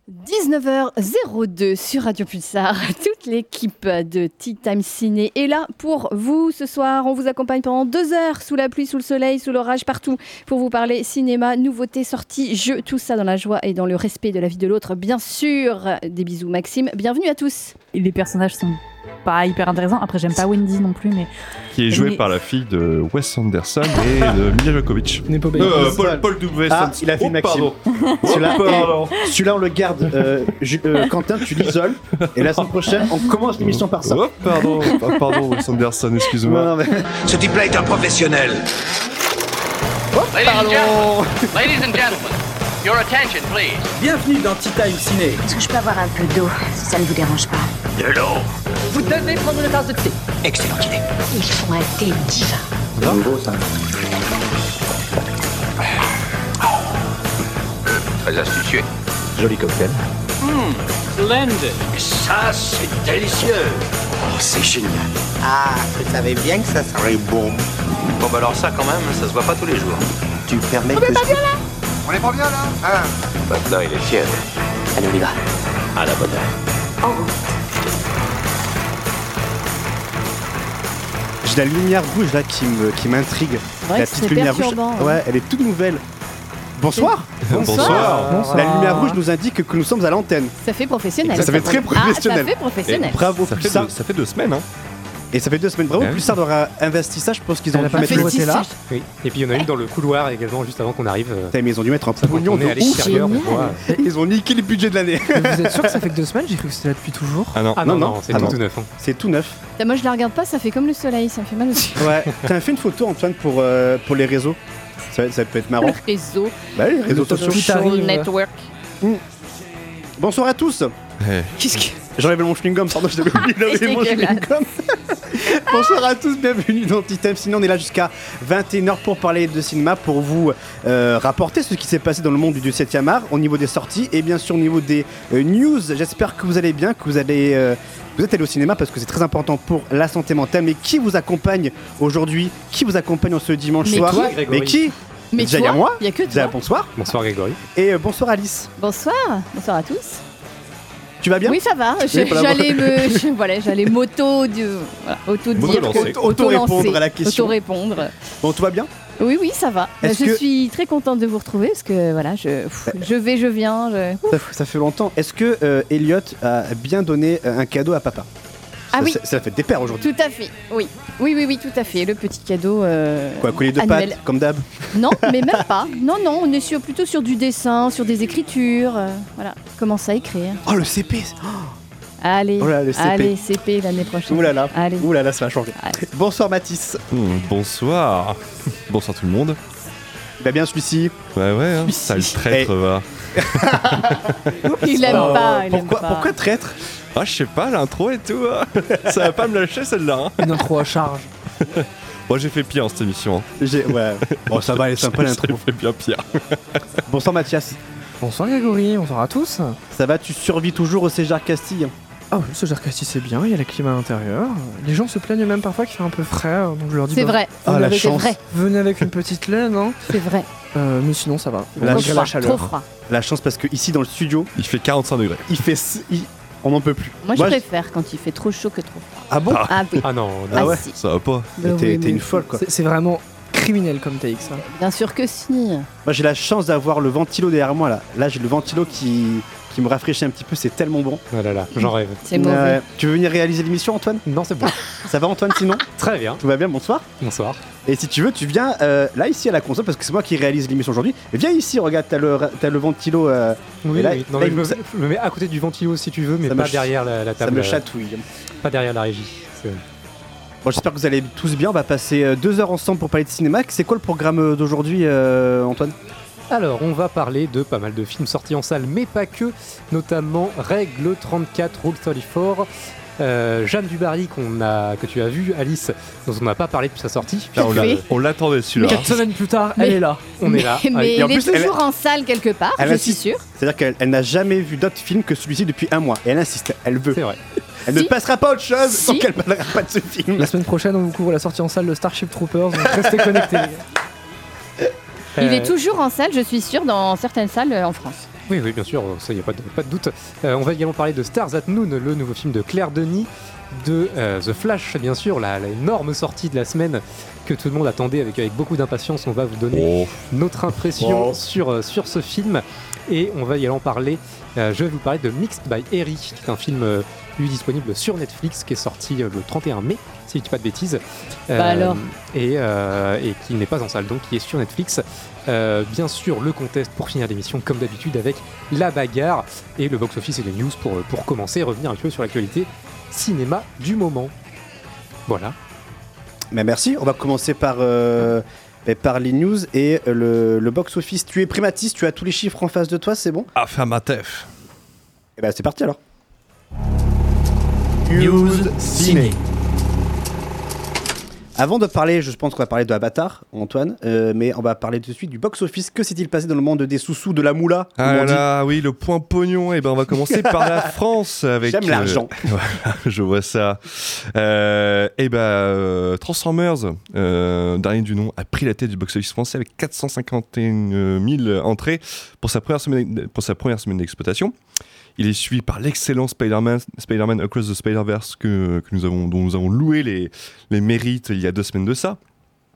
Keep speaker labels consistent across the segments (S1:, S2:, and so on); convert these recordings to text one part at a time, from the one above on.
S1: 19h02 sur Radio Pulsar. Toute l'équipe de Tea Time Ciné est là pour vous ce soir. On vous accompagne pendant 2 heures sous la pluie, sous le soleil, sous l'orage, partout pour vous parler cinéma, nouveautés, sorties, jeux, tout ça dans la joie et dans le respect de la vie de l'autre, bien sûr. Des bisous Maxime, bienvenue à tous.
S2: Et les personnages sont pas hyper intéressants. Après, j'aime pas Wendy non plus, mais
S3: qui est joué par la fille de Wes Anderson et de Mila Jovovich. Paul W.
S4: Il a fait Maxime. Celui-là, on le garde. Quentin, tu l'isoles. Et la semaine prochaine, on commence l'émission par ça.
S3: Oh, pardon, Wes Anderson, excuse-moi.
S4: Non, mais...
S5: Ce type-là est un professionnel.
S4: Oh, pardon.
S6: Ladies and gentlemen, your attention, please.
S7: Bienvenue dans Tea Time Ciné.
S8: Est-ce que je peux avoir un peu d'eau, si ça ne vous dérange pas?
S5: De l'eau.
S1: Vous devez prendre une tasse de thé.
S5: Excellente idée.
S8: Ils font un thé divin.
S4: C'est nouveau, ça.
S5: Très astucieux.
S4: Joli cocktail.
S7: Splendid.
S5: Ça, c'est délicieux. Oh, c'est génial.
S9: Ah, je savais bien que ça serait bon.
S5: Bon, bah alors ça, quand même, ça se voit pas tous les jours.
S9: Tu permets que
S5: On est pas bien, là hein? Maintenant, il est tiède.
S9: Allez, on y va.
S5: À la bonne heure.
S8: En route.
S4: J'ai la lumière rouge là qui m'intrigue.
S1: Ouais,
S4: La
S1: c'est
S4: petite lumière rouge.
S1: perturbant, hein.
S4: Ouais, elle est toute nouvelle. Bonsoir.
S3: Bonsoir.
S4: La lumière rouge nous indique que nous sommes à l'antenne.
S1: Ça fait professionnel.
S4: Ça fait très professionnel.
S1: Ah, ça fait professionnel.
S4: Bravo
S3: Ça
S4: Pulsar.
S3: fait 2 semaines, hein.
S4: Et ça fait 2 semaines. Bravo
S3: Ouais.
S4: Pulsar d'avoir investi ça. Je pense qu'ils ont
S10: Elle a
S4: dû
S10: pas
S4: mettre.
S10: fait voter là.
S7: Oui. Et puis il y en a une dans le couloir également juste avant qu'on arrive.
S4: Putain, mais ils ont dû mettre un pognon
S7: On est à
S4: de ouf.
S7: l'extérieur, on voit.
S4: Ils ont niqué le budget de l'année.
S10: Mais vous êtes sûr que ça fait que 2 semaines? J'ai cru que c'était là depuis toujours.
S3: Ah non.
S7: Ah
S4: Non,
S7: non,
S4: non.
S7: non, c'est
S4: Ah
S7: tout
S4: non.
S7: neuf. Hein.
S4: C'est tout neuf.
S1: Moi je la regarde pas, ça fait comme le soleil, ça me fait mal aussi.
S4: Ouais. T'as fait une photo Antoine pour les réseaux. Ça peut être marrant.
S1: Le réseau,
S4: Bah oui, les réseaux sociaux.
S1: social
S10: arrive.
S1: network.
S4: Bonsoir à tous.
S1: Qu'est-ce que...
S4: J'enlève mon chewing-gum, pardon, je t'avais oublié d'enlever mon
S1: dégueulasse.
S4: chewing-gum. Bonsoir à tous, bienvenue dans Tea Time Ciné. On est là jusqu'à 21h pour parler de cinéma, pour vous rapporter ce qui s'est passé dans le monde du 7e art, au niveau des sorties et bien sûr au niveau des news. J'espère que vous allez bien, que vous êtes allés au cinéma parce que c'est très important pour la santé mentale. Mais qui vous accompagne aujourd'hui? Qui vous accompagne en ce dimanche
S1: Mais
S4: soir?
S1: toi,
S7: Grégory.
S4: Mais qui?
S1: Mais
S4: Déjà,
S1: toi,
S4: il y a moi.
S1: il y a que
S4: Déjà,
S1: toi.
S4: bonsoir.
S7: Bonsoir Grégory.
S4: Et bonsoir Alice.
S1: Bonsoir à tous.
S4: Tu vas bien?
S1: Oui, ça va. J'allais auto-dire,
S4: Auto-répondre à la question.
S1: Auto-répondre.
S4: Bon, tout va bien?
S1: Oui, ça va.
S4: Est-ce
S1: Je
S4: que-
S1: suis très contente de vous retrouver parce que voilà, je vais, je viens.
S4: Ça fait longtemps. Est-ce que Elliot a bien donné un cadeau à papa?
S1: Ah oui.
S4: C'est la fête des pères aujourd'hui.
S1: Tout à fait. Oui, tout à fait. Le petit cadeau.
S4: Quoi, collier de
S1: annuel.
S4: pâtes, comme d'hab?
S1: Non, mais même pas. Non, on est plutôt sur du dessin, sur des écritures. Voilà, commence à écrire.
S4: Oh, le CP!
S1: Allez,
S4: Oh là, le CP.
S1: allez, CP l'année prochaine.
S4: Oulala,
S1: Allez.
S4: oulala, ça va changer.
S1: Allez.
S4: Bonsoir Mathis.
S3: Bonsoir. Bonsoir tout le monde.
S4: Bah bien celui-ci.
S3: Ouais, hein. Sale traître, va.
S1: Il aime
S4: Oh,
S1: pas. Il aime pas.
S4: pourquoi traître?
S3: Ah, je sais pas, l'intro et tout. Hein. Ça va pas me lâcher celle-là. Hein.
S10: Une intro à charge.
S3: Moi, j'ai fait pire en cette émission. Hein.
S4: Ouais. Bon, ça va, elle est sympa l'intro.
S3: J'ai fait bien pire.
S4: Bonsoir Mathias.
S10: Bonsoir Grégory, bonsoir à tous.
S4: Ça va, tu survis toujours au César Castille?
S10: Ah oui, ce Jarcassi c'est bien, il y a la clim à l'intérieur. Les gens se plaignent même parfois qu'il fait un peu frais, donc je leur dis
S1: C'est vrai.
S4: Ah, la
S1: C'est
S4: chance.
S1: vrai.
S10: venez avec une petite laine, hein.
S1: C'est vrai.
S10: Mais sinon ça va.
S4: La
S1: Trop
S10: Malgré
S1: froid,
S10: la chaleur.
S1: trop froid.
S4: La chance parce que ici dans le studio,
S3: Il fait 45 degrés.
S4: on n'en peut plus.
S1: Moi, je préfère quand il fait trop chaud que trop froid.
S4: Ah bon?
S1: Ah oui.
S7: Ah non,
S4: Ah
S7: non.
S4: ouais.
S1: si.
S3: Ça va pas.
S1: Bah oui,
S4: T'es
S1: mais
S4: une folle quoi.
S10: C'est vraiment criminel comme TX. Hein.
S1: Bien sûr que si.
S4: Moi j'ai la chance d'avoir le ventilo derrière moi là. Là j'ai le ventilo qui me rafraîchit un petit peu, c'est tellement bon.
S7: Oh là là, j'en rêve.
S1: C'est mauvais.
S4: Tu veux venir réaliser l'émission Antoine?
S7: Non, c'est bon.
S4: Ça va Antoine sinon?
S7: Très bien.
S4: Tout va bien, bonsoir.
S7: Bonsoir.
S4: Et si tu veux, tu viens là ici à la console parce que c'est moi qui réalise l'émission aujourd'hui. Viens ici, regarde, t'as le ventilo.
S7: Oui,
S4: et là,
S7: oui. Non,
S4: là,
S7: mais je me mets à côté du ventilo si tu veux, mais
S4: Ça
S7: pas
S4: me
S7: derrière la
S4: ça
S7: table.
S4: me chatouille.
S7: Pas derrière la régie. C'est-
S4: Bon, j'espère que vous allez tous bien. On va passer 2 heures ensemble pour parler de cinéma. C'est quoi le programme d'aujourd'hui, Antoine?
S7: Alors, on va parler de pas mal de films sortis en salle, mais pas que, notamment Règle 34, Rule 34, Jeanne du Barry que tu as vu, Alice, dont on n'a pas parlé depuis sa sortie.
S3: Là,
S1: fait.
S3: on l'attendait celui-là.
S10: 4 semaines plus tard,
S1: Mais-
S10: elle est là.
S7: On est là.
S1: Mais
S4: Et en
S1: il
S4: plus,
S1: est toujours en salle quelque part,
S4: elle
S1: je suis
S4: insiste.
S1: sûre.
S4: C'est-à-dire qu'elle n'a jamais vu d'autres films que celui-ci depuis 1 mois. Et elle insiste, elle veut.
S7: C'est vrai.
S4: Elle ne
S1: Si.
S4: passera pas à autre chose
S1: Si.
S4: tant qu'elle ne parlera pas de ce film.
S10: La semaine prochaine, on vous couvre la sortie en salle de Starship Troopers, donc restez connectés. Les gars.
S1: Il est toujours en salle, je suis sûre, dans certaines salles en France.
S7: Oui, bien sûr, ça, il n'y a pas de doute. On va également parler de Stars at Noon, le nouveau film de Claire Denis, de The Flash, bien sûr, la énorme sortie de la semaine que tout le monde attendait avec beaucoup d'impatience. On va vous donner notre impression sur ce film. Et on va également parler, je vais vous parler de Mixed by Harry, qui est un film disponible sur Netflix, qui est sorti le 31 mai, si je ne dis pas de bêtises.
S1: Alors.
S7: Et qui n'est pas en salle, donc qui est sur Netflix. Bien sûr, le contest pour finir l'émission, comme d'habitude, avec la bagarre et le box-office et les news pour commencer et revenir un peu sur l'actualité cinéma du moment. Voilà.
S4: Mais merci, on va commencer par les news et le box-office. Tu es primatiste, tu as tous les chiffres en face de toi, c'est bon ?
S3: Affirmatif.
S4: Et ben c'est parti alors. News ciné. Avant de parler, je pense qu'on va parler de Avatar, Antoine, mais on va parler tout de suite du box-office. Que s'est-il passé dans le monde des sous-sous, de la moula ?
S3: Ah là, oui, le point pognon. Et ben, on va commencer par la France avec.
S4: J'aime l'argent.
S3: Voilà, je vois ça. Transformers, dernier du nom, a pris la tête du box-office français avec 451 000 entrées pour sa première semaine d'exploitation. Il est suivi par l'excellent Spider-Man Across the Spider-Verse dont nous avons loué les mérites il y a 2 semaines de ça.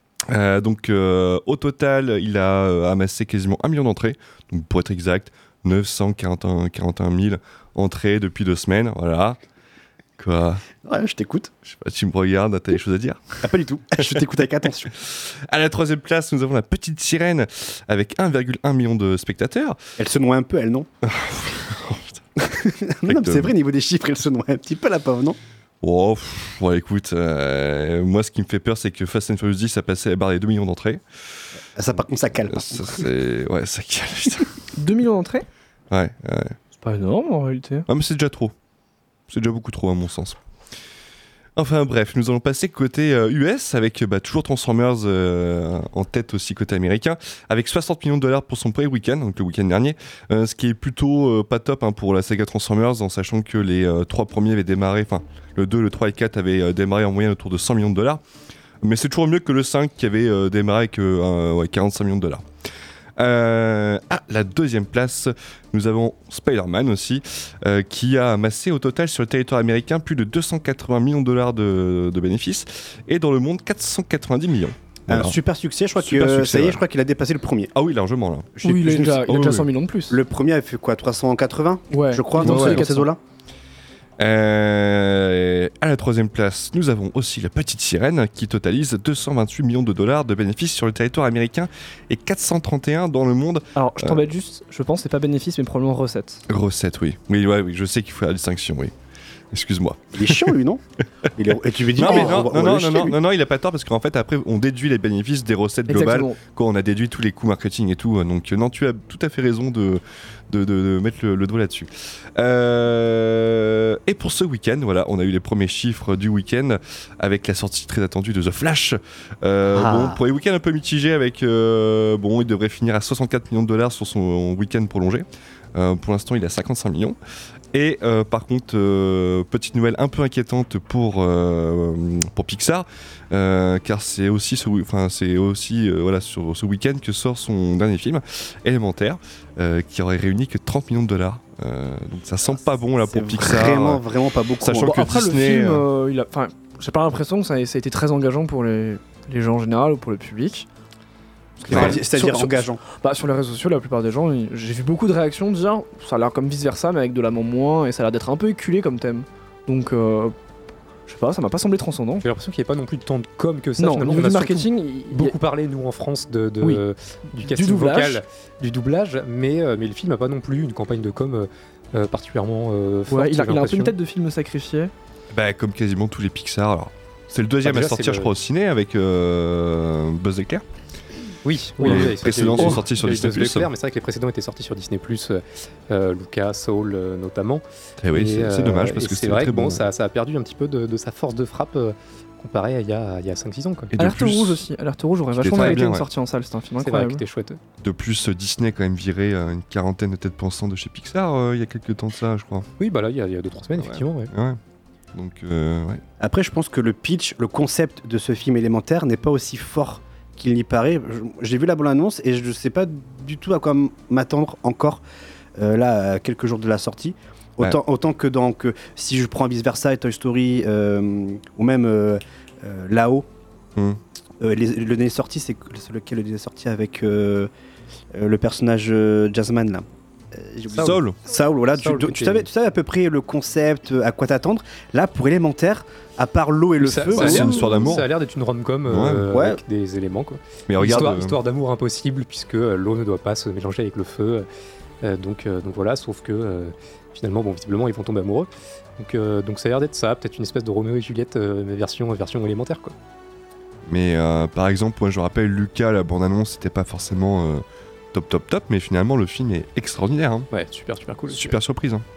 S3: Au total, il a amassé quasiment 1 million d'entrées. Donc pour être exact, 941 000 entrées depuis 2 semaines. Voilà. Quoi ?
S4: Ouais, je t'écoute.
S3: Je sais pas, tu me regardes, t'as des choses à dire ?
S4: Ah, pas du tout. Je t'écoute avec attention.
S3: À la 3e place, nous avons La Petite Sirène avec 1,1 million de spectateurs.
S4: Elle se noie un peu, elle, non ? Non, mais c'est vrai, niveau des chiffres, elle se noie un petit peu, la pauvre, non ?
S3: Écoute, moi ce qui me fait peur, c'est que Fast and Furious 10 a passé la barre des 2 millions d'entrées.
S4: Ça, par contre, ça cale.
S3: Ça cale, putain.
S10: 2 millions d'entrées ?
S3: Ouais.
S10: C'est pas énorme en réalité.
S3: Ah, mais c'est déjà trop. C'est déjà beaucoup trop, à mon sens. Enfin bref, nous allons passer côté US avec toujours Transformers en tête aussi côté américain, avec 60 millions de dollars pour son premier week-end, donc le week-end dernier, ce qui est plutôt pas top pour la saga Transformers, en sachant que les 3 premiers avaient démarré, enfin le 2, le 3 et 4 avaient démarré en moyenne autour de 100 millions de dollars, mais c'est toujours mieux que le 5 qui avait démarré avec 45 millions de dollars. À la 2e place, nous avons Spider-Man aussi, qui a amassé au total sur le territoire américain plus de 280 millions de dollars de bénéfices, et dans le monde 490 millions.
S4: Un super succès, je crois je crois qu'il a dépassé le premier.
S3: Ah oui, largement là.
S10: Oui, il a déjà 100 millions de plus.
S4: Le premier a fait quoi, 380 ?
S10: Ouais,
S4: je crois, dans ces eaux-là.
S3: À la 3e place, nous avons aussi La Petite Sirène qui totalise 228 millions de dollars de bénéfices sur le territoire américain et 431 dans le monde.
S10: Alors, je t'embête juste, je pense que c'est pas bénéfice mais probablement recette.
S3: Recette, oui. Oui, je sais qu'il faut la distinction, oui. Excuse-moi.
S4: Il est chiant, lui, non ? Et tu veux dire
S3: non, il a pas tort parce qu'en fait, après, on déduit les bénéfices des recettes globales quand on a déduit tous les coûts marketing et tout. Donc, non, tu as tout à fait raison de mettre le doigt là-dessus. Et pour ce week-end, voilà, on a eu les premiers chiffres du week-end avec la sortie très attendue de The Flash. Bon, pour les week-ends un peu mitigés, avec il devrait finir à 64 millions de dollars sur son week-end prolongé. Pour l'instant, il est à 55 millions. Et par contre, petite nouvelle un peu inquiétante pour Pixar, car c'est aussi sur ce week-end que sort son dernier film, Élémentaire, qui aurait réuni que 30 millions de dollars. Donc ça sent pas bon là pour Pixar.
S4: Vraiment pas beaucoup.
S3: Sachant que
S10: après
S3: Disney,
S10: le film, j'ai pas l'impression que ça a été très engageant pour les gens en général ou pour le public.
S4: C'est-à-dire engageant.
S10: Sur les réseaux sociaux, la plupart des gens, j'ai vu beaucoup de réactions dire ça a l'air comme vice versa, mais avec de l'amant moins, et ça a l'air d'être un peu éculé comme thème. Donc, je sais pas, ça m'a pas semblé transcendant.
S7: J'ai l'impression qu'il n'y a pas non plus tant de com que ça.
S10: Non, au niveau du marketing,
S7: beaucoup parlé nous en France du casting vocal, du doublage, mais le film n'a pas non plus une campagne de com particulièrement forte.
S10: Ouais, il a un peu une tête de film sacrifié.
S3: Comme quasiment tous les Pixar. Alors, c'est le deuxième à sortir, je crois, au ciné avec Buzz l'éclair.
S7: Oui,
S3: les précédents sont sortis sur Disney+.
S7: Mais c'est vrai que les précédents étaient sortis sur Disney+, Lucas, Soul notamment.
S3: Et oui, c'est dommage parce que
S7: c'est vrai que ça a perdu un petit peu de sa force de frappe comparé à il y a 5-6 ans. Quoi.
S10: Alerte Rouge aussi. Alerte Rouge aurait vachement mérité une sortie en salle, c'est un film incroyable.
S7: C'est vrai, qui était chouette.
S3: De plus, Disney a quand même viré une quarantaine de têtes pensantes de chez Pixar il y a quelques temps de ça, je crois.
S7: Oui, là, il y a 2-3 semaines, effectivement.
S3: Ouais. Donc,
S4: Après, je pense que le pitch, le concept de ce film Élémentaire n'est pas aussi fort qu'il n'y paraît. J'ai vu la bande-annonce et je sais pas du tout à quoi m'attendre encore là, à quelques jours de la sortie. Autant que si je prends Vice Versa et Toy Story ou même là-haut, le dernier sorti, c'est lequel le dernier sorti avec le personnage Jazzman là.
S3: Saul,
S4: voilà, tu savais à peu près le concept, à quoi t'attendre. Là, pour élémentaire, à part l'eau et le feu,
S3: c'est une histoire d'amour.
S7: Ça a l'air d'être une rom-com avec des éléments, quoi.
S3: Mais regarde,
S7: histoire d'amour impossible puisque l'eau ne doit pas se mélanger avec le feu. Donc voilà, sauf que finalement, visiblement, ils vont tomber amoureux. Donc ça a l'air d'être ça, peut-être une espèce de Roméo et Juliette version élémentaire, quoi.
S3: Mais par exemple, moi je rappelle Lucas, la bande-annonce, c'était pas forcément top, mais finalement le film est extraordinaire. Hein.
S7: Ouais, super cool.
S3: Super surprise. Hein.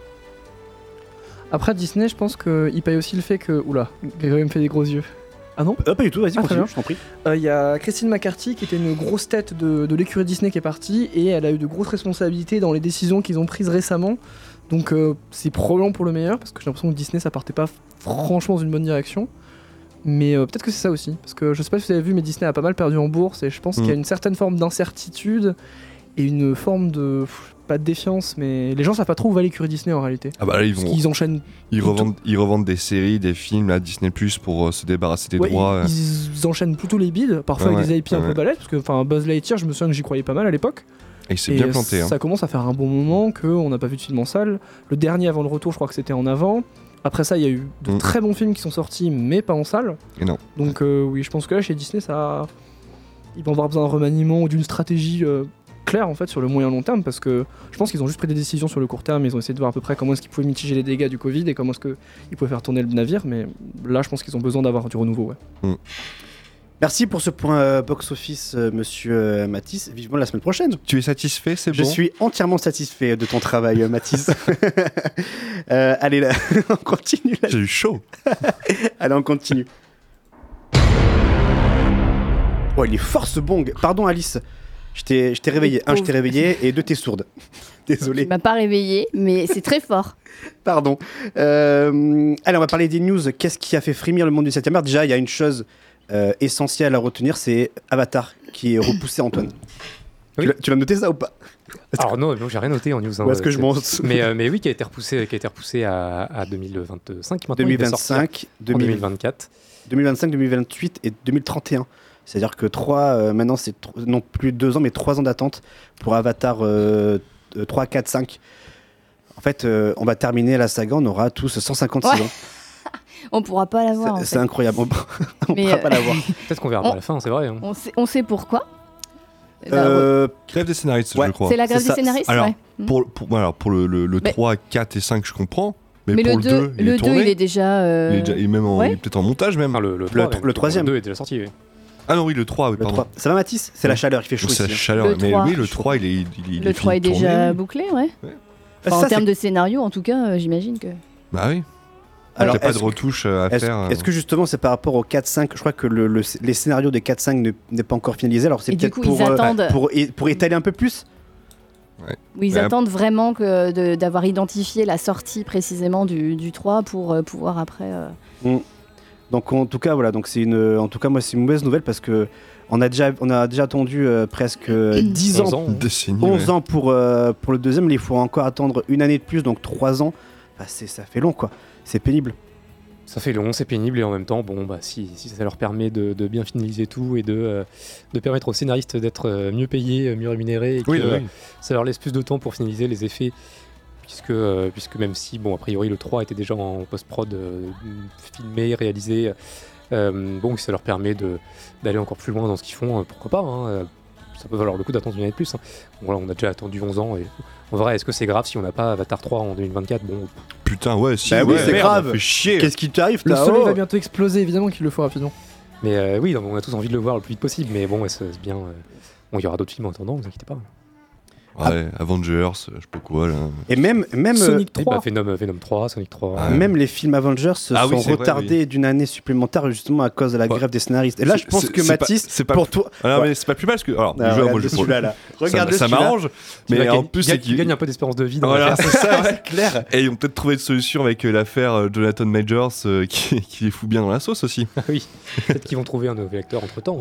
S10: Après Disney, je pense qu'il paye aussi le fait que... Oula, Grégory me fait des gros yeux. Ah non ?
S4: Pas du tout, vas-y, continue, je t'en prie.
S10: Il y a Christine McCarthy qui était une grosse tête de l'écurie Disney qui est partie et elle a eu de grosses responsabilités dans les décisions qu'ils ont prises récemment. Donc c'est probablement pour le meilleur parce que j'ai l'impression que Disney ça partait pas franchement dans une bonne direction. Mais peut-être que c'est ça aussi. Parce que je sais pas si vous avez vu, mais Disney a pas mal perdu en bourse et je pense qu'il y a une certaine forme d'incertitude et une forme de... pas de défiance, mais les gens savent pas trop où va l'écurie Disney en réalité.
S3: Ah bah là,
S10: ils enchaînent.
S3: Ils revendent des séries, des films, là, Disney Plus pour se débarrasser des droits.
S10: Ils enchaînent plutôt les bids, parfois avec des IP un peu balèzes, parce que Buzz Lightyear, je me souviens que j'y croyais pas mal à l'époque.
S3: Et il s'est bien planté.
S10: Ça commence à faire un bon moment qu'on n'a pas vu de film en salle. Le dernier avant le retour, je crois que c'était en avant. Après ça, il y a eu de très bons films qui sont sortis, mais pas en salle.
S3: Et non.
S10: Donc oui, je pense que là, chez Disney, ils vont avoir besoin d'un remaniement ou d'une stratégie claire en fait sur le moyen long terme, parce que je pense qu'ils ont juste pris des décisions sur le court terme. Ils ont essayé de voir à peu près comment est-ce qu'ils pouvaient mitiger les dégâts du Covid et comment est-ce qu'ils pouvaient faire tourner le navire. Mais là, je pense qu'ils ont besoin d'avoir du renouveau. Ouais.
S4: Merci pour ce point box-office, monsieur Mathis. Vivement la semaine prochaine.
S3: Tu es satisfait, c'est bon ?
S4: Je suis entièrement satisfait de ton travail, Mathis. Allez, là, on continue.
S3: J'ai eu chaud.
S4: Allez, on continue. Oh, il est fort ce bong. Pardon, Alice. Je t'ai réveillé. Je t'ai réveillé et deux, t'es sourde. Désolé.
S1: Tu m'as pas réveillé, mais c'est très fort.
S4: Pardon. Allez, on va parler des news. Qu'est-ce qui a fait frémir le monde du 7e art ? Déjà, il y a une chose essentielle à retenir, c'est Avatar qui est repoussé, Antoine. Oui. Tu l'as noté ça ou pas ?
S7: Alors non, j'ai rien noté en news.
S4: Où est-ce que je monte ?
S7: Mais oui, qui a été repoussé à 2025 maintenant.
S4: 2025,
S7: 2024.
S4: 2025, 2028 et 2031. C'est-à-dire que maintenant c'est non plus 2 ans mais 3 ans d'attente pour Avatar 3, 4, 5. En fait, on va terminer la saga, on aura tous 156 ans.
S1: On pourra pas la voir.
S4: C'est incroyable, on pourra pas la voir.
S7: Peut-être qu'on verra pas à la fin, c'est vrai. Hein.
S1: On sait pourquoi.
S3: Grève des scénaristes, je crois.
S1: C'est la grève des scénaristes.
S3: Alors, pour le 3, 4 et 5, je comprends. Mais pour
S1: le 2, il est déjà.
S3: Il est peut-être en montage même.
S7: Enfin,
S4: le troisième.
S7: Le 2 est déjà sorti. Oui.
S3: Ah non, oui, le 3, oui, pardon.
S4: 3. Ça va, Mathis ? C'est la chaleur, il fait chaud ici.
S3: C'est la chaleur, mais oui, le 3, il est
S1: le 3 est déjà bouclé, ouais. Enfin, en termes de scénario, en tout cas, j'imagine que.
S3: Bah oui. Alors, il n'y a pas de retouches à faire.
S4: Est-ce que justement c'est par rapport au 4-5 ? Je crois que les scénarios des 4-5 n'est pas encore finalisé, alors c'est peut-être pour étaler un peu plus.
S3: Ouais.
S1: Oui, ils attendent vraiment d'avoir identifié la sortie précisément du 3 pour pouvoir après...
S4: Donc en tout cas, voilà, donc c'est moi c'est une mauvaise nouvelle parce que on a déjà attendu presque 10 ans, 11 ans pour le deuxième, mais il faut encore attendre une année de plus, donc 3 ans. Bah, ça fait long quoi, c'est pénible.
S7: Ça fait long, c'est pénible et en même temps, si ça leur permet de bien finaliser tout et de permettre aux scénaristes d'être mieux payés, mieux rémunérés, et que ça leur laisse plus de temps pour finaliser les effets, puisque même si, a priori, le 3 était déjà en post-prod filmé, réalisé, ça leur permet d'aller encore plus loin dans ce qu'ils font, pourquoi pas, hein, ça peut valoir le coup d'attendre une année de plus. Hein. Voilà, on a déjà attendu 11 ans et en vrai, est-ce que c'est grave si on n'a pas Avatar 3 en 2024 ?
S3: Putain, ouais, si.
S4: Bah oui, c'est grave.
S3: Fait chier.
S4: Qu'est-ce qui t'arrive ?
S10: Le soleil va bientôt exploser, évidemment qu'il le faut rapidement.
S7: Mais oui, on a tous envie de le voir le plus vite possible. Mais c'est bien. Il y aura d'autres films en attendant, ne vous inquiétez pas.
S3: Ouais, Avengers, je sais pas quoi là.
S4: Et même
S10: Sonic 3.
S7: Venom 3, Sonic 3.
S4: Même les films Avengers sont retardés d'une année supplémentaire justement à cause de la grève des scénaristes. Et là, je pense que Mathis, pour toi.
S3: Non, mais c'est pas plus mal parce que. Alors,
S4: regarde
S3: ça m'arrange. Mais en plus, c'est
S7: qu'il gagne un peu d'espérance de vie.
S3: Voilà, c'est ça,
S4: c'est clair.
S3: Et ils ont peut-être trouvé une solution avec l'affaire Jonathan Majors qui les fout bien dans la sauce aussi.
S7: Oui, peut-être qu'ils vont trouver un nouvel acteur entre temps.
S3: Ouais.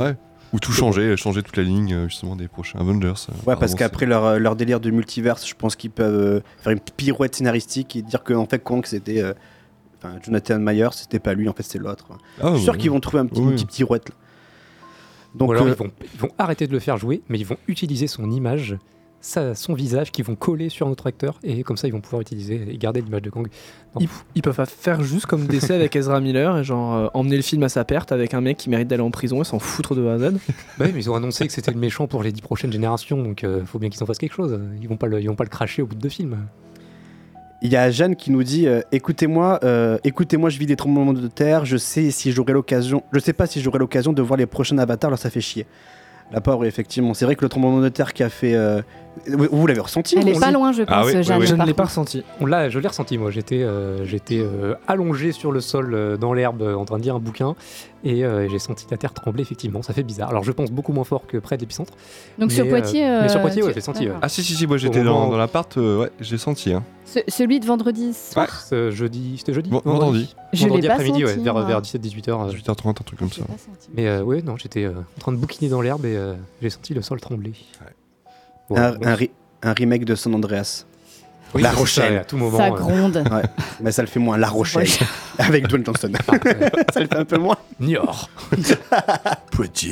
S3: Ou tout changer toute la ligne justement des prochains Avengers.
S4: Ouais, parce qu'après leur délire de multiverse, je pense qu'ils peuvent faire une pirouette scénaristique et dire qu'en fait Kang c'était Jonathan Myers, c'était pas lui, en fait c'est l'autre. Je suis sûr qu'ils vont trouver une petite pirouette là. Donc,
S7: ou alors ils vont arrêter de le faire jouer, mais ils vont utiliser son image, son visage, qu'ils vont coller sur notre acteur, et comme ça ils vont pouvoir utiliser et garder l'image de Kang.
S10: Ils peuvent faire juste comme DC avec Ezra Miller et genre emmener le film à sa perte avec un mec qui mérite d'aller en prison et s'en foutre de A à Z.
S7: Bah oui, mais ils ont annoncé que c'était le méchant pour les 10 prochaines générations, donc faut bien qu'ils en fassent quelque chose. Ils vont pas le cracher au bout de 2 films.
S4: il y a Jeanne qui nous dit écoutez-moi, je vis des tremblements de terre, je sais pas si j'aurai l'occasion de voir les prochains avatars, alors ça fait chier. La pauvre, effectivement. C'est vrai que le tremblement de terre qui a fait. Vous l'avez ressenti?
S1: Elle est pas loin, je pense, Jeanne.
S10: Je ne l'ai pas ressenti.
S7: Je l'ai ressenti, moi. J'étais allongé sur le sol dans l'herbe en train de lire un bouquin et j'ai senti la terre trembler, effectivement. Ça fait bizarre. Alors je pense beaucoup moins fort que près de l'épicentre.
S1: Donc sur Poitiers.
S7: Mais sur Poitiers, ouais, j'ai senti.
S3: Ah si, moi j'étais dans l'appart, ouais, j'ai senti. Hein.
S1: Celui de vendredi soir.
S7: Ouais, c'était jeudi.
S3: Vendredi.
S1: Je l'ai pas
S7: après-midi,
S1: senti,
S7: vers 17-18h.
S3: 18h30, un truc comme ça.
S7: Mais ouais, non, j'étais en train de bouquiner dans l'herbe et j'ai senti le sol trembler.
S4: Ouais. Un remake de San Andreas.
S7: Oui,
S4: La Rochelle.
S7: À tout moment.
S1: Ça gronde.
S4: Ouais. Mais ça le fait moins. La Rochelle. Avec Dwayne Johnson. Ça le fait un peu moins.
S7: Niort.
S3: Poitiers.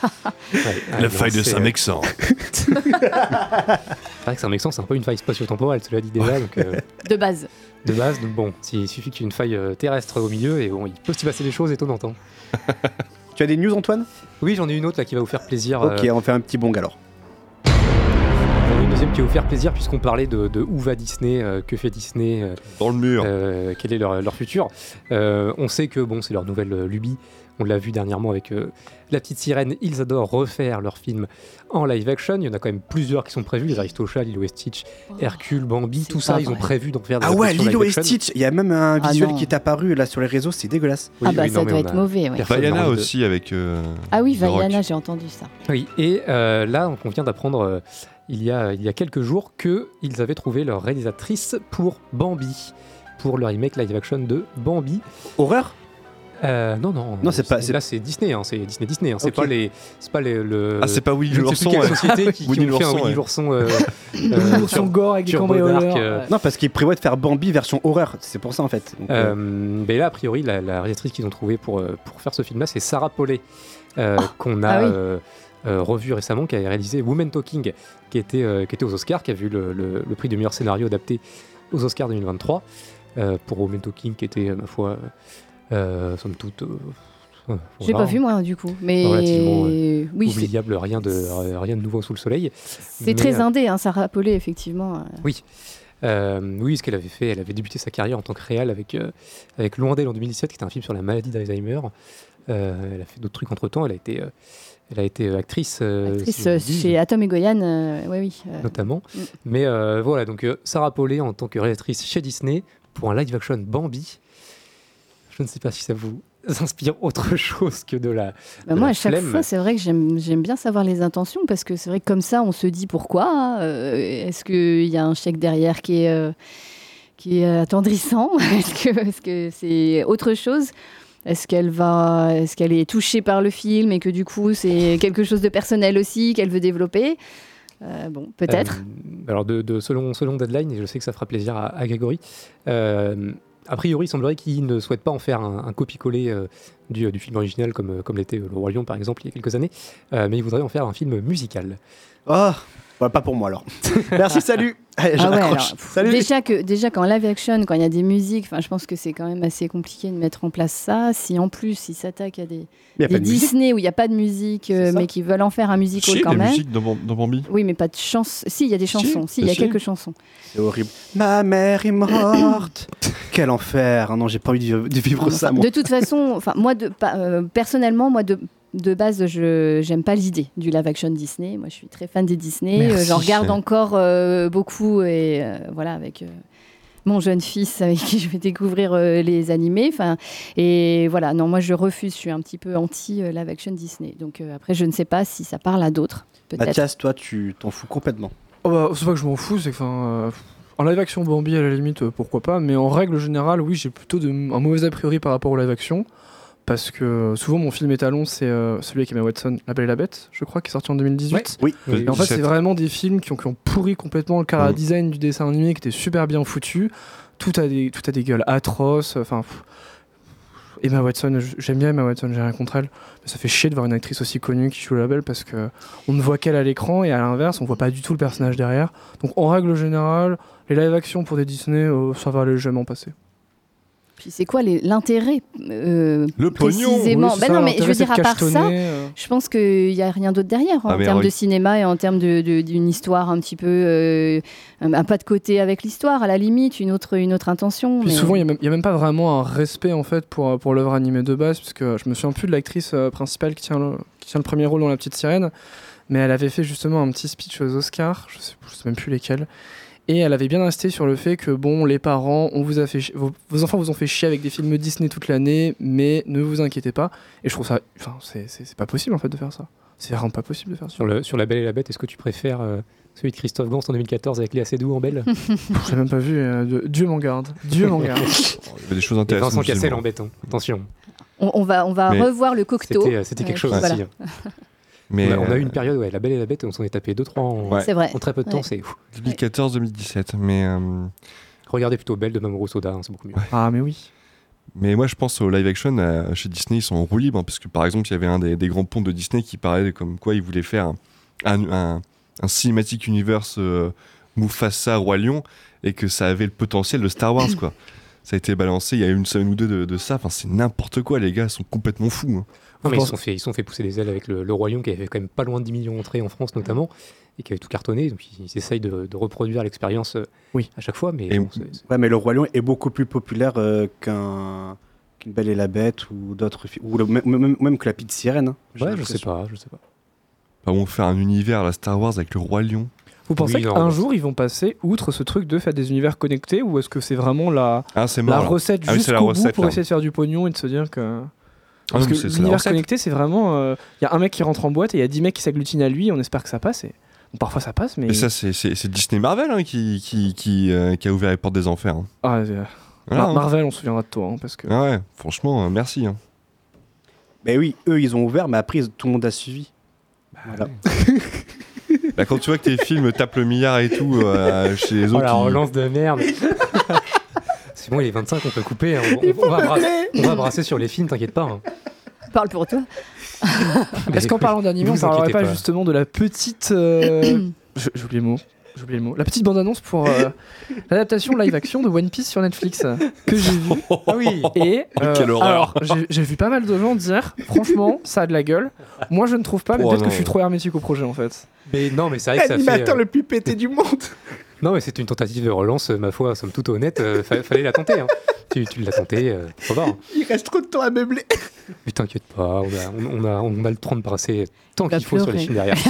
S3: La faille de Saint-Mexan.
S7: C'est vrai que Saint-Mexan, c'est un peu une faille spatio-temporelle, cela dit déjà. Donc,
S1: De base.
S7: Donc bon, il suffit qu'il y ait une faille terrestre au milieu et bon, il peut s'y passer des choses étonnantes. Hein.
S4: Tu as des news, Antoine?
S7: Oui, j'en ai une autre là qui va vous faire plaisir.
S4: Ok, on fait un petit bong alors.
S7: Une deuxième qui va vous faire plaisir puisqu'on parlait de où va Disney, que fait Disney,
S3: dans le mur,
S7: quel est leur futur. On sait que bon, c'est leur nouvelle lubie. On l'a vu dernièrement avec La Petite Sirène. Ils adorent refaire leurs films en live action. Il y en a quand même plusieurs qui sont prévus. Les Aristochats, Lilo et Stitch, Hercule, Bambi, tout ça, ils ont prévu d'en faire des adaptations
S4: Lilo
S7: live
S4: et
S7: action.
S4: Stitch. Il y a même un visuel qui est apparu là sur les réseaux. C'est dégueulasse.
S1: Ça doit être mauvais. Ouais.
S3: Vaiana aussi avec.
S1: Ah oui, Vaiana, j'ai entendu ça.
S7: Oui, et là, on vient d'apprendre il y a quelques jours qu'ils avaient trouvé leur réalisatrice pour Bambi, pour le remake live action de Bambi.
S4: Horreur?
S7: Non, c'est pas. Là, c'est Disney, hein, c'est Disney. Hein, c'est pas les. C'est pas le.
S3: Ah, c'est pas Willy l'ourson.
S7: Quelle société qui ont fait un Willy l'ourson.
S10: L'ourson gore avec des cambrioleurs.
S4: Non, parce qu'ils prévoient de faire Bambi version horreur. C'est pour ça en fait. Donc,
S7: mais là, a priori, la réalisatrice qu'ils ont trouvée pour faire ce film-là, c'est Sarah Polley, qu'on a revu récemment, qui a réalisé Women Talking, qui était aux Oscars, qui a vu le prix du meilleur scénario adapté aux Oscars 2023 pour Women Talking, qui était ma foi. Somme toute,
S1: j'ai pas vu moi du coup, mais
S7: oubliable, rien de nouveau sous le soleil.
S1: C'est très indé, hein, Sarah Polley effectivement.
S7: Oui, ce qu'elle avait fait, elle avait débuté sa carrière en tant que réal avec Loin d'elle en 2017, qui était un film sur la maladie d'Alzheimer. Elle a fait d'autres trucs entre temps. Elle a été actrice
S1: chez Atom et Goyan,
S7: notamment. Mais voilà, donc Sarah Polley en tant que réalisatrice chez Disney pour un live action Bambi. Je ne sais pas si ça vous inspire autre chose que de la.
S1: Moi, à chaque fois, c'est vrai que j'aime bien savoir les intentions parce que c'est vrai que comme ça, on se dit pourquoi. Est-ce qu'il y a un chèque derrière qui est attendrissant? Est-ce que c'est autre chose? Est-ce qu'elle est touchée par le film et que du coup, c'est quelque chose de personnel aussi qu'elle veut développer? Peut-être.
S7: Alors, selon Deadline, et je sais que ça fera plaisir à Grégory. A priori, il semblerait qu'il ne souhaite pas en faire un copier-coller du film original comme l'était Le Roi Lion, par exemple, il y a quelques années, mais il voudrait en faire un film musical.
S4: Oh, pas pour moi alors. Merci, salut. Allez, salut.
S1: Déjà qu'en live action, quand il y a des musiques, je pense que c'est quand même assez compliqué de mettre en place ça. Si en plus, ils s'attaquent à des Disney où il n'y a pas de musique, mais qui veulent en faire un musical quand même.
S3: Il y a des musiques dans Bambi.
S1: Oui, mais pas de chansons. Si, il y a des chansons. Il y a quelques chansons.
S4: C'est horrible. Ma mère est morte. Quel enfer. Non, j'ai pas envie de vivre ça, moi.
S1: De toute façon, moi, personnellement, de base, je j'aime pas l'idée du live action Disney. Moi, je suis très fan des Disney. J'en regarde encore beaucoup et voilà, avec mon jeune fils avec qui je vais découvrir les animés. Et voilà, non, moi je refuse. Je suis un petit peu anti live action Disney. Donc après, je ne sais pas si ça parle à d'autres. Peut-être.
S4: Mathias, toi, tu t'en fous complètement.
S10: C'est pas que je m'en fous, c'est que en live action Bambi, à la limite, pourquoi pas. Mais en règle générale, oui, j'ai plutôt un mauvais a priori par rapport au live action. Parce que souvent mon film étalon c'est celui avec Emma Watson, La Belle et la Bête, je crois, qui est sorti en 2018.
S4: Oui.
S10: Et en fait c'est vraiment des films qui ont pourri complètement le chara-design du dessin animé, qui était super bien foutu. Tout a des gueules atroces. Enfin, Emma Watson, j'aime bien Emma Watson, j'ai rien contre elle. Mais ça fait chier de voir une actrice aussi connue qui joue La Belle, parce que on ne voit qu'elle à l'écran et à l'inverse on voit pas du tout le personnage derrière. Donc en règle générale, les live action pour des Disney, ça va légèrement passer.
S1: Puis c'est quoi l'intérêt
S3: Le pognon.
S1: précisément?
S10: Oui,
S1: Non, mais je veux dire, à part ça,
S10: cachetonner,
S1: je pense qu'il n'y a rien d'autre derrière en termes de cinéma et en termes d'une histoire un petit peu un pas de côté avec l'histoire, à la limite, une autre intention.
S10: Puis souvent, il n'y a même pas vraiment un respect en fait pour l'œuvre animée de base, parce que je me souviens plus de l'actrice principale qui tient le premier rôle dans La Petite Sirène, mais elle avait fait justement un petit speech aux Oscars, je sais même plus lesquels. Et elle avait bien insisté sur le fait que, bon, les parents, vos enfants vous ont fait chier avec des films Disney toute l'année, mais ne vous inquiétez pas. Et je trouve ça... Enfin, c'est pas possible, en fait, de faire ça. C'est vraiment pas possible de faire ça.
S7: Sur La Belle et la Bête, est-ce que tu préfères celui de Christophe Gans en 2014 avec Léa Seydoux en belle?
S10: Je l'ai même pas vu. Dieu m'en garde. Dieu m'en garde.
S3: Il y avait des choses
S7: Et
S3: intéressantes.
S7: Vincent Cassel en bête, hein. Attention.
S1: On va revoir le Cocteau.
S7: C'était quelque chose aussi. Hein.
S3: Mais
S7: on a eu une période, La Belle et la Bête, on s'en est tapé 2-3 en très peu de temps. C'est
S3: 2014-2017, mais...
S7: Regardez plutôt Belle de Mamoru Soda, hein, c'est beaucoup mieux.
S10: Ah, mais oui.
S3: Mais moi, je pense au live action chez Disney, ils sont en roue libre, hein, parce que par exemple, il y avait un des grands ponts de Disney qui parlait comme quoi ils voulaient faire un Cinematic Universe Mufasa Roi Lion, et que ça avait le potentiel de Star Wars, quoi. Ça a été balancé, il y a eu une semaine ou deux de ça, enfin, c'est n'importe quoi, les gars, ils sont complètement fous. Hein.
S7: Non, mais ils sont fait pousser les ailes avec le Roi Lion, qui avait quand même pas loin de 10 millions d'entrées en France notamment, et qui avait tout cartonné, donc ils essayent de reproduire l'expérience à chaque fois. Mais
S4: ouais, mais le Roi Lion est beaucoup plus populaire qu'une Belle et la Bête ou d'autres films, ou même que La Petite Sirène. Hein,
S7: je sais pas.
S3: On fait un univers à la Star Wars avec le Roi Lion.
S10: Vous pensez qu'un jour ils vont passer outre ce truc de faire des univers connectés, ou est-ce que c'est vraiment la recette jusqu'au bout pour essayer de faire du pognon et de se dire que... Parce que l'univers connecté, c'est vraiment... Il y a un mec qui rentre en boîte et il y a 10 mecs qui s'agglutinent à lui, on espère que ça passe. Et... Bon, parfois ça passe, mais...
S3: Et ça, c'est Disney Marvel hein, qui a ouvert les portes des enfers. Hein.
S10: Ah, voilà, Marvel, on se souviendra de toi. Hein, parce que...
S3: Ah ouais, franchement, merci. Hein.
S4: Ben oui, eux, ils ont ouvert, mais après, tout le monde a suivi. Voilà.
S3: Bah, quand tu vois que tes films tapent le milliard et tout chez les autres...
S7: Oh la relance de merde. C'est bon, il est 25, on peut couper. Hein. On va brasser sur les films, t'inquiète pas. Hein.
S1: Parle pour toi.
S10: Est-ce qu'en parlant d'animé, on parlerait pas justement de la petite... J'ai oublié le mot. La petite bande-annonce pour l'adaptation live-action de One Piece sur Netflix que j'ai vu.
S7: Ah oui.
S10: Et
S3: quelle horreur.
S10: alors, j'ai vu pas mal de gens dire, franchement, ça a de la gueule. Moi, je ne trouve pas, mais peut-être que je suis trop hermétique au projet, en fait.
S7: Mais non, mais c'est vrai que ça fait...
S4: L'animateur le plus pété du monde.
S7: Non, mais c'est une tentative de relance, ma foi, somme toute honnête. Fallait la tenter. Hein. Tu l'as tenté, faut voir.
S4: Il reste trop de temps à meubler.
S7: Mais t'inquiète pas, on a le temps de brasser tant qu'il faut sur les films derrière.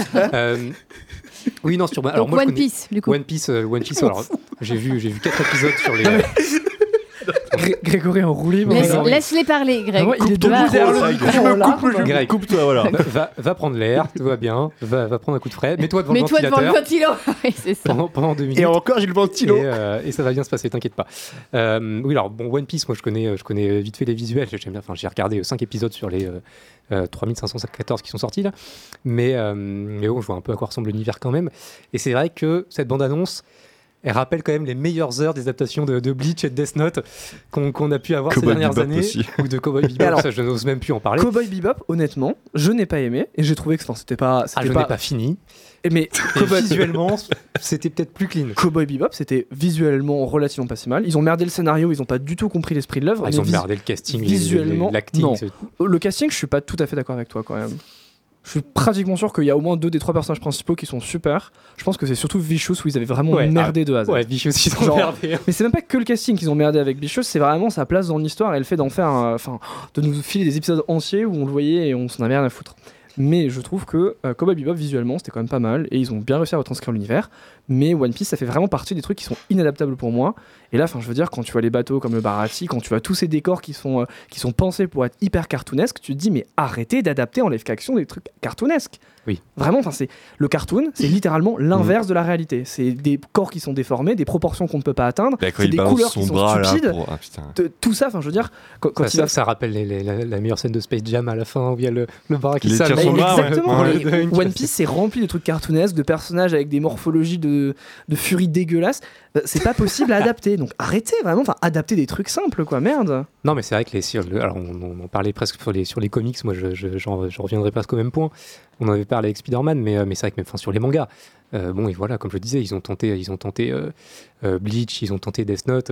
S7: Oui, non, sur... Alors, moi,
S1: One Piece, du coup.
S7: One Piece, alors, j'ai vu 4 épisodes sur les...
S10: Grégory en roue libre.
S1: Laisse-les parler, Greg.
S10: Il est debout
S7: Greg,
S3: coupe-toi, voilà.
S7: Va prendre l'air, tout va bien. Va prendre un coup de frais. Mets-toi devant le
S1: ventilo. Oui, c'est ça.
S7: Pendant 2 minutes.
S4: Et encore, j'ai le ventilo.
S7: Et ça va bien se passer, t'inquiète pas. Oui, alors, bon, One Piece, moi, je connais vite fait les visuels. J'aime bien. Enfin, j'ai regardé 5 épisodes sur les 3514 qui sont sortis, là. Mais bon, je vois un peu à quoi ressemble l'univers quand même. Et c'est vrai que cette bande-annonce... Elle rappelle quand même les meilleures heures des adaptations de Bleach et de Death Note qu'on a pu avoir ces dernières années. Aussi. Ou de Cowboy Bebop, alors, ça je n'ose même plus en parler.
S10: Cowboy Bebop, honnêtement, je n'ai pas aimé et j'ai trouvé que c'était pas...
S7: je n'ai pas fini.
S10: Mais
S7: visuellement, c'était peut-être plus clean.
S10: Cowboy Bebop, c'était visuellement relativement pas si mal. Ils ont merdé le scénario, ils ont pas du tout compris l'esprit de l'œuvre.
S7: Ils ont merdé le casting,
S10: visuellement,
S7: l'acting.
S10: Non. Le casting, je suis pas tout à fait d'accord avec toi quand même. Je suis pratiquement sûr qu'il y a au moins 2 des 3 personnages principaux qui sont super. Je pense que c'est surtout Vicious où ils avaient vraiment merdé de A à Z.
S7: Ouais, Vicious, ils ont merdé.
S10: Mais c'est même pas que le casting qu'ils ont merdé avec Vicious, c'est vraiment sa place dans l'histoire et le fait d'en faire, de nous filer des épisodes entiers où on le voyait et on s'en avait rien à foutre. Mais je trouve que Cowboy Bebop visuellement c'était quand même pas mal et ils ont bien réussi à retranscrire l'univers. Mais One Piece, ça fait vraiment partie des trucs qui sont inadaptables pour moi. Et là, je veux dire, quand tu vois les bateaux comme le Baratie, quand tu vois tous ces décors qui sont pensés pour être hyper cartoonesques, tu te dis, mais arrêtez d'adapter en live-action des trucs cartoonesques.
S7: Oui.
S10: Vraiment, le cartoon, c'est littéralement l'inverse de la réalité. C'est des corps qui sont déformés, des proportions qu'on ne peut pas atteindre, c'est des couleurs qui sont stupides. Tout ça, je veux dire, quand
S7: ça rappelle la meilleure scène de Space Jam à la fin où il y a le bras qui
S3: s'allume.
S10: Exactement. One Piece, c'est rempli de trucs cartoonesques, de personnages avec des morphologies de furie dégueulasses. C'est pas possible à adapter. Donc arrêtez vraiment, adapter des trucs simples, quoi, merde.
S7: Non, mais c'est vrai que alors on en parlait presque sur les comics. Moi, j'en reviendrai presque au même point. On en avait parlé avec Spider-Man, mais c'est vrai que même sur les mangas. Et voilà, comme je le disais, ils ont tenté Bleach, ils ont tenté Death Note.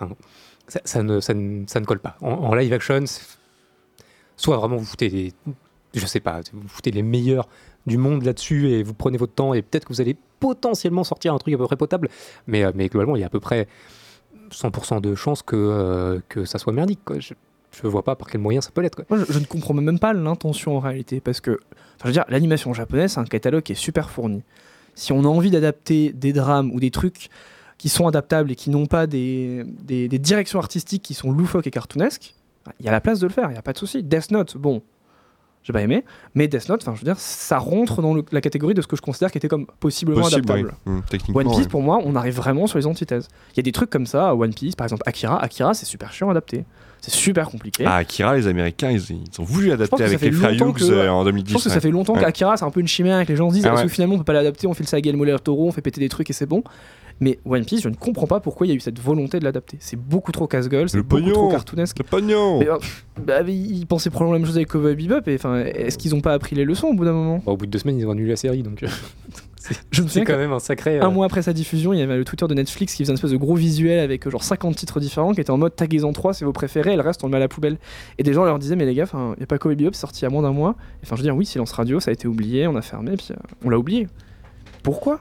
S7: Ça ne colle pas. En live action, soit vraiment vous foutez vous foutez les meilleurs du monde là-dessus et vous prenez votre temps et peut-être que vous allez potentiellement sortir un truc à peu près potable, mais globalement il y a à peu près 100% de chances que ça soit merdique, quoi. Je vois pas par quel moyen ça peut l'être, quoi.
S10: Moi, je ne comprends même pas l'intention en réalité, parce que je veux dire, l'animation japonaise, c'est un catalogue qui est super fourni. Si on a envie d'adapter des drames ou des trucs qui sont adaptables et qui n'ont pas des directions artistiques qui sont loufoques et cartoonesques, il y a la place de le faire, il n'y a pas de souci. Death Note, bon, j'ai pas aimé, mais Death Note, je veux dire, ça rentre dans la catégorie de ce que je considère qui était comme possiblement adaptable.
S3: Oui.
S10: One Piece, pour moi, on arrive vraiment sur les antithèses. Il y a des trucs comme ça, One Piece, par exemple Akira, c'est super chiant à adapter. C'est super compliqué.
S3: Akira, les Américains, ils ont voulu adapter avec les frères Hughes en 2010.
S10: Je pense que ça fait longtemps qu'Akira, c'est un peu une chimère, que les gens se disent, parce que finalement, on peut pas l'adapter, on fait le saga Guillermo del Toro, on fait péter des trucs et c'est bon. Mais One Piece, je ne comprends pas pourquoi il y a eu cette volonté de l'adapter. C'est beaucoup trop casse-gueule, c'est beaucoup trop cartoonesque.
S3: Le pognon.
S10: Mais ils pensaient probablement la même chose avec Cowboy Bebop. Et est-ce qu'ils n'ont pas appris les leçons au bout d'un moment ?
S7: Au bout de 2 semaines, ils ont annulé la série, donc.
S10: Je me souviens
S7: quand même un sacré.
S10: Un mois après sa diffusion, il y avait le Twitter de Netflix qui faisait un espèce de gros visuel avec genre 50 titres différents qui étaient en mode taguez-en 3, c'est vos préférés, et le reste on le met à la poubelle. Et des gens leur disaient, mais les gars, il n'y a pas Cowboy Bebop, c'est sorti il y a moins d'un mois. Je veux dire, oui, Silence Radio, ça a été oublié, on a fermé, puis on l'a oublié. Pourquoi ?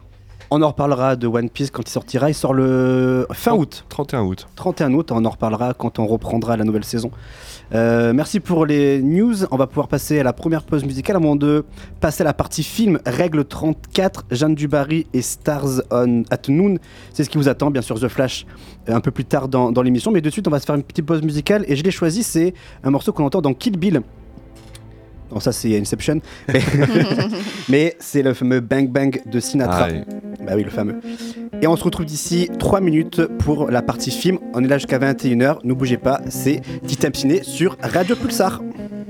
S4: On en reparlera de One Piece quand il sortira. Il sort le fin août.
S3: 31 août.
S4: 31 août, on en reparlera quand on reprendra la nouvelle saison. Merci pour les news. On va pouvoir passer à la première pause musicale avant de passer à la partie film. Règle 34, Jeanne Dubarry et Stars at Noon. C'est ce qui vous attend, bien sûr, The Flash, un peu plus tard dans l'émission. Mais de suite, on va se faire une petite pause musicale. Et je l'ai choisi, c'est un morceau qu'on entend dans Kill Bill. Non, ça c'est Inception. Mais c'est le fameux Bang Bang de Sinatra. Bah oui, le fameux. Et on se retrouve d'ici 3 minutes pour la partie film. On est là jusqu'à 21h. Ne bougez pas, c'est Tea Time Ciné sur Radio Pulsar.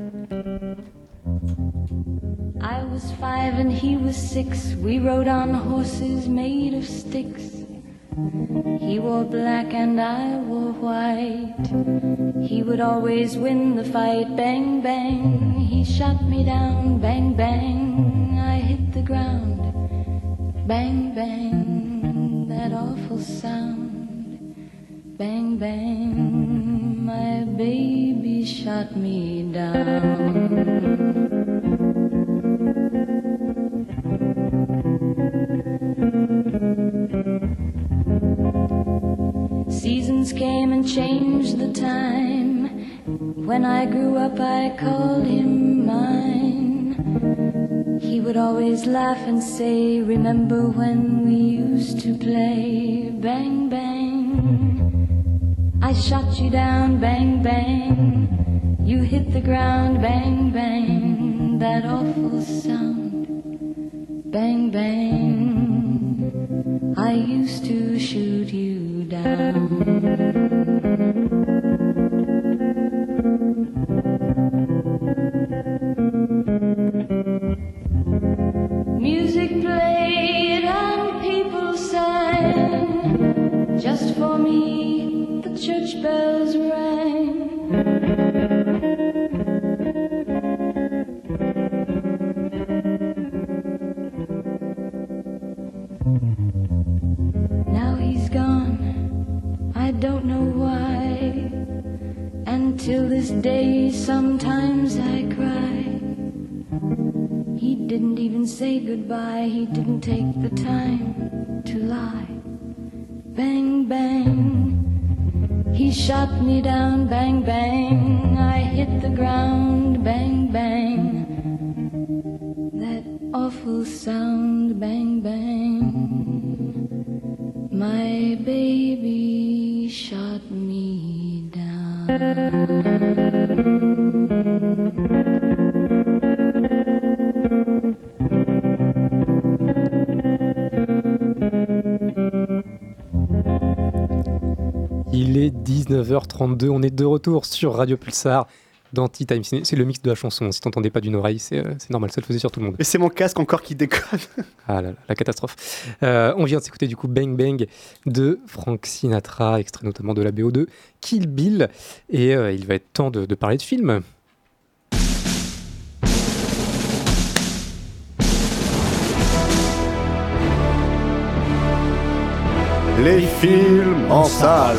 S11: I was 5 and he was 6. We rode on horses made of sticks. He wore black and I wore white. He would always win the fight. Bang, bang, he shot me down. Bang, bang, I hit the ground. Bang, bang, that awful sound. Bang, bang, my baby shot me down. Seasons came and changed the time. When I grew up I called him mine. He would always laugh and say, remember when we used to play? Bang, bang, I shot you down. Bang, bang, you hit the ground. Bang, bang, that awful sound. Bang, bang, I used to shoot you down. Music played and people sang. Just for me the church bells rang. Now he's gone, I don't know why. And till this day sometimes I cry. He didn't even say goodbye. He didn't take the time to lie. Bang, bang, he shot me down. Bang, bang, I hit the ground. Bang, bang, that awful sound. Bang, bang, My baby shot me down.
S7: Il est 19h32, on est de retour sur Radio Pulsar dans Tea Time Ciné. C'est le mix de la chanson, si t'entendais pas d'une oreille, c'est normal, ça le faisait sur tout le monde.
S4: Et c'est mon casque encore qui déconne.
S7: Ah là là, la catastrophe. On vient de s'écouter du coup Bang Bang de Frank Sinatra, extrait notamment de la BO de Kill Bill. Et il va être temps de parler de film.
S4: Les films en salle.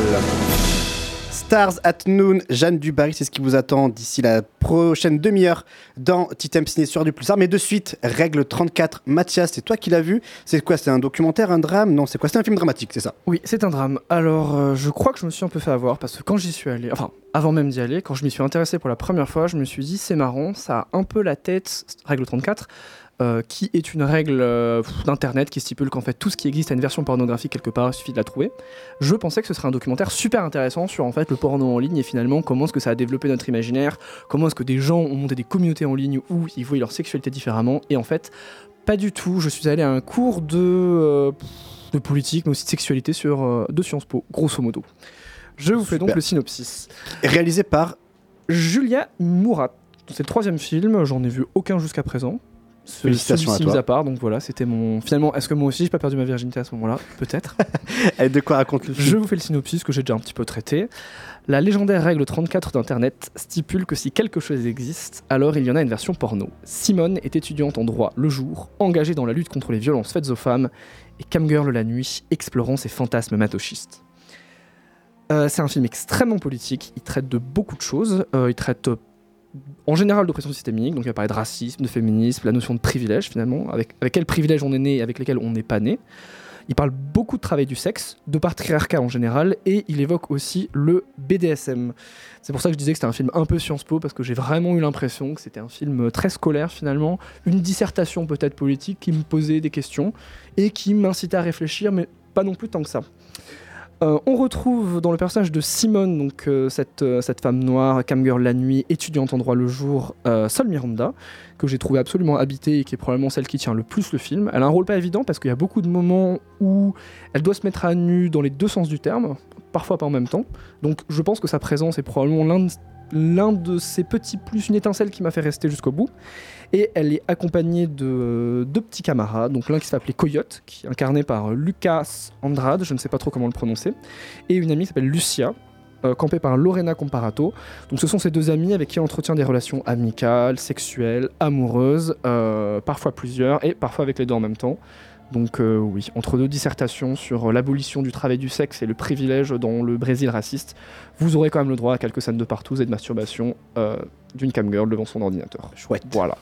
S4: Stars at Noon, Jeanne Dubarry, c'est ce qui vous attend d'ici la prochaine demi-heure dans Tea Time Ciné sur du Pulsar. Mais de suite, Règle 34. Mathias, c'est toi qui l'as vu. C'est quoi? C'est un documentaire, un drame? Non, c'est quoi? C'est un film dramatique, c'est ça?
S10: Oui, c'est un drame. Alors, je crois que je me suis un peu fait avoir parce que quand j'y suis allé, enfin, avant même d'y aller, quand je m'y suis intéressé pour la première fois, je me suis dit, c'est marrant, ça a un peu la tête, Règle 34, qui est une règle d'internet qui stipule qu'en fait tout ce qui existe a une version pornographique quelque part, il suffit de la trouver. Je pensais que ce serait un documentaire super intéressant sur en fait le porno en ligne et finalement comment est-ce que ça a développé notre imaginaire, comment est-ce que des gens ont monté des communautés en ligne où ils voient leur sexualité différemment, et en fait pas du tout. Je suis allé à un cours de politique mais aussi de sexualité de Sciences Po, grosso modo. Je vous fais donc le synopsis.
S4: Réalisé par
S10: Julia Mourat. C'est le 3e film, j'en ai vu aucun jusqu'à présent.
S4: Félicitations à toi.
S10: Mis à part, donc voilà, c'était mon. Finalement, est-ce que moi aussi j'ai pas perdu ma virginité à ce moment-là? Peut-être.
S4: Et de quoi raconte le film?
S10: Je vous fais le synopsis que j'ai déjà un petit peu traité. La légendaire règle 34 d'Internet stipule que si quelque chose existe, alors il y en a une version porno. Simone est étudiante en droit le jour, engagée dans la lutte contre les violences faites aux femmes, et camgirl la nuit, explorant ses fantasmes masochistes. C'est un film extrêmement politique, il traite de beaucoup de choses, il traite en général d'oppression systémique, donc il va parler de racisme, de féminisme, la notion de privilège finalement, avec quel privilège on est né et avec lesquels on n'est pas né. Il parle beaucoup de travail du sexe, de patriarcat en général, et il évoque aussi le BDSM. C'est pour ça que je disais que c'était un film un peu Sciences Po, parce que j'ai vraiment eu l'impression que c'était un film très scolaire finalement, une dissertation peut-être politique qui me posait des questions et qui m'incitait à réfléchir, mais pas non plus tant que ça. On retrouve dans le personnage de Simone, donc cette femme noire, camgirl la nuit, étudiante en droit le jour, Sol Miranda, que j'ai trouvé absolument habitée et qui est probablement celle qui tient le plus le film. Elle a un rôle pas évident parce qu'il y a beaucoup de moments où elle doit se mettre à nu dans les deux sens du terme, parfois pas en même temps. Donc je pense que sa présence est probablement l'un de ces petits plus, une étincelle qui m'a fait rester jusqu'au bout. Et elle est accompagnée de deux petits camarades, donc l'un qui s'appelait Coyote, qui est incarné par Lucas Andrade, je ne sais pas trop comment le prononcer, et une amie qui s'appelle Lucia, campée par Lorena Comparato. Donc ce sont ces deux amis avec qui elle entretient des relations amicales, sexuelles, amoureuses, parfois plusieurs, et parfois avec les deux en même temps. Donc oui, entre deux dissertations sur l'abolition du travail du sexe et le privilège dans le Brésil raciste, vous aurez quand même le droit à quelques scènes de partouze et de masturbation d'une camgirl devant son ordinateur.
S4: Chouette.
S10: Voilà.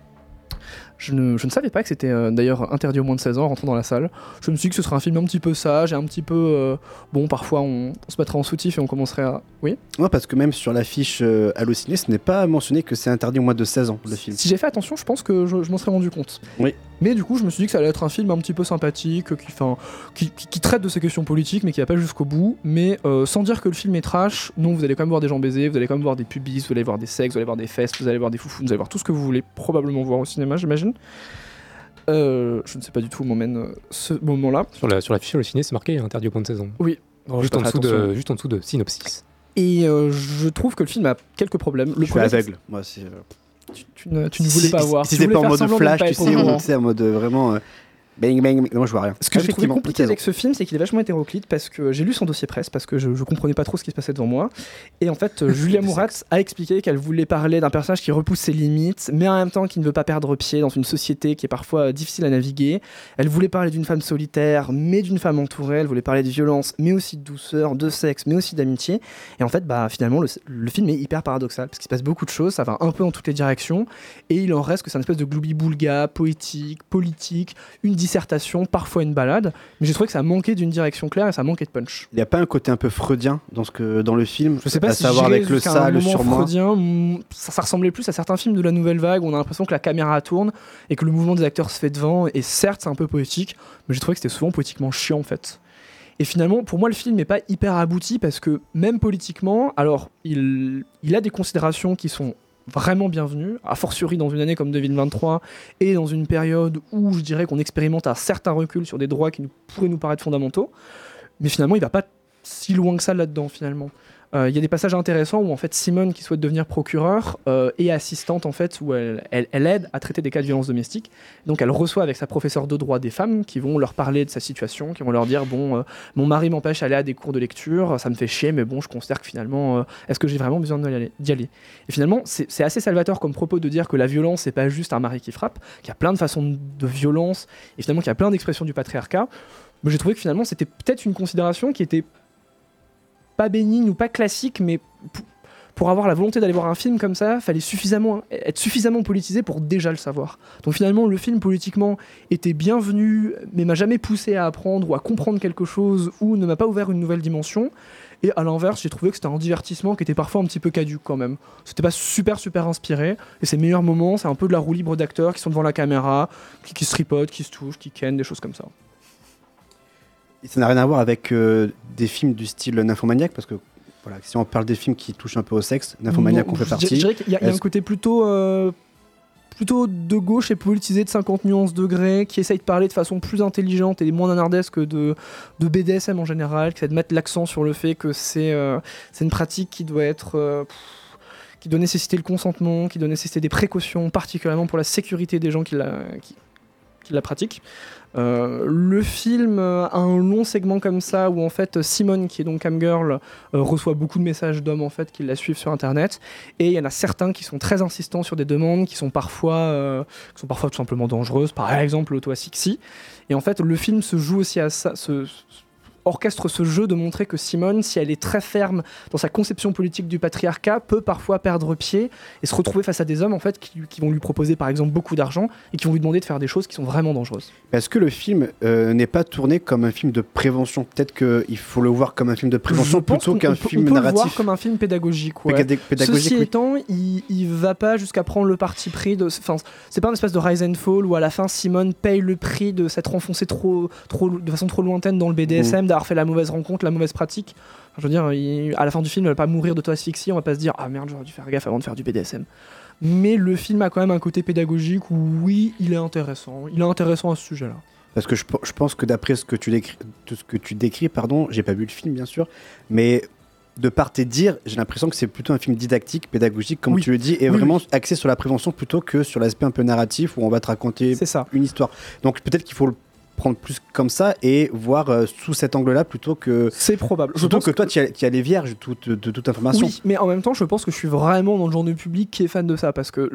S10: Je ne savais pas que c'était d'ailleurs interdit aux moins de 16 ans en rentrant dans la salle. Je me suis dit que ce serait un film un petit peu sage et un petit peu... bon, parfois on se mettrait en soutif et on commencerait à... Oui.
S4: Ouais, parce que même sur l'affiche Allociné, ce n'est pas mentionné que c'est interdit aux moins de 16 ans, le film.
S10: Si j'ai fait attention, je pense que je m'en serais rendu compte.
S4: Oui.
S10: Mais du coup, je me suis dit que ça allait être un film un petit peu sympathique, qui traite de ces questions politiques, mais qui va pas jusqu'au bout. Mais sans dire que le film est trash, non, vous allez quand même voir des gens baiser, vous allez quand même voir des pubis, vous allez voir des sexes, vous allez voir des fesses, vous allez voir des foufous, vous allez voir tout ce que vous voulez probablement voir au cinéma, j'imagine. Je ne sais pas du tout où m'emmène ce moment-là.
S7: Sur la fiche Allociné, c'est marqué interdit aux moins de 16 ans.
S10: Oui.
S7: Juste en dessous de synopsis.
S10: Et je trouve que le film a quelques problèmes.
S4: Je suis aveugle, moi c'est...
S10: Tu ne voulais pas voir.
S4: Si c'était pas en mode flash, tu sais, en mode vraiment... Bang bang, non je vois rien.
S10: Ce que j'ai trouvé compliqué avec ce film, c'est qu'il est vachement hétéroclite parce que j'ai lu son dossier presse parce que je comprenais pas trop ce qui se passait devant moi. Et en fait, Julia Mourat a expliqué qu'elle voulait parler d'un personnage qui repousse ses limites, mais en même temps qui ne veut pas perdre pied dans une société qui est parfois difficile à naviguer. Elle voulait parler d'une femme solitaire, mais d'une femme entourée. Elle voulait parler de violence, mais aussi de douceur, de sexe, mais aussi d'amitié. Et en fait, finalement, le film est hyper paradoxal parce qu'il se passe beaucoup de choses, ça va un peu dans toutes les directions, et il en reste que c'est une espèce de gloubi-boulga poétique, politique, une dissertation, parfois une balade, mais j'ai trouvé que ça manquait d'une direction claire et ça manquait de punch.
S4: Il n'y a pas un côté un peu freudien dans le film,
S10: je sais pas,
S4: à
S10: si
S4: savoir avec le ça, le surmoi. Freudien,
S10: ça ressemblait plus à certains films de la nouvelle vague où on a l'impression que la caméra tourne et que le mouvement des acteurs se fait devant, et certes c'est un peu poétique, mais j'ai trouvé que c'était souvent poétiquement chiant en fait. Et finalement, pour moi, le film n'est pas hyper abouti parce que même politiquement, alors il a des considérations qui sont vraiment bienvenues, a fortiori dans une année comme 2023 et dans une période où je dirais qu'on expérimente un certain recul sur des droits qui pourraient nous paraître fondamentaux, mais finalement il va pas si loin que ça là-dedans finalement. Il y a des passages intéressants où en fait Simone, qui souhaite devenir procureure, est assistante en fait, où elle aide à traiter des cas de violence domestique. Donc elle reçoit avec sa professeure de droit des femmes qui vont leur parler de sa situation, qui vont leur dire bon, mon mari m'empêche d'aller à des cours de lecture, ça me fait chier, mais bon, je considère que finalement, est-ce que j'ai vraiment besoin d'y aller? Et finalement, c'est assez salvateur comme propos de dire que la violence, c'est pas juste un mari qui frappe, qu'il y a plein de façons de violence, et finalement qu'il y a plein d'expressions du patriarcat. Mais j'ai trouvé que finalement, c'était peut-être une considération qui était pas bénigne ou pas classique, mais pour avoir la volonté d'aller voir un film comme ça, fallait être suffisamment politisé pour déjà le savoir. Donc finalement, le film politiquement était bienvenu, mais m'a jamais poussé à apprendre ou à comprendre quelque chose, ou ne m'a pas ouvert une nouvelle dimension. Et à l'inverse, j'ai trouvé que c'était un divertissement qui était parfois un petit peu caduc quand même. C'était pas super inspiré, et ses meilleurs moments, c'est un peu de la roue libre d'acteurs qui sont devant la caméra, qui se tripotent, qui se touchent, qui kennent, des choses comme ça.
S4: Et ça n'a rien à voir avec des films du style Nymphomaniac, parce que voilà, si on parle des films qui touchent un peu au sexe, Nymphomaniac en fait partie.
S10: Je dirais qu'il y a un côté plutôt de gauche et politisé de 50 nuances degrés, qui essaye de parler de façon plus intelligente et moins nanardesque de BDSM en général, qui essaie de mettre l'accent sur le fait que c'est une pratique qui doit être... qui doit nécessiter le consentement, qui doit nécessiter des précautions, particulièrement pour la sécurité des gens qui la pratiquent. Le film a un long segment comme ça où en fait Simone, qui est donc camgirl, reçoit beaucoup de messages d'hommes en fait qui la suivent sur internet, et il y en a certains qui sont très insistants sur des demandes qui sont parfois tout simplement dangereuses, par exemple l'auto-asphyxie. Et en fait le film se joue aussi à ça, orchestre ce jeu de montrer que Simone, si elle est très ferme dans sa conception politique du patriarcat, peut parfois perdre pied et se retrouver face à des hommes en fait qui vont lui proposer par exemple beaucoup d'argent et qui vont lui demander de faire des choses qui sont vraiment dangereuses.
S4: Est-ce que le film n'est pas tourné comme un film de prévention? Peut-être qu'il faut le voir comme un film de prévention plutôt qu'un film narratif.
S10: On peut le voir comme un film pédagogique. Ouais. Ceci étant, il va pas jusqu'à prendre le parti pris de... Enfin, c'est pas une espèce de rise and fall où à la fin Simone paye le prix de s'être enfoncée de façon trop lointaine dans le BDSM, d'avoir fait la mauvaise rencontre, la mauvaise pratique. Enfin, je veux dire, à la fin du film, elle va pas mourir d'auto-asphyxie, on va pas se dire ah merde, j'aurais dû faire gaffe avant de faire du BDSM. Mais le film a quand même un côté pédagogique où oui, il est intéressant. Il est intéressant à ce sujet-là.
S4: Parce que je pense que d'après ce que tu décris, j'ai pas vu le film bien sûr, mais de par tes dires, j'ai l'impression que c'est plutôt un film didactique, pédagogique, comme tu le dis, et vraiment axé sur la prévention plutôt que sur l'aspect un peu narratif où on va te raconter une histoire. Donc peut-être qu'il faut le prendre plus comme ça et voir sous cet angle-là plutôt que...
S10: C'est probable.
S4: Surtout que toi, tu allais vierge de toute information.
S10: Oui, mais en même temps, je pense que je suis vraiment dans le genre de public qui est fan de ça, parce que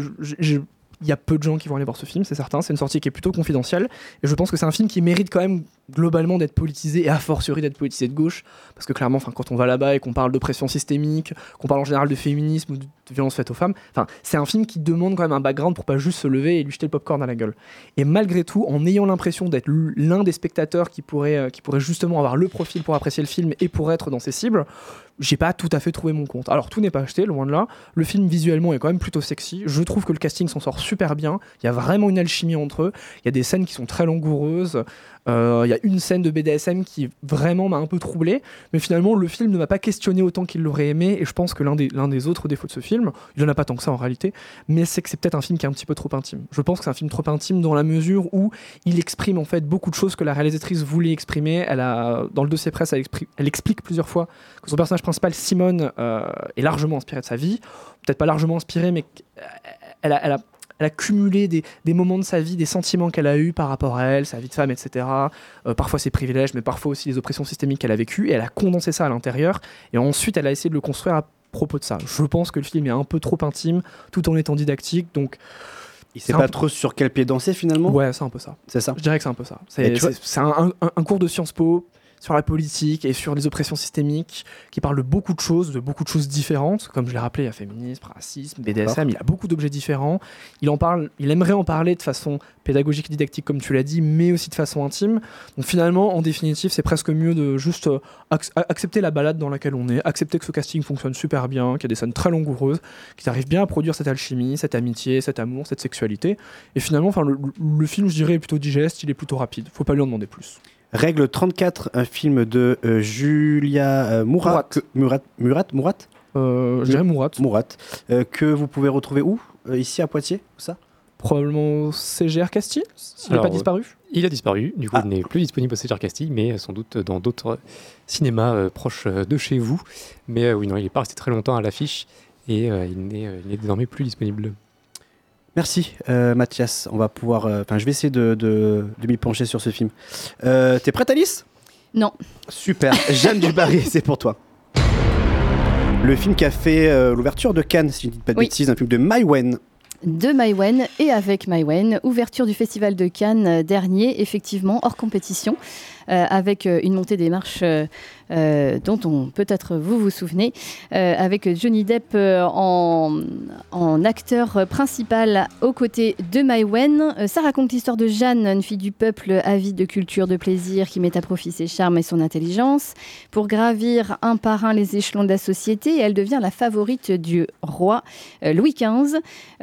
S10: il y a peu de gens qui vont aller voir ce film, c'est certain. C'est une sortie qui est plutôt confidentielle. Et je pense que c'est un film qui mérite quand même globalement d'être politisé, et a fortiori d'être politisé de gauche. Parce que clairement, quand on va là-bas et qu'on parle d'oppression systémique, qu'on parle en général de féminisme ou de violence faite aux femmes, c'est un film qui demande quand même un background pour pas juste se lever et lui jeter le popcorn à la gueule. Et malgré tout, en ayant l'impression d'être l'un des spectateurs qui pourrait justement avoir le profil pour apprécier le film et pour être dans ses cibles, j'ai pas tout à fait trouvé mon compte. Alors tout n'est pas acheté, loin de là. Le film visuellement est quand même plutôt sexy. Je trouve que le casting s'en sort super bien. Il y a vraiment une alchimie entre eux. Il y a des scènes qui sont très langoureuses. Il y a une scène de BDSM qui vraiment m'a un peu troublé. Mais finalement, le film ne m'a pas questionné autant qu'il l'aurait aimé. Et je pense que l'un des autres défauts de ce film, il n'y en a pas tant que ça en réalité, mais c'est que c'est peut-être un film qui est un petit peu trop intime. Je pense que c'est un film trop intime dans la mesure où il exprime en fait beaucoup de choses que la réalisatrice voulait exprimer. Dans le dossier presse, elle explique plusieurs fois que son personnage principal, Simone, est largement inspiré de sa vie. Peut-être pas largement inspiré, mais elle a cumulé des moments de sa vie, des sentiments qu'elle a eus par rapport à elle, sa vie de femme, etc. Parfois ses privilèges, mais parfois aussi les oppressions systémiques qu'elle a vécues. Et elle a condensé ça à l'intérieur. Et ensuite, elle a essayé de le construire à propos de ça. Je pense que le film est un peu trop intime, tout en étant didactique. Donc,
S4: il sait pas trop sur quel pied danser finalement.
S10: Ouais, c'est un peu ça.
S4: C'est ça.
S10: Je dirais que c'est un peu ça. C'est un cours de Sciences Po sur la politique et sur les oppressions systémiques, qui parle de beaucoup de choses différentes. Comme je l'ai rappelé, il y a féminisme, racisme, BDSM, il a beaucoup d'objets différents. Il aimerait en parler de façon pédagogique, didactique, comme tu l'as dit, mais aussi de façon intime. Donc finalement, en définitive, c'est presque mieux de juste accepter la balade dans laquelle on est, accepter que ce casting fonctionne super bien, qu'il y a des scènes très langoureuses, qu'ils arrivent bien à produire cette alchimie, cette amitié, cet amour, cette sexualité. Et finalement, le film, je dirais, est plutôt digeste, il est plutôt rapide. Faut pas lui en demander plus.
S4: Règle 34, un film de Julia Murat. Murat.
S10: Je dirais Murat.
S4: Que vous pouvez retrouver où ici à Poitiers, ça
S10: Probablement CGR Castille, s'il n'a
S7: Alors,
S10: pas disparu.
S7: Il a disparu, du coup il n'est plus disponible au CGR Castille, mais sans doute dans d'autres cinémas proches de chez vous. Mais oui, non, il n'est pas resté très longtemps à l'affiche et il n'est désormais plus disponible.
S4: Merci Mathias, on va pouvoir... je vais essayer de m'y pencher sur ce film. T'es prête Alice ?
S1: Non.
S4: Super, Jeanne Dubarry, c'est pour toi. Le film qui a fait l'ouverture de Cannes, si je ne dis pas de bêtises, un film de Maïwenn.
S1: De Maïwenn et avec Maïwenn, ouverture du Festival de Cannes dernier, effectivement, hors compétition, avec une montée des marches dont peut-être vous vous souvenez, avec Johnny Depp en acteur principal aux côtés de Maïwenn. Ça raconte l'histoire de Jeanne, une fille du peuple avide de culture, de plaisir, qui met à profit ses charmes et son intelligence. Pour gravir un par un les échelons de la société, elle devient la favorite du roi Louis XV.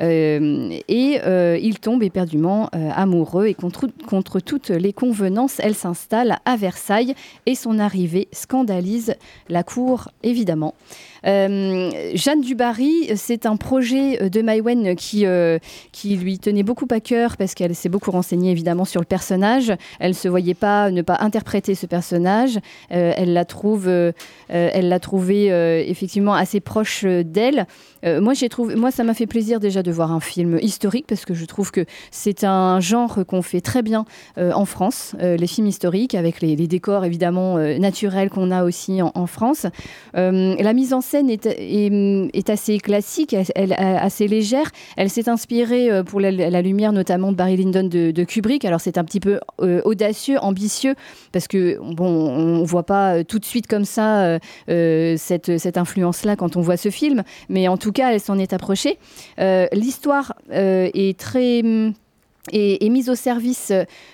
S1: Il tombe éperdument amoureux et contre toutes les convenances, elle s'installe à Versailles et son arrivée scandalise la cour, évidemment. Jeanne Dubarry, c'est un projet de Maïwenn qui lui tenait beaucoup à cœur parce qu'elle s'est beaucoup renseignée évidemment sur le personnage. Elle ne se voyait pas ne pas interpréter ce personnage. Elle l'a trouvé effectivement assez proche d'elle. Moi, ça m'a fait plaisir déjà de voir un film historique parce que je trouve que c'est un genre qu'on fait très bien en France, les films historiques avec les décors évidemment naturels qu'on a aussi en France. La mise en scène est assez classique, assez légère. Elle s'est inspirée pour la lumière notamment de Barry Lyndon de Kubrick. Alors c'est un petit peu audacieux, ambitieux parce que on voit pas tout de suite comme ça cette influence-là quand on voit ce film, mais en tout cas elle s'en est approchée. L'histoire est très est mise au service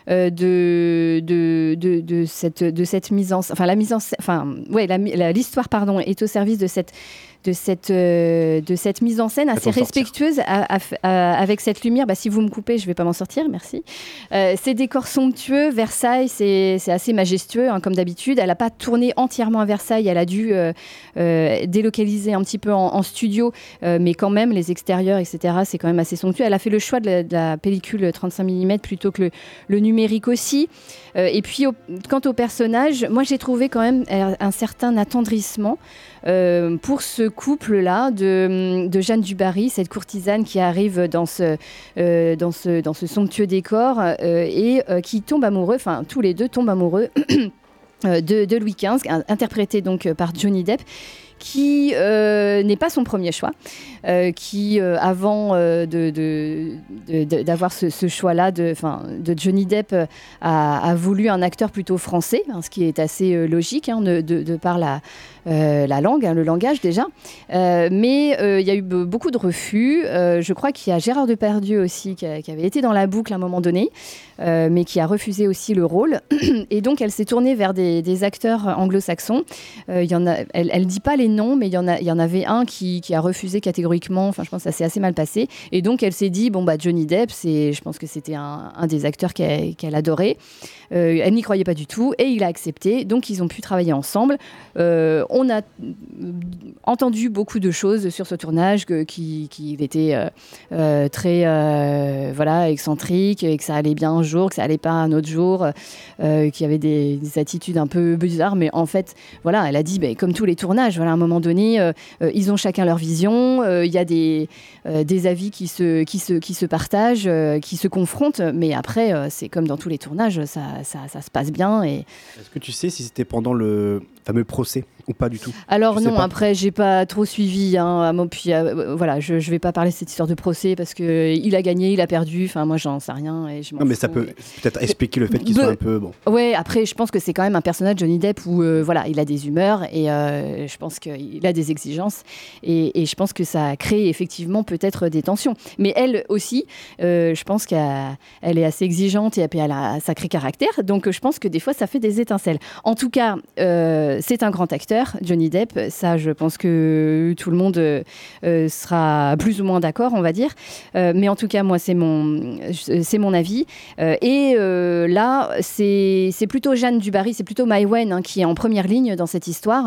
S1: de cette mise en scène. L'histoire est au service de cette mise en scène assez respectueuse avec cette lumière. Si vous me coupez, je ne vais pas m'en sortir, merci. Ces décors somptueux, Versailles, c'est assez majestueux, comme d'habitude. Elle n'a pas tourné entièrement à Versailles, elle a dû délocaliser un petit peu en studio, mais quand même, les extérieurs, etc., c'est quand même assez somptueux. Elle a fait le choix de la pellicule 35 mm plutôt que le numérique aussi. Et puis, quant au personnage, moi, j'ai trouvé quand même un certain attendrissement pour ce couple-là de Jeanne Dubarry, cette courtisane qui arrive dans ce somptueux décor et qui tombe amoureux, tous les deux tombent amoureux de Louis XV, interprété donc par Johnny Depp, qui n'est pas son premier choix, qui avant d'avoir ce choix-là de Johnny Depp a voulu un acteur plutôt français, ce qui est assez logique de par la langue, le langage déjà. Mais il y a eu beaucoup de refus. Je crois qu'il y a Gérard Depardieu aussi qui avait été dans la boucle à un moment donné, mais qui a refusé aussi le rôle. Et donc elle s'est tournée vers des acteurs anglo-saxons. Elle ne dit pas les noms, mais il y en avait un qui a refusé catégoriquement. Je pense que ça s'est assez mal passé. Et donc elle s'est dit, Johnny Depp, je pense que c'était un des acteurs qu'elle adorait. Elle n'y croyait pas du tout et il a accepté. Donc ils ont pu travailler ensemble. On a entendu beaucoup de choses sur ce tournage, qu'il était très excentrique, et que ça allait bien un jour, que ça allait pas un autre jour, qu'il y avait des attitudes un peu bizarres. Mais en fait, elle a dit, comme tous les tournages, à un moment donné, ils ont chacun leur vision. Il y a des avis qui se partagent, qui se confrontent. Mais après, c'est comme dans tous les tournages, ça se passe bien. Et...
S4: Est-ce que tu sais si c'était pendant le fameux procès ou pas du tout?
S1: Alors non, après j'ai pas trop suivi. Puis je vais pas parler de cette histoire de procès parce que il a gagné, il a perdu. Moi j'en sais rien et je m'en fous.
S4: Mais ça peut peut-être expliquer le fait qu'il soit un peu bon.
S1: Ouais, après je pense que c'est quand même un personnage Johnny Depp où il a des humeurs et je pense qu'il a des exigences et je pense que ça crée effectivement peut-être des tensions. Mais elle aussi, je pense qu'elle est assez exigeante et puis elle a un sacré caractère. Donc je pense que des fois ça fait des étincelles. En tout cas, c'est un grand acteur. l'acteur Johnny Depp. Ça, je pense que tout le monde sera plus ou moins d'accord, on va dire. Mais en tout cas, moi, c'est mon avis. Là, c'est plutôt Jeanne du Barry, c'est plutôt Maïwenn qui est en première ligne dans cette histoire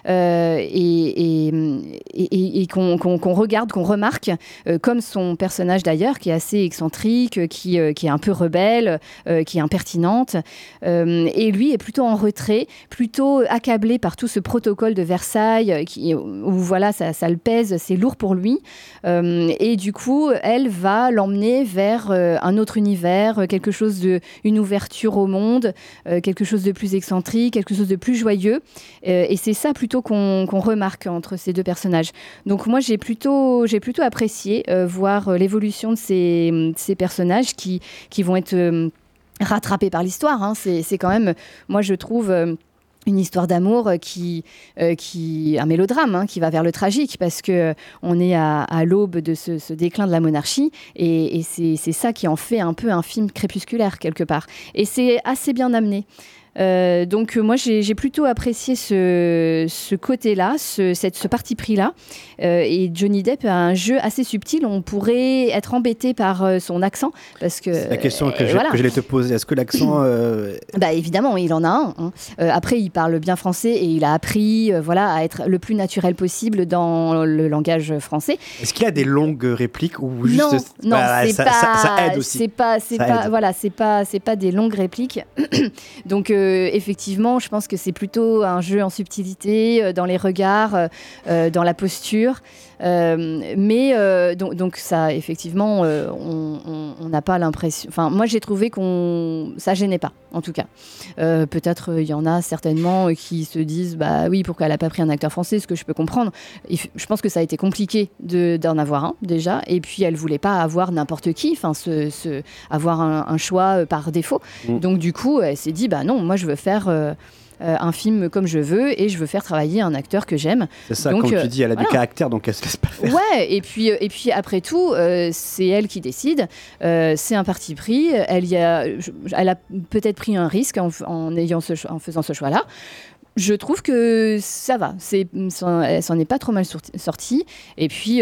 S1: et qu'on regarde, qu'on remarque, comme son personnage d'ailleurs, qui est assez excentrique, qui est un peu rebelle, qui est impertinente. Et lui est plutôt en retrait, plutôt accablé par tout ce protocole de Versailles, où voilà, ça le pèse, c'est lourd pour lui. Et du coup, elle va l'emmener vers un autre univers, quelque chose une ouverture au monde, quelque chose de plus excentrique, quelque chose de plus joyeux. Et c'est ça plutôt qu'on remarque entre ces deux personnages. Donc moi, j'ai plutôt apprécié voir l'évolution de ces personnages qui vont être rattrapés par l'histoire. Hein. C'est quand même, moi je trouve... une histoire d'amour qui un mélodrame qui va vers le tragique parce que on est à l'aube de ce déclin de la monarchie et c'est ça qui en fait un peu un film crépusculaire quelque part et c'est assez bien amené. Donc moi j'ai plutôt apprécié ce côté-là, ce parti pris-là. Et Johnny Depp a un jeu assez subtil. On pourrait être embêté par son accent parce que
S4: c'est la question que j'allais te poser. Est-ce que l'accent
S1: Bah évidemment, il en a un. Après, il parle bien français et il a appris à être le plus naturel possible dans le langage français.
S4: Est-ce qu'il a des longues répliques ou juste
S1: non,
S4: ça aide aussi.
S1: C'est pas des longues répliques. Donc effectivement, je pense que c'est plutôt un jeu en subtilité, dans les regards, dans la posture. Donc ça, effectivement, on n'a pas l'impression... Enfin, moi, j'ai trouvé ça gênait pas, en tout cas. Peut-être, il y en a certainement qui se disent, bah oui, pourquoi elle n'a pas pris un acteur français, ce que je peux comprendre. Et je pense que ça a été compliqué d'en avoir un, déjà. Et puis, elle voulait pas avoir n'importe qui, avoir un choix par défaut. Donc, du coup, elle s'est dit, bah non, moi, je veux faire... un film comme je veux et je veux faire travailler un acteur que j'aime. C'est
S4: ça, donc, comme tu dis, elle a du caractère, donc elle se laisse pas faire.
S1: Ouais, et puis après tout, c'est elle qui décide, c'est un parti pris, elle a peut-être pris un risque en faisant ce choix-là. Je trouve que ça va, elle s'en est pas trop mal sortie. Et puis,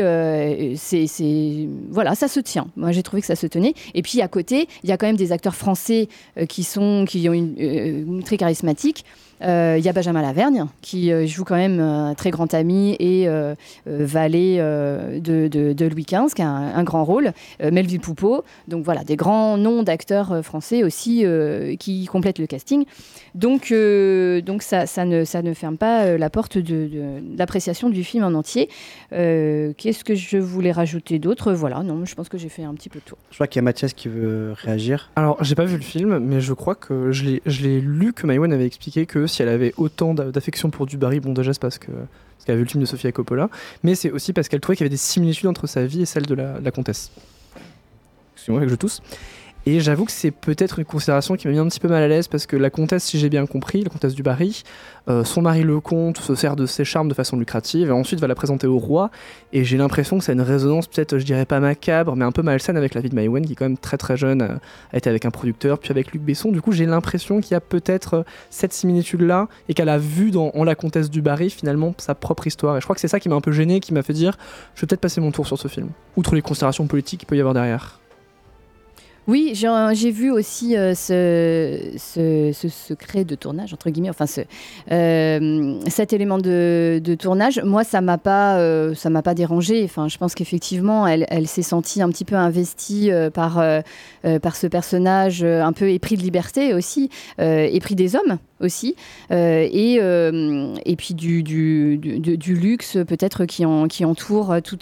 S1: ça se tient. Moi, j'ai trouvé que ça se tenait. Et puis, à côté, il y a quand même des acteurs français qui ont une très charismatiques. Il y a Benjamin Lavergne qui joue quand même un très grand ami et valet de Louis XV, qui a un grand rôle. Melville Poupeau. Donc voilà, des grands noms d'acteurs français aussi qui complètent le casting. Donc ça ne ferme pas la porte de l'appréciation du film en entier. Qu'est-ce que je voulais rajouter d'autre ? Voilà, non, je pense que j'ai fait un petit peu le tour.
S4: Je crois qu'il y a Mathias qui veut réagir.
S10: Alors, j'ai pas vu le film, mais je crois que je l'ai lu que Maïwenn avait expliqué que si elle avait autant d'affection pour du Barry, bon déjà c'est parce qu'elle a vu le film de Sofia Coppola, mais c'est aussi parce qu'elle trouvait qu'il y avait des similitudes entre sa vie et celle de la comtesse. Excusez-moi que je tousse. Et j'avoue que c'est peut-être une considération qui m'a mis un petit peu mal à l'aise parce que la comtesse, si j'ai bien compris, la comtesse du Barry, son mari le comte se sert de ses charmes de façon lucrative et ensuite va la présenter au roi. Et j'ai l'impression que ça a une résonance peut-être, je dirais pas macabre, mais un peu malsaine avec la vie de Maïwenn qui est quand même très très jeune, a été avec un producteur, puis avec Luc Besson. Du coup, j'ai l'impression qu'il y a peut-être cette similitude-là et qu'elle a vu en la comtesse du Barry finalement sa propre histoire. Et je crois que c'est ça qui m'a un peu gêné, qui m'a fait dire je vais peut-être passer mon tour sur ce film, outre les considérations politiques qu'il peut y avoir derrière.
S1: Oui, j'ai vu aussi ce secret de tournage, entre guillemets, enfin cet élément de tournage. Moi, ça m'a pas dérangée. Enfin, je pense qu'effectivement, elle s'est sentie un petit peu investie par ce personnage un peu épris de liberté aussi, épris des hommes aussi, et puis du luxe peut-être qui entoure tout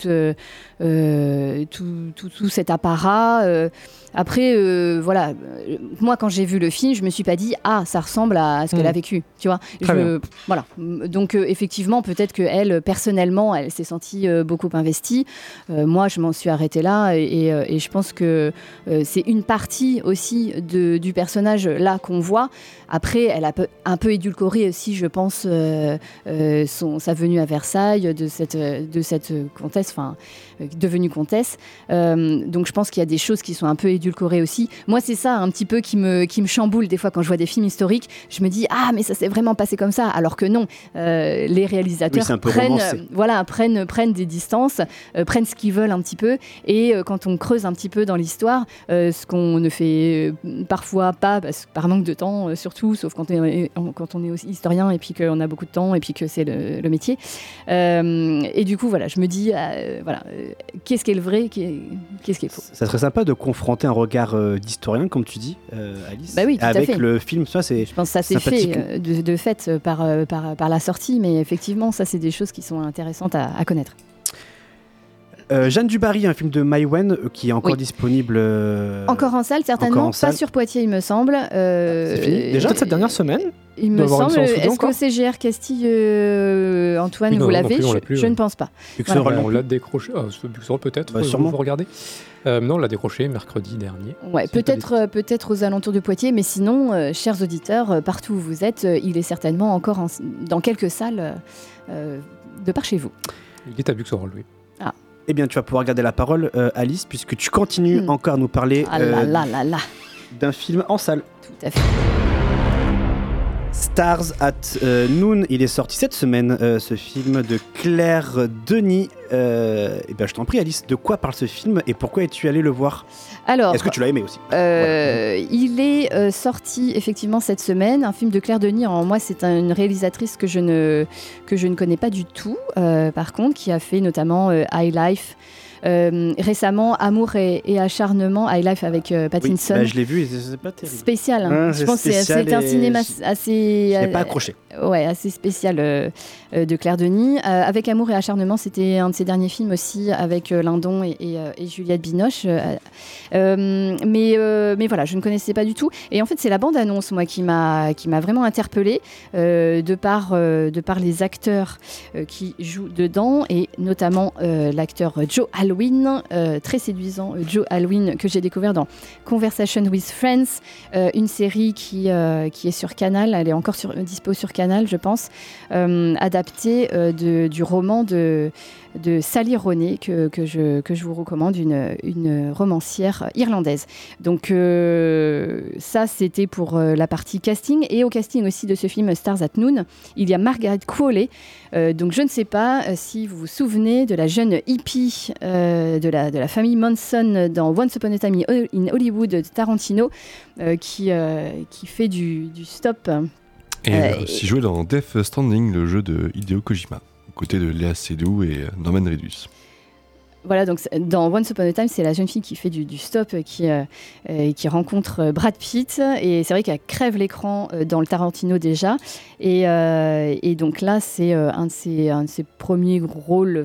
S1: cet apparat. Après, voilà, moi quand j'ai vu le film, je me suis pas dit ça ressemble à ce qu'elle a vécu, tu vois. Voilà. Donc effectivement, peut-être que elle personnellement, elle s'est sentie beaucoup investie. Moi, je m'en suis arrêtée là et je pense que c'est une partie aussi du personnage là qu'on voit. Après, elle a un peu édulcoré aussi, je pense, sa venue à Versailles de cette comtesse, enfin devenue comtesse. Donc je pense qu'il y a des choses qui sont un peu édulcorées édulcoré aussi. Moi, c'est ça un petit peu qui me chamboule des fois quand je vois des films historiques. Je me dis ah mais ça s'est vraiment passé comme ça, alors que non. Les réalisateurs prennent des distances, prennent ce qu'ils veulent un petit peu, et quand on creuse un petit peu dans l'histoire, ce qu'on ne fait parfois pas par manque de temps, surtout, sauf quand on est aussi historien et puis qu'on a beaucoup de temps et puis que c'est le métier. Et du coup, voilà, je me dis, qu'est-ce qui est le vrai, qu'est-ce qui est faux.
S4: Ça serait sympa de confronter un regard d'historien, comme tu dis, Alice,
S1: bah oui,
S4: avec
S1: fait.
S4: le film. Ça,
S1: je pense que ça s'est fait de fait par la sortie, mais effectivement, ça, c'est des choses qui sont intéressantes à connaître.
S4: Jeanne du Barry, un film de Maïwenn qui est encore disponible.
S1: Encore en salle, certainement. Pas sur Poitiers, il me semble.
S10: C'est fini déjà cette dernière semaine.
S1: Il me semble. Est-ce qu'au CGR Castille, Antoine, vous l'avez? Je ne pense pas.
S7: Voilà. On l'a décroché. Buxerolles peut-être.
S4: Sûrement.
S7: Vous regardez. Non, on l'a décroché mercredi dernier.
S1: Ouais, peut-être aux alentours de Poitiers, mais sinon, chers auditeurs, partout où vous êtes, il est certainement encore dans quelques salles de par chez vous.
S7: Il est à Buxerolles, oui.
S1: Ah.
S4: Eh bien, tu vas pouvoir garder la parole, Alice, puisque tu continues encore à nous parler d'un film en salle.
S1: Tout à fait.
S4: Stars at Noon, il est sorti cette semaine, ce film de Claire Denis. Eh bien, je t'en prie, Alice, de quoi parle ce film et pourquoi es-tu allée le voir?
S1: Alors,
S4: est-ce que tu l'as aimé aussi?
S1: Il est sorti effectivement cette semaine, un film de Claire Denis. Moi, c'est une réalisatrice que je ne connais pas du tout, par contre, qui a fait notamment High Life. Récemment, Amour et acharnement, High Life avec Pattinson.
S4: Oui, je l'ai vu et c'est pas terrible.
S1: Spécial, hein. Je pense que c'est un cinéma assez.
S4: Je l'ai pas accroché.
S1: Ouais, assez spécial de Claire Denis. Avec Amour et acharnement, c'était un de ses derniers films aussi avec Lindon et Juliette Binoche. Mais voilà, je ne connaissais pas du tout. Et en fait, c'est la bande-annonce, moi, qui m'a vraiment interpellée de par les acteurs qui jouent dedans, et notamment l'acteur Joe Alwyn, très séduisant Joe Alwyn, que j'ai découvert dans Conversation with Friends, une série qui est sur Canal. Elle est encore dispo sur Canal, je pense, adaptée du roman de Sally Rooney, que je vous recommande, une romancière irlandaise. Donc ça, c'était pour la partie casting. Et au casting aussi de ce film Stars at Noon, il y a Margaret Qualley. Donc je ne sais pas si vous vous souvenez de la jeune hippie de la famille Manson dans Once Upon a Time in Hollywood de Tarantino, qui fait du stop.
S3: Et aussi joué dans Death Stranding, le jeu de Hideo Kojima, aux côtés de Léa Seydoux et Norman Reedus.
S1: Voilà, donc dans Once Upon a Time, c'est la jeune fille qui fait du stop, qui rencontre Brad Pitt, et c'est vrai qu'elle crève l'écran dans le Tarantino déjà, et donc là c'est un de ses premiers rôles,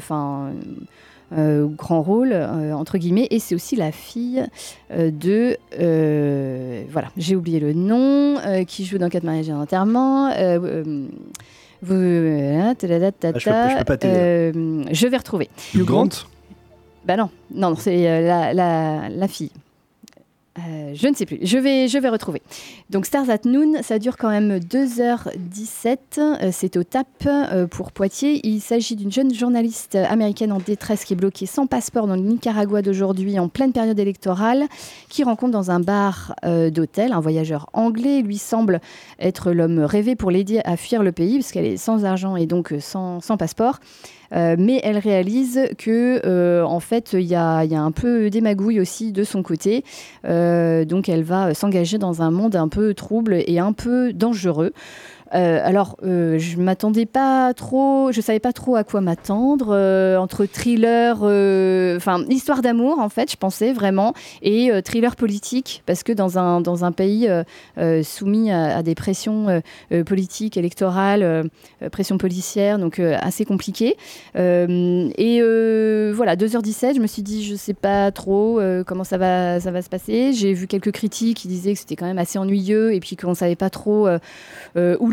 S1: grand rôle entre guillemets, et c'est aussi la fille de j'ai oublié le nom, qui joue dans 4 mariages et un enterrement. Je peux pas t'aider. Je vais retrouver.
S3: Hugh Grant.
S1: Bah non, c'est la fille. Je ne sais plus, je vais retrouver. Donc Stars at Noon, ça dure quand même 2h17, c'est au TAP pour Poitiers. Il s'agit d'une jeune journaliste américaine en détresse qui est bloquée sans passeport dans le Nicaragua d'aujourd'hui en pleine période électorale, qui rencontre dans un bar d'hôtel un voyageur anglais. Lui semble être l'homme rêvé pour l'aider à fuir le pays, parce qu'elle est sans argent et donc sans passeport. Mais elle réalise que en fait il y a un peu d'émagouille aussi de son côté, donc elle va s'engager dans un monde un peu trouble et un peu dangereux. Alors, je m'attendais pas trop, je savais pas trop à quoi m'attendre, entre thriller, histoire d'amour en fait, je pensais vraiment, et thriller politique, parce que dans un pays soumis à des pressions politiques, électorales, pression policière, donc assez compliqué. Voilà, 2h17, je me suis dit, je sais pas trop comment ça va se passer. J'ai vu quelques critiques qui disaient que c'était quand même assez ennuyeux et puis qu'on savait pas trop où les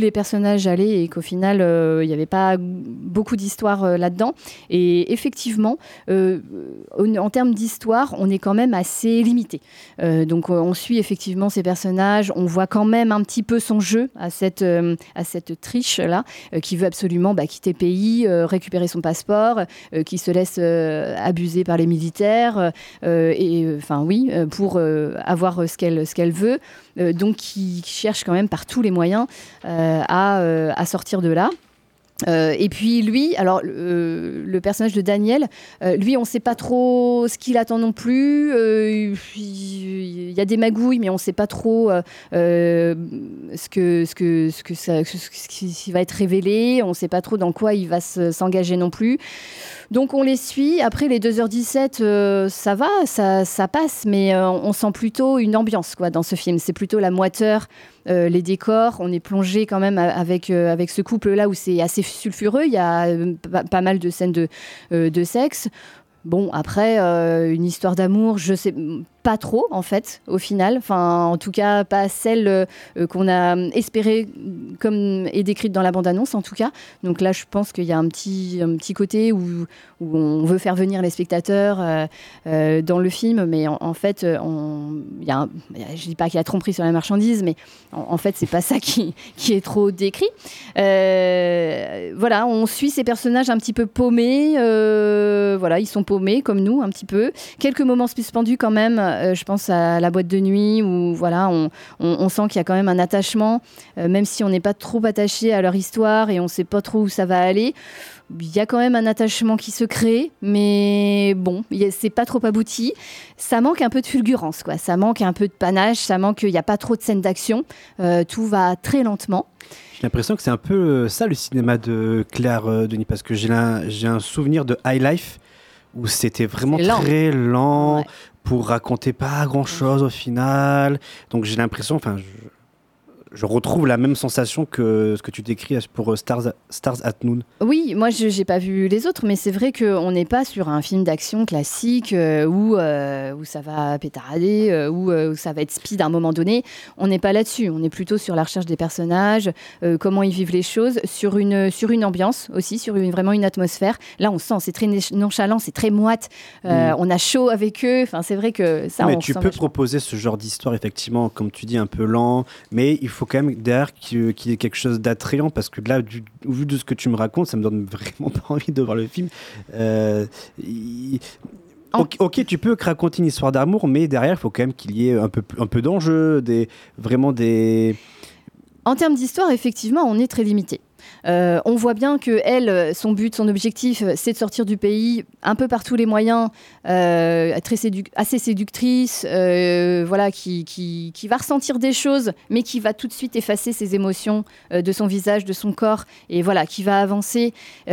S1: les personnages allaient et qu'au final, il n'y avait pas beaucoup d'histoire là-dedans. Et effectivement, en termes d'histoire, on est quand même assez limité. Donc, on suit effectivement ces personnages. On voit quand même un petit peu son jeu à cette triche-là, qui veut absolument quitter le pays, récupérer son passeport, qui se laisse abuser par les militaires, pour avoir ce qu'elle veut. Donc, qui cherche quand même par tous les moyens à sortir de là. Et puis lui, alors le personnage de Daniel, lui on ne sait pas trop ce qu'il attend non plus. Il y a des magouilles, mais on ne sait pas trop ce qui va être révélé. On ne sait pas trop dans quoi il va s'engager non plus. Donc on les suit. Après les 2h17, ça va, ça passe, mais on sent plutôt une ambiance dans ce film. C'est plutôt la moiteur. Les décors, on est plongé quand même avec ce couple-là où c'est assez sulfureux. Il y a pas mal de scènes de sexe. Bon, après, une histoire d'amour, je sais pas trop, en fait, au final. Enfin, en tout cas, pas celle qu'on a espérée comme est décrite dans la bande-annonce, en tout cas. Donc là, je pense qu'il y a un petit côté où on veut faire venir les spectateurs dans le film, mais en fait, je dis pas qu'il y a tromperie sur la marchandise, mais en fait, c'est pas ça qui est trop décrit. Voilà, on suit ces personnages un petit peu paumés. Voilà, ils sont paumés comme nous, un petit peu. Quelques moments suspendus quand même. Je pense à la boîte de nuit où voilà, on sent qu'il y a quand même un attachement, même si on n'est pas trop attaché à leur histoire et on ne sait pas trop où ça va aller. Il y a quand même un attachement qui se crée, mais bon, c'est pas trop abouti. Ça manque un peu de fulgurance, quoi. Ça manque un peu de panache, ça manque, il n'y a pas trop de scènes d'action. Tout va très lentement.
S4: J'ai l'impression que c'est un peu ça le cinéma de Claire Denis, parce que j'ai un souvenir de High Life où c'était vraiment très lent, ouais, pour raconter pas grand-chose au final. Donc j'ai l'impression, je retrouve la même sensation que ce que tu décris pour Stars at Noon.
S1: Oui, moi je n'ai pas vu les autres, mais c'est vrai qu'on n'est pas sur un film d'action classique où ça va pétarader, où ça va être speed à un moment donné. On n'est pas là-dessus, on est plutôt sur la recherche des personnages, comment ils vivent les choses, sur une ambiance aussi, sur vraiment une atmosphère. Là on sent, c'est très nonchalant, c'est très moite, on a chaud avec eux, c'est vrai que ça...
S4: Mais tu peux proposer ce genre d'histoire, effectivement, comme tu dis, un peu lent, mais il faut quand même derrière qu'il y ait quelque chose d'attrayant, parce que là, au vu de ce que tu me racontes, ça me donne vraiment pas envie de voir le film. Ok, tu peux raconter une histoire d'amour, mais derrière, il faut quand même qu'il y ait un peu d'enjeu, vraiment des...
S1: En termes d'histoire, effectivement, on est très limité. On voit bien que elle, son but, son objectif, c'est de sortir du pays un peu par tous les moyens, assez séductrice, voilà, qui va ressentir des choses, mais qui va tout de suite effacer ses émotions de son visage, de son corps, et voilà, qui va avancer,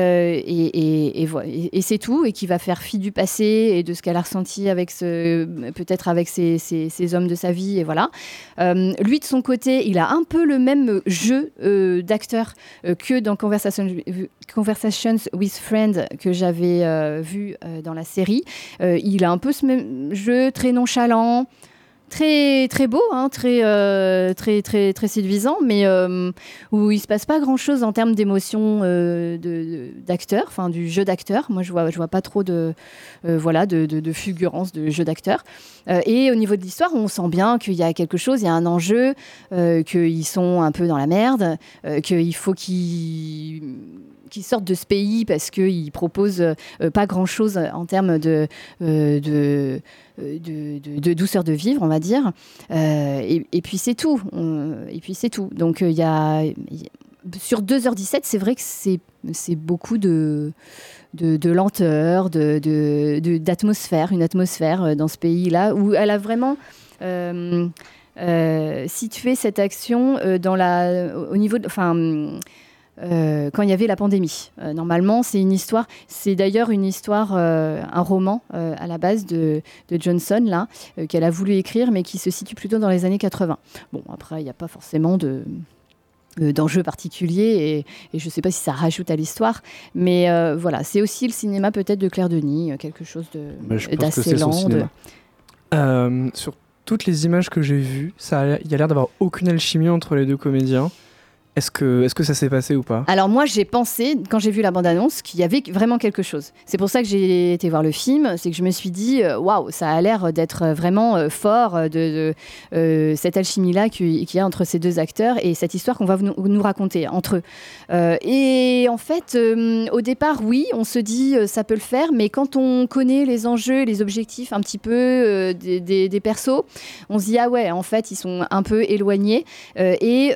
S1: et c'est tout, et qui va faire fi du passé et de ce qu'elle a ressenti peut-être avec ces hommes de sa vie, et voilà. Lui, de son côté, il a un peu le même jeu d'acteur que dans Conversations with Friends que j'avais vu dans la série. Il a un peu ce même jeu très nonchalant, très très beau, hein, très séduisant, mais où il se passe pas grand chose en termes d'émotion d'acteur, du jeu d'acteur. Moi je vois pas trop de fulgurance de jeu d'acteur. Et au niveau de l'histoire, on sent bien qu'il y a quelque chose, il y a un enjeu, qu'ils sont un peu dans la merde, qu'il faut qu'ils sortent de ce pays parce qu'ils proposent pas grand-chose en termes de douceur de vivre, on va dire. Et puis c'est tout. Donc il y a sur 2h17, c'est vrai que c'est beaucoup de lenteur, d'atmosphère, une atmosphère dans ce pays-là où elle a vraiment situé cette action au niveau quand il y avait la pandémie. Normalement, c'est une histoire, c'est d'ailleurs une histoire, un roman à la base de Johnson, là, qu'elle a voulu écrire, mais qui se situe plutôt dans les années 80. Bon, après, il n'y a pas forcément d'enjeux particuliers et je ne sais pas si ça rajoute à l'histoire, mais voilà, c'est aussi le cinéma peut-être de Claire Denis, quelque chose d'assez lent.
S10: Sur toutes les images que j'ai vues, il y a l'air d'avoir aucune alchimie entre les deux comédiens. Est-ce que ça s'est passé ou pas ?
S1: Alors moi j'ai pensé, quand j'ai vu la bande-annonce, qu'il y avait vraiment quelque chose. C'est pour ça que j'ai été voir le film, c'est que je me suis dit, waouh, ça a l'air d'être vraiment fort, de cette alchimie-là qu'il y a entre ces deux acteurs et cette histoire qu'on va nous raconter entre eux. Et en fait, au départ, oui, on se dit, ça peut le faire, mais quand on connaît les enjeux, les objectifs un petit peu des persos, on se dit, ah ouais, en fait, ils sont un peu éloignés et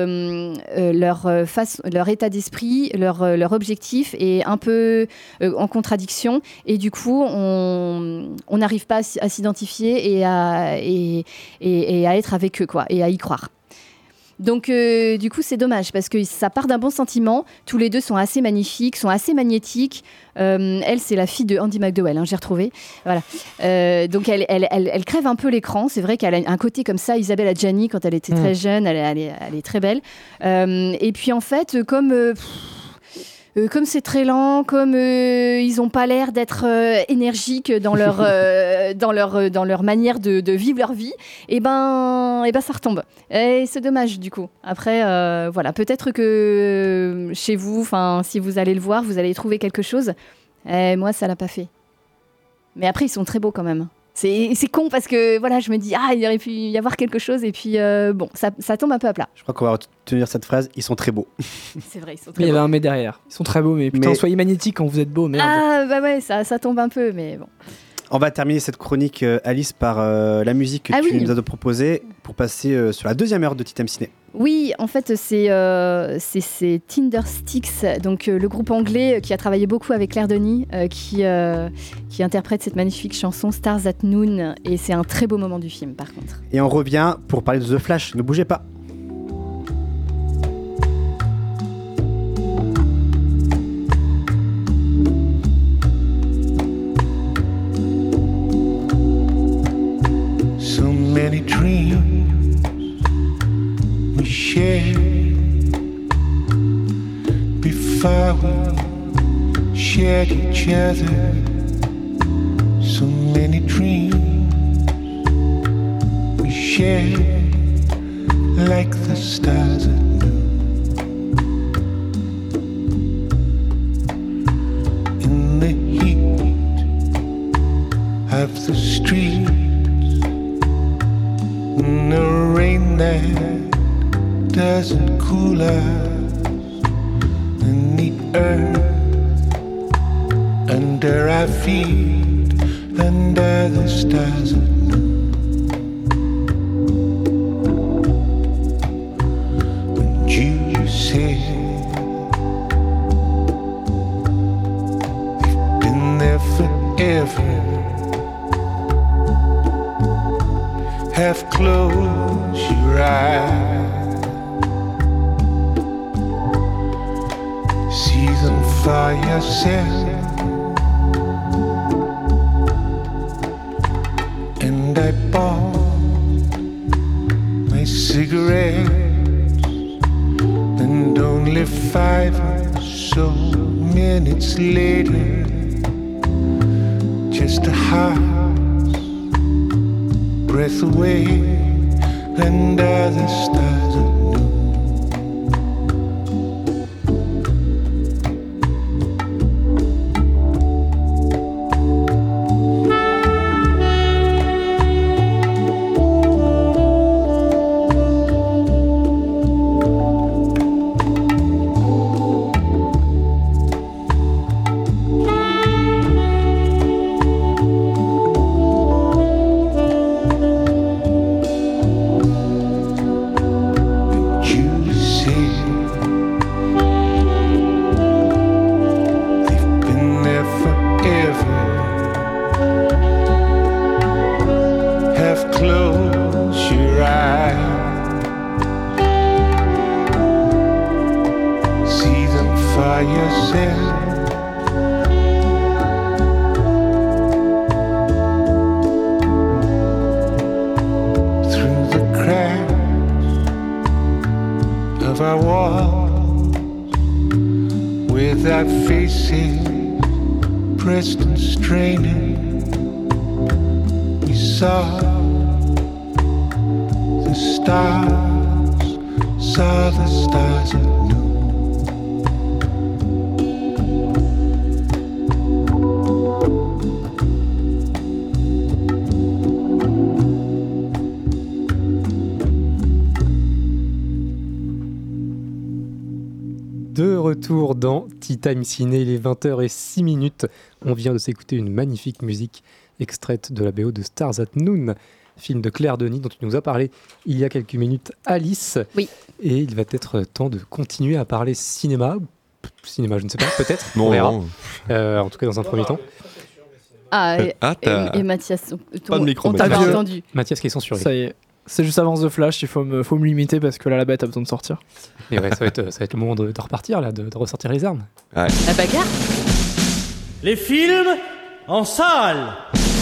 S1: leur état d'esprit, leur objectif est un peu en contradiction et du coup on n'arrive pas à s'identifier et à être avec eux quoi, et à y croire. Donc du coup c'est dommage parce que ça part d'un bon sentiment, tous les deux sont assez magnifiques, sont assez magnétiques. Elle c'est la fille de Andy McDowell, j'ai retrouvé. Voilà. Donc elle crève un peu l'écran, c'est vrai qu'elle a un côté comme ça, Isabelle Adjani quand elle était très jeune, elle est très belle. Et puis en fait comme c'est très lent, comme ils n'ont pas l'air d'être énergiques dans leur manière de vivre leur vie, et ben ça retombe. Et c'est dommage du coup. Après, voilà, peut-être que chez vous, si vous allez le voir, vous allez trouver quelque chose. Et moi, ça l'a pas fait. Mais après, ils sont très beaux quand même. C'est con parce que voilà, je me dis il aurait pu y avoir quelque chose et puis bon, ça tombe un peu à plat.
S4: Je crois qu'on va retenir cette phrase, ils sont très beaux.
S1: C'est vrai, ils sont très beaux.
S10: Mais il y avait un mais derrière. Ils sont très beaux, mais putain, soyez magnétiques quand vous êtes beaux, merde.
S1: Ah bah ouais, ça tombe un peu, mais bon.
S4: On va terminer cette chronique, Alice, par la musique que tu nous as proposée pour passer sur la deuxième heure de Tea Time Ciné.
S1: Oui, en fait, c'est Tindersticks, donc le groupe anglais qui a travaillé beaucoup avec Claire Denis, qui interprète cette magnifique chanson Stars at Noon, et c'est un très beau moment du film, par contre.
S4: Et on revient pour parler de The Flash. Ne bougez pas.
S12: So many dreams we shared before we shared each other. So many dreams we shared like the stars at noon. In the heat of the street, in the rain that doesn't cool us, in the earth under our feet, under the stars at noon. And you said you've been there forever. Half close your eyes, see them for yourself. And I bought my cigarettes, and only 5 or so minutes later, just a heart breath away under the stars at noon. saw the stars at noon.
S7: De retour dans Tea Time Ciné, il est 20h06. On vient de s'écouter une magnifique musique extraite de la BO de Stars at Noon, film de Claire Denis dont tu nous as parlé il y a quelques minutes, Alice.
S1: Oui.
S7: Et il va être temps de continuer à parler cinéma. Cinéma, je ne sais pas, peut-être.
S3: Non,
S7: on verra.
S3: non.
S7: En tout cas, dans un premier temps.
S1: Et Mathias,
S3: Pas de micro,
S1: on t'a
S3: Mathias.
S1: pas entendu.
S7: Mathias qui est censuré.
S10: Ça y est. C'est juste avant The Flash, il faut me limiter parce que là la bête a besoin de sortir.
S7: Et ouais, ça va être le moment de repartir, là, de ressortir les armes.
S3: Ouais.
S1: La bagarre.
S13: Les films en salle.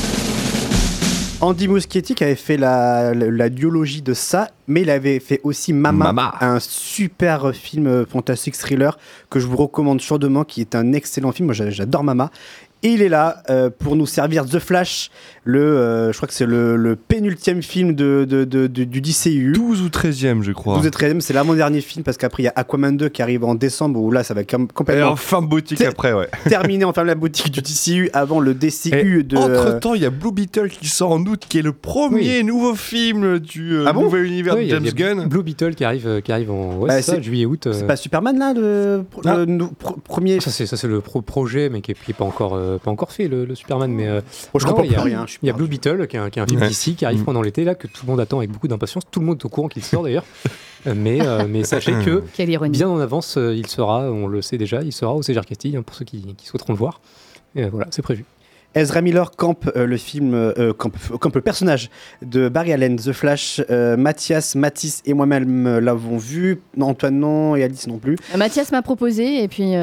S4: Andy Muschietti qui avait fait la duologie de ça, mais il avait fait aussi Mama. Un super film fantastique thriller que je vous recommande chaudement, qui est un excellent film. Moi j'adore Mama. Et il est là pour nous servir The Flash, je crois que c'est le pénultième film du DCU.
S3: 12 ou 13e, je crois.
S4: 12 et 13e, c'est l'avant-dernier film, parce qu'après il y a Aquaman 2 qui arrive en décembre, où là ça va complètement...
S3: Et en fin de boutique après, ouais.
S4: Terminé, on ferme la boutique du DCU avant le DCU de...
S3: Entre-temps, il y a Blue Beetle qui sort en août, qui est le premier nouveau film du nouvel univers de James Gunn.
S7: Blue Beetle qui arrive en juillet-août.
S4: C'est pas Superman là, le premier...
S7: Ça c'est le projet, mais qui est pas encore fait, le Superman. Mais
S4: je comprends plus rien.
S7: Il y a Blue Beetle, qui est un film d'ici, qui arrive pendant l'été, là, que tout le monde attend avec beaucoup d'impatience. Tout le monde est au courant qu'il sort d'ailleurs. Mais sachez que bien en avance, il sera, on le sait déjà, il sera au Cégère Castille, pour ceux qui souhaiteront le voir. Et voilà, c'est prévu.
S4: Ezra Miller campe le personnage de Barry Allen, The Flash. Mathias, Mathis et moi-même l'avons vu. Antoine non et Alice non plus.
S1: Mathias m'a proposé et puis...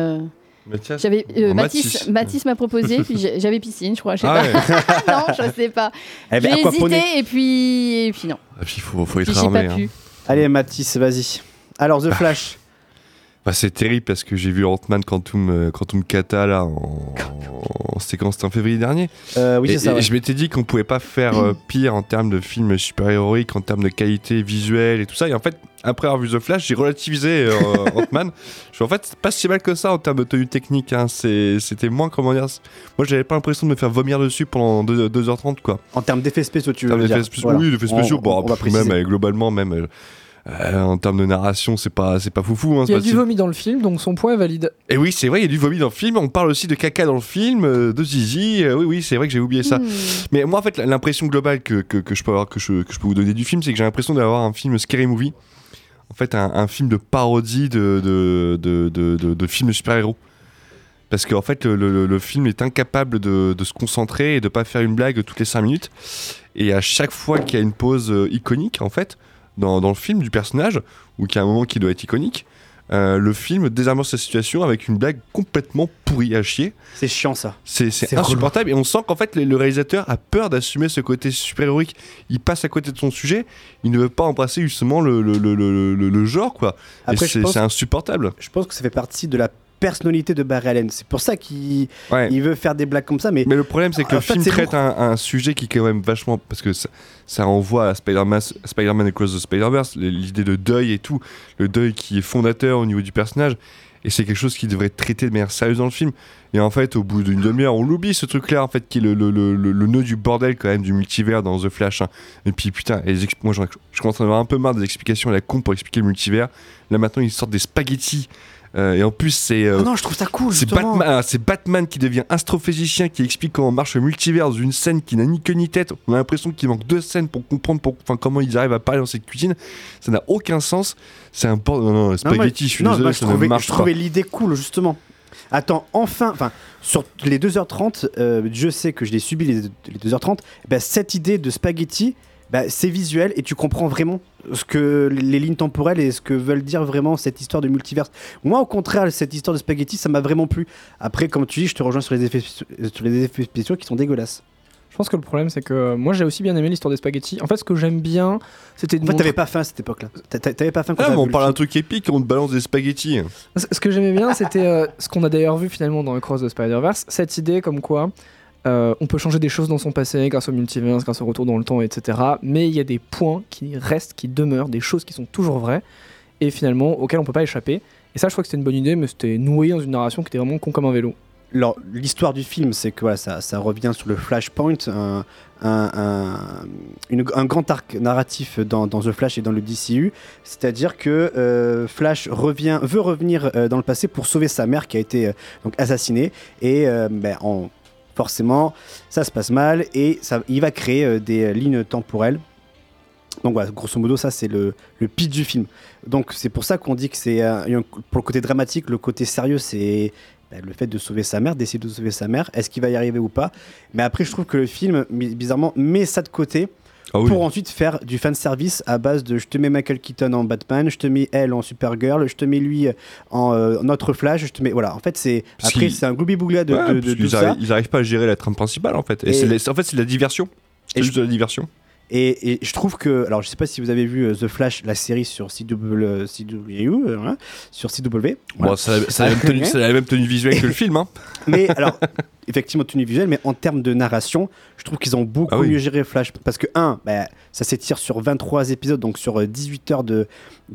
S1: Mathis m'a proposé, puis j'avais piscine, je crois. Je sais pas. Non, je sais pas. J'ai hésité et puis non.
S3: Et puis il faut être
S1: j'ai
S3: armé.
S1: pas pu.
S4: Allez, Mathis, vas-y. Alors, The Flash.
S3: C'est terrible parce que j'ai vu Ant-Man Quantum Kata là en séquence, c'était en février dernier.
S4: Oui, c'est ça. Ouais.
S3: Et je m'étais dit qu'on pouvait pas faire pire en termes de films super-héroïques, en termes de qualité visuelle et tout ça. Et en fait, après avoir vu The Flash, j'ai relativisé Ant-Man. En fait, c'est pas si mal que ça en termes de tenue technique. Hein. C'était moins, comment dire. Moi, j'avais pas l'impression de me faire vomir dessus pendant 2h30, quoi.
S4: En termes d'effets spéciaux, tu veux dire.
S3: Oui, d'effets spéciaux.
S4: Même
S3: globalement, même. En termes de narration, c'est pas foufou. Hein,
S10: il y a du vomi dans le film, donc son point est valide.
S3: Et oui, c'est vrai, il y a du vomi dans le film. On parle aussi de caca dans le film, de zizi. Oui, c'est vrai que j'ai oublié ça. Mais moi, en fait, l'impression globale que je peux avoir, que je peux vous donner du film, c'est que j'ai l'impression d'avoir un film Scary Movie. En fait, un film de parodie de film de super-héros. Parce qu'en fait, le film est incapable de se concentrer et de pas faire une blague toutes les 5 minutes. Et à chaque fois qu'il y a une pause iconique, en fait, dans le film du personnage, ou qu'il y a un moment qui doit être iconique, le film désamorce sa situation avec une blague complètement pourrie à chier.
S4: C'est chiant ça.
S3: C'est insupportable. Et on sent qu'en fait le réalisateur a peur d'assumer ce côté super-héroïque. Il passe à côté de son sujet. Il ne veut pas embrasser justement le genre, quoi. Après, et c'est insupportable.
S4: Je pense que ça fait partie de la personnalité de Barry Allen. C'est pour ça qu'il veut faire des blagues comme ça. Mais
S3: le problème, c'est que le film traite un sujet qui est quand même vachement... Parce que ça renvoie à Spider-Man Across the Spider-Verse, l'idée de deuil et tout. Le deuil qui est fondateur au niveau du personnage. Et c'est quelque chose qui devrait être traité de manière sérieuse dans le film. Et en fait, au bout d'une demi-heure, on l'oublie, ce truc-là, en fait, qui est le nœud du bordel, quand même, du multivers dans The Flash. Hein. Et puis, putain, moi, je commence à avoir un peu marre des explications à la con pour expliquer le multivers. Là, maintenant, ils sortent des spaghettis. Et en plus, c'est.
S4: non, je trouve ça cool, justement.
S3: C'est Batman qui devient astrophysicien, qui explique comment marche le multivers dans une scène qui n'a ni queue ni tête. On a l'impression qu'il manque 2 scènes pour comprendre comment ils arrivent à parler dans cette cuisine. Ça n'a aucun sens. C'est un bordel. Non, spaghetti, je suis désolé, ça ne marche pas.
S4: Je trouvais l'idée cool, justement. Attends, enfin, sur les 2h30, je sais que je l'ai subi les 2h30, cette idée de spaghetti, c'est visuel et tu comprends vraiment ce que les lignes temporelles et ce que veulent dire vraiment cette histoire de multivers. Moi, au contraire, cette histoire de spaghetti, ça m'a vraiment plu. Après, comme tu dis, je te rejoins sur les effets spéciaux qui sont dégueulasses.
S10: Je pense que le problème, c'est que moi, j'ai aussi bien aimé l'histoire des spaghettis. En fait, ce que j'aime bien, c'était de
S4: t'avais pas faim à cette époque-là. T'avais pas faim quand
S3: on parle d'un truc épique, on te balance des spaghettis.
S10: Ce que j'aimais bien, c'était ce qu'on a d'ailleurs vu finalement dans Across the Spider-Verse, cette idée comme quoi on peut changer des choses dans son passé grâce au multivers, grâce au retour dans le temps, etc. Mais il y a des points qui restent, qui demeurent, des choses qui sont toujours vraies. et finalement auquel on peut pas échapper. Et ça, je crois que c'était une bonne idée, mais c'était noué dans une narration qui était vraiment con comme un vélo.
S4: Alors, l'histoire du film, c'est que voilà, ça revient sur le Flashpoint, un grand arc narratif dans The Flash et dans le DCU. C'est-à-dire que Flash veut revenir dans le passé pour sauver sa mère qui a été donc assassinée. Et forcément, ça se passe mal et il va créer des lignes temporelles. Donc voilà, grosso modo, ça c'est le pitch du film. Donc c'est pour ça qu'on dit que c'est pour le côté dramatique, le côté sérieux, c'est le fait de sauver sa mère, d'essayer de sauver sa mère. Est-ce qu'il va y arriver ou pas? Mais après, je trouve que le film, bizarrement, met ça de côté pour ensuite faire du fanservice à base de je te mets Michael Keaton en Batman, je te mets elle en Supergirl, je te mets lui en notre Flash, je te mets... Voilà, en fait, c'est un gloubi-bougla de ça.
S3: Ils n'arrivent pas à gérer la trame principale, en fait. C'est de la diversion. C'est juste de la diversion.
S4: Et je trouve que, alors je sais pas si vous avez vu The Flash, la série sur CW, sur CW. Voilà.
S3: Bon, ça a la même tenue visuelle que le film, hein.
S4: Mais alors, effectivement, tenue visuelle, mais en termes de narration, je trouve qu'ils ont beaucoup mieux géré Flash. Parce que, ça s'étire sur 23 épisodes, donc sur 18 heures de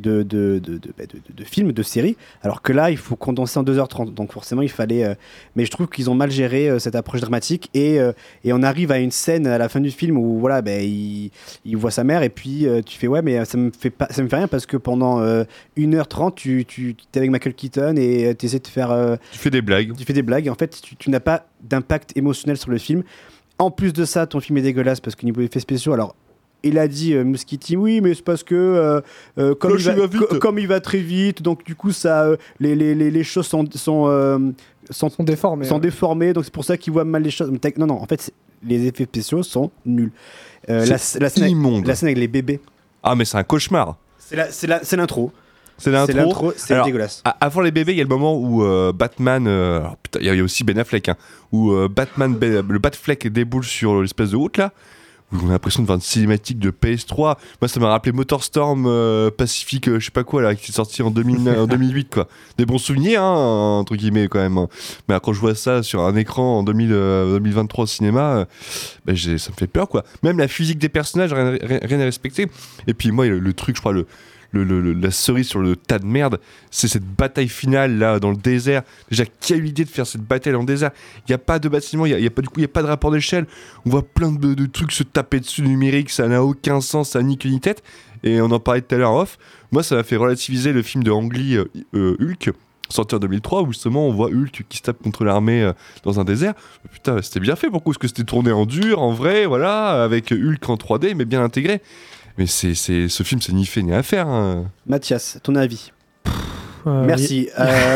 S4: film, de série. Alors que là, il faut condenser en 2h30. Donc forcément, il fallait. Mais je trouve qu'ils ont mal géré cette approche dramatique. Et on arrive à une scène à la fin du film où voilà, il voit sa mère et puis tu fais ouais, mais ça me fait rien parce que pendant 1h30, tu es avec Michael Keaton et tu essaies de faire.
S3: Tu fais des blagues.
S4: Et en fait, tu n'as pas d'impact émotionnel sur le film. En plus de ça, ton film est dégueulasse parce que niveau effets spéciaux, alors. Il a dit Muschietti, oui, mais c'est parce que comme il va très vite, donc du coup ça, les choses sont
S10: déformées.
S4: Sont déformées, donc c'est pour ça qu'il voit mal les choses. Non, en fait, les effets spéciaux sont nuls. La scène avec les bébés.
S3: Ah, mais c'est un cauchemar.
S4: C'est l'intro.
S3: C'est l'intro,
S4: c'est dégueulasse.
S3: Avant les bébés, il y a le moment où Batman, il y a aussi Ben Affleck, où le Batfleck déboule sur l'espèce de route là. On a l'impression de voir une cinématique de PS3. Moi, ça m'a rappelé Motorstorm Pacific, je sais pas quoi, là, qui est sorti en 2008, quoi. Des bons souvenirs, entre guillemets, quand même. Mais quand je vois ça sur un écran en 2023 au cinéma, ça me fait peur, quoi. Même la physique des personnages, rien à respecter. Et puis, moi, le truc, je crois, la cerise sur le tas de merde, c'est cette bataille finale là dans le désert. Déjà, qui a eu l'idée de faire cette bataille dans le désert? Il n'y a pas de bâtiment, il n'y a pas de rapport d'échelle. On voit plein de trucs se taper dessus numérique, ça n'a aucun sens, ça n'a ni queue ni tête. Et on en parlait tout à l'heure en off. Moi, ça m'a fait relativiser le film de Ang Lee, Hulk, sorti en 2003, où justement on voit Hulk qui se tape contre l'armée dans un désert. Putain, c'était bien fait, pourquoi? Parce que c'était tourné en dur, en vrai, voilà, avec Hulk en 3D, mais bien intégré. Mais ce film, c'est ni fait ni à faire. Hein.
S4: Mathias, ton avis? Merci.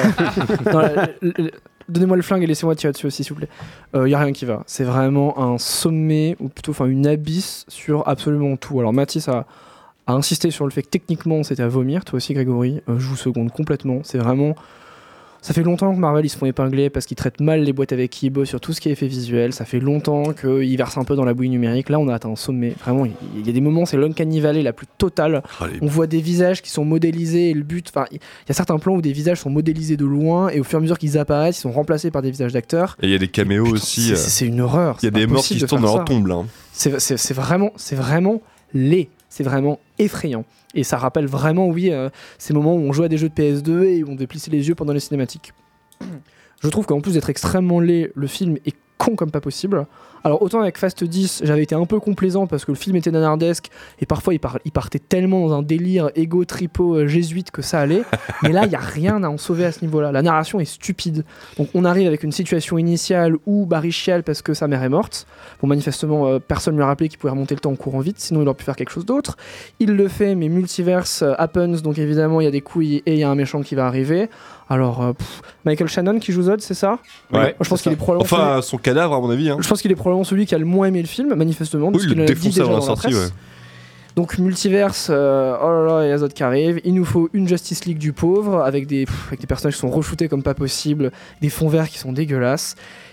S10: Donnez-moi le flingue et laissez-moi tirer dessus aussi, s'il vous plaît. Il n'y a rien qui va. C'est vraiment un sommet, ou plutôt une abysse sur absolument tout. Alors Mathis a insisté sur le fait que techniquement, c'était à vomir. Toi aussi, Grégory. Je vous seconde complètement. C'est vraiment... Ça fait longtemps que Marvel ils se font épingler parce qu'ils traitent mal les boîtes avec qui ils bossent sur tout ce qui est effet visuel. Ça fait longtemps qu'ils versent un peu dans la bouillie numérique. Là, on a atteint un sommet. Vraiment, il y a des moments, c'est l'Uncanny Valley la plus totale. On voit des visages qui sont modélisés et le but... Enfin, il y a certains plans où des visages sont modélisés de loin et au fur et à mesure qu'ils apparaissent, ils sont remplacés par des visages d'acteurs.
S3: Et il y a des caméos aussi.
S10: C'est une horreur.
S3: Il y a des morts qui se tournent dans leur tombe, là.
S10: C'est vraiment laid. C'est vraiment effrayant. Et ça rappelle vraiment, ces moments où on jouait à des jeux de PS2 et où on devait plisser les yeux pendant les cinématiques. Je trouve qu'en plus d'être extrêmement laid, le film est con comme pas possible. Alors autant avec Fast 10, j'avais été un peu complaisant parce que le film était nanardesque et parfois il partait tellement dans un délire égo-tripo jésuite que ça allait. Mais là, il n'y a rien à en sauver à ce niveau-là. La narration est stupide. Donc on arrive avec une situation initiale où Barry chiale parce que sa mère est morte. Bon, manifestement, personne ne lui a rappelé qu'il pouvait remonter le temps en courant vite, sinon il aurait pu faire quelque chose d'autre. Il le fait, mais multiverse happens, donc évidemment il y a des couilles et il y a un méchant qui va arriver. Alors, Michael Shannon qui joue Zod, c'est ça?
S3: Ouais.
S10: Je pense qu'il est probablement
S3: son cadavre, à mon avis.
S10: Je pense qu'il est probablement celui qui a le moins aimé le film, manifestement.
S3: Oui, il le défonçait avant la sortie, ouais.
S10: Donc, multiverse, oh là là, il y a Zod qui arrive. Il nous faut une Justice League du pauvre, avec des personnages qui sont re-shootés comme pas possible, des fonds verts qui sont dégueulasses.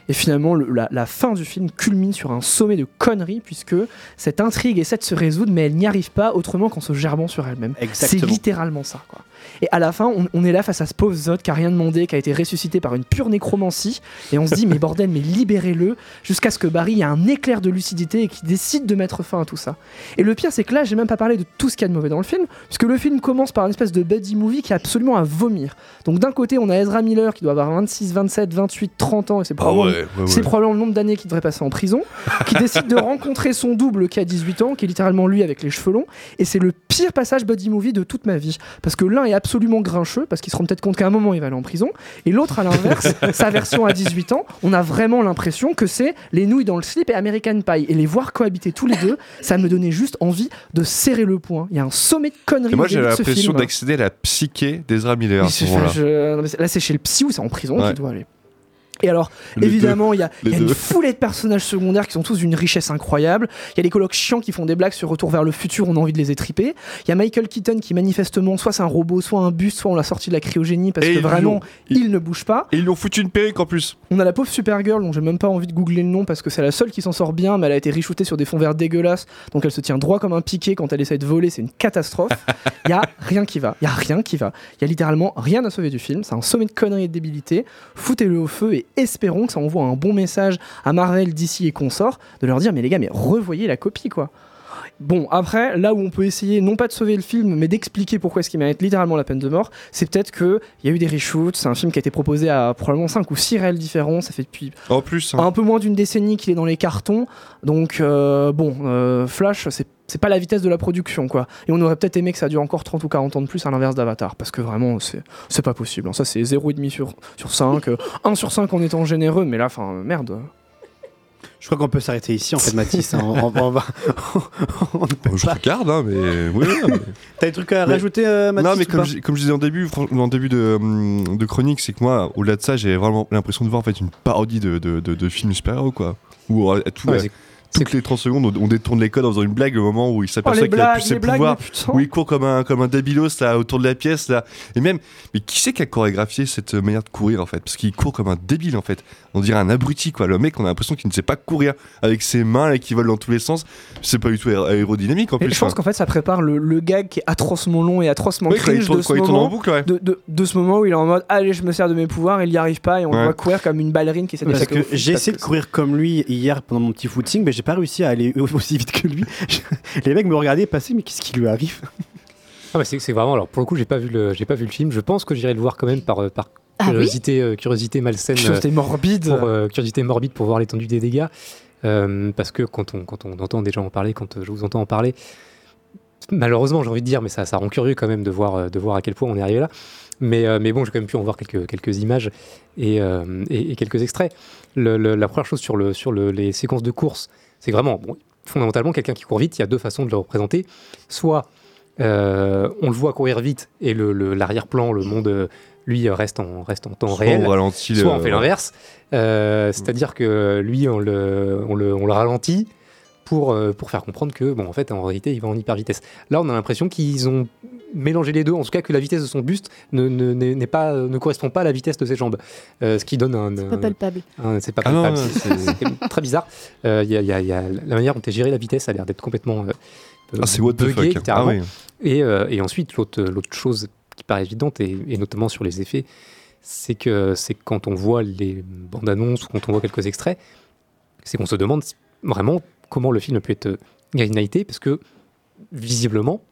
S10: Et finalement, la fin du film culmine sur un sommet de conneries, puisque cette intrigue essaie de se résoudre, mais elle n'y arrive pas autrement qu'en se gerbant sur elle-même.
S4: Exactement.
S10: C'est littéralement ça, quoi. Et à la fin, on est là face à ce pauvre Zod qui a rien demandé, qui a été ressuscité par une pure nécromancie, et on se dit, mais bordel, mais libérez-le, jusqu'à ce que Barry ait un éclair de lucidité et qu'il décide de mettre fin à tout ça. Et le pire, c'est que là, j'ai même pas parlé de tout ce qu'il y a de mauvais dans le film, puisque le film commence par une espèce de buddy movie qui est absolument à vomir. Donc d'un côté, on a Ezra Miller qui doit avoir 26, 27, 28, 30 ans, et c'est probablement le nombre d'années qu'il devrait passer en prison, qui décide de rencontrer son double qui a 18 ans, qui est littéralement lui avec les cheveux longs, et c'est le pire passage buddy movie de toute ma vie, parce que l'un est absolument grincheux, parce qu'il se rend peut-être compte qu'à un moment il va aller en prison, et l'autre à l'inverse, sa version à 18 ans, on a vraiment l'impression que c'est les nouilles dans le slip et American Pie, et les voir cohabiter tous les deux, ça me donnait juste envie de serrer le poing. Il y a un sommet de conneries.
S3: Et moi
S10: au début
S3: j'ai
S10: de ce
S3: l'impression
S10: film.
S3: d'accéder à la psyché d'Ezra Miller à ce moment-là.
S10: Là c'est chez le psy ou c'est en prison
S3: Ouais.
S10: qu'il doit aller. Et alors,
S3: Les
S10: évidemment, il y a
S3: Les
S10: une
S3: deux.
S10: foulée de personnages secondaires qui sont tous d'une richesse incroyable. Il y a les colocs chiants qui font des blagues sur Retour vers le futur, on a envie de les étriper. Il y a Michael Keaton qui manifestement, soit c'est un robot, soit un buste, soit on l'a sorti de la cryogénie parce
S3: Et
S10: que
S3: ils
S10: vraiment,
S3: lui ont-
S10: il ne bouge pas.
S3: Et ils lui ont foutu une perruque en plus.
S10: On a la pauvre Supergirl dont j'ai même pas envie de googler le nom parce que c'est la seule qui s'en sort bien, mais elle a été reshootée sur des fonds verts dégueulasses, donc elle se tient droit comme un piquet quand elle essaie de voler, c'est une catastrophe. Il y a rien qui va, il y a rien qui va. Il y a littéralement rien à sauver du film, c'est un sommet de conneries et de débilité. Foutez-le au feu et espérons que ça envoie un bon message à Marvel, DC et consorts de leur dire mais les gars, mais revoyez la copie quoi. Bon, après, là où on peut essayer, non pas de sauver le film, mais d'expliquer pourquoi est-ce qu'il mérite littéralement la peine de mort, c'est peut-être qu'il y a eu des reshoots, c'est un film qui a été proposé à probablement 5 ou 6 réels différents, ça fait depuis
S3: En plus, hein.
S10: un peu moins d'une décennie qu'il est dans les cartons, donc Flash, c'est pas la vitesse de la production, quoi. Et on aurait peut-être aimé que ça dure encore 30 ou 40 ans de plus à l'inverse d'Avatar, parce que vraiment, c'est pas possible. Ça, c'est 0,5 sur 5, 1 sur 5 en étant généreux, mais là, merde.
S4: Je crois qu'on peut s'arrêter ici en fait, Mathis. On ne peut
S3: Je
S4: pas.
S3: regarde, hein, mais oui. mais-
S4: T'as des trucs à rajouter, Mathis?
S3: Non, mais
S4: ou pas
S3: comme je disais en début de chronique, c'est que moi, au-delà de ça, j'ai vraiment l'impression de voir en fait une parodie de film super-héros, quoi. Où toutes les 30 secondes, on détourne les codes en faisant une blague au moment où il s'aperçoit qu'il a plus ses pouvoirs, où il court comme un débilos là, autour de la pièce là. Et même, mais qui c'est qui a chorégraphié cette manière de courir en fait? Parce qu'il court comme un débile en fait. On dirait un abruti quoi. Le mec, on a l'impression qu'il ne sait pas courir avec ses mains là, qui volent dans tous les sens. C'est pas du tout aérodynamique en
S10: Et
S3: plus.
S10: je pense qu'en fait, ça prépare le gag qui est atrocement long et atrocement
S3: Oui,
S10: cringe
S3: quand
S10: de
S3: il
S10: ce
S3: tourne en
S10: moment,
S3: boucle, ouais.
S10: de ce moment où il est en mode allez, je me sers de mes pouvoirs, il n'y arrive pas et on le voit courir comme une ballerine qui essaie de
S4: Parce
S10: passer
S4: que j'ai essayé de courir comme lui hier pendant mon petit footing, mais j'ai pas réussi à aller aussi vite que lui. Les mecs me regardaient passer, mais qu'est-ce qui lui arrive?
S7: Ah bah c'est vraiment, alors pour le coup j'ai pas vu le film, je pense que j'irai le voir quand même par curiosité malsaine,
S10: Curiosité morbide.
S7: curiosité morbide pour voir l'étendue des dégâts, parce que quand on entend des gens en parler, quand je vous entends en parler, malheureusement j'ai envie de dire, mais ça rend curieux quand même de voir à quel point on est arrivé là, mais bon j'ai quand même pu en voir quelques images et quelques extraits. La première chose sur les séquences de course, c'est vraiment fondamentalement quelqu'un qui court vite. Il y a deux façons de le représenter, soit on le voit courir vite et l'arrière-plan, le monde, lui, reste en temps
S3: Soit
S7: réel.
S3: on ralentit
S7: soit on fait l'inverse. C'est-à-dire que lui, on le ralentit pour faire comprendre que, en fait, en réalité, il va en hyper vitesse. Là, on a l'impression qu'ils ont mélangé les deux, en tout cas que la vitesse de son buste ne correspond pas à la vitesse de ses jambes. Ce qui donne un...
S1: C'est pas palpable.
S7: C'est pas palpable, c'est très bizarre. Il y a la manière dont est gérée la vitesse a l'air d'être complètement
S3: c'est what the
S7: buggée,
S3: fuck.
S7: littéralement.
S3: Ah oui.
S7: Et ensuite, l'autre chose qui paraît évidente, et notamment sur les effets, c'est quand on voit les bandes annonces ou quand on voit quelques extraits, c'est qu'on se demande vraiment comment le film a pu être greenlighté, parce que visiblement,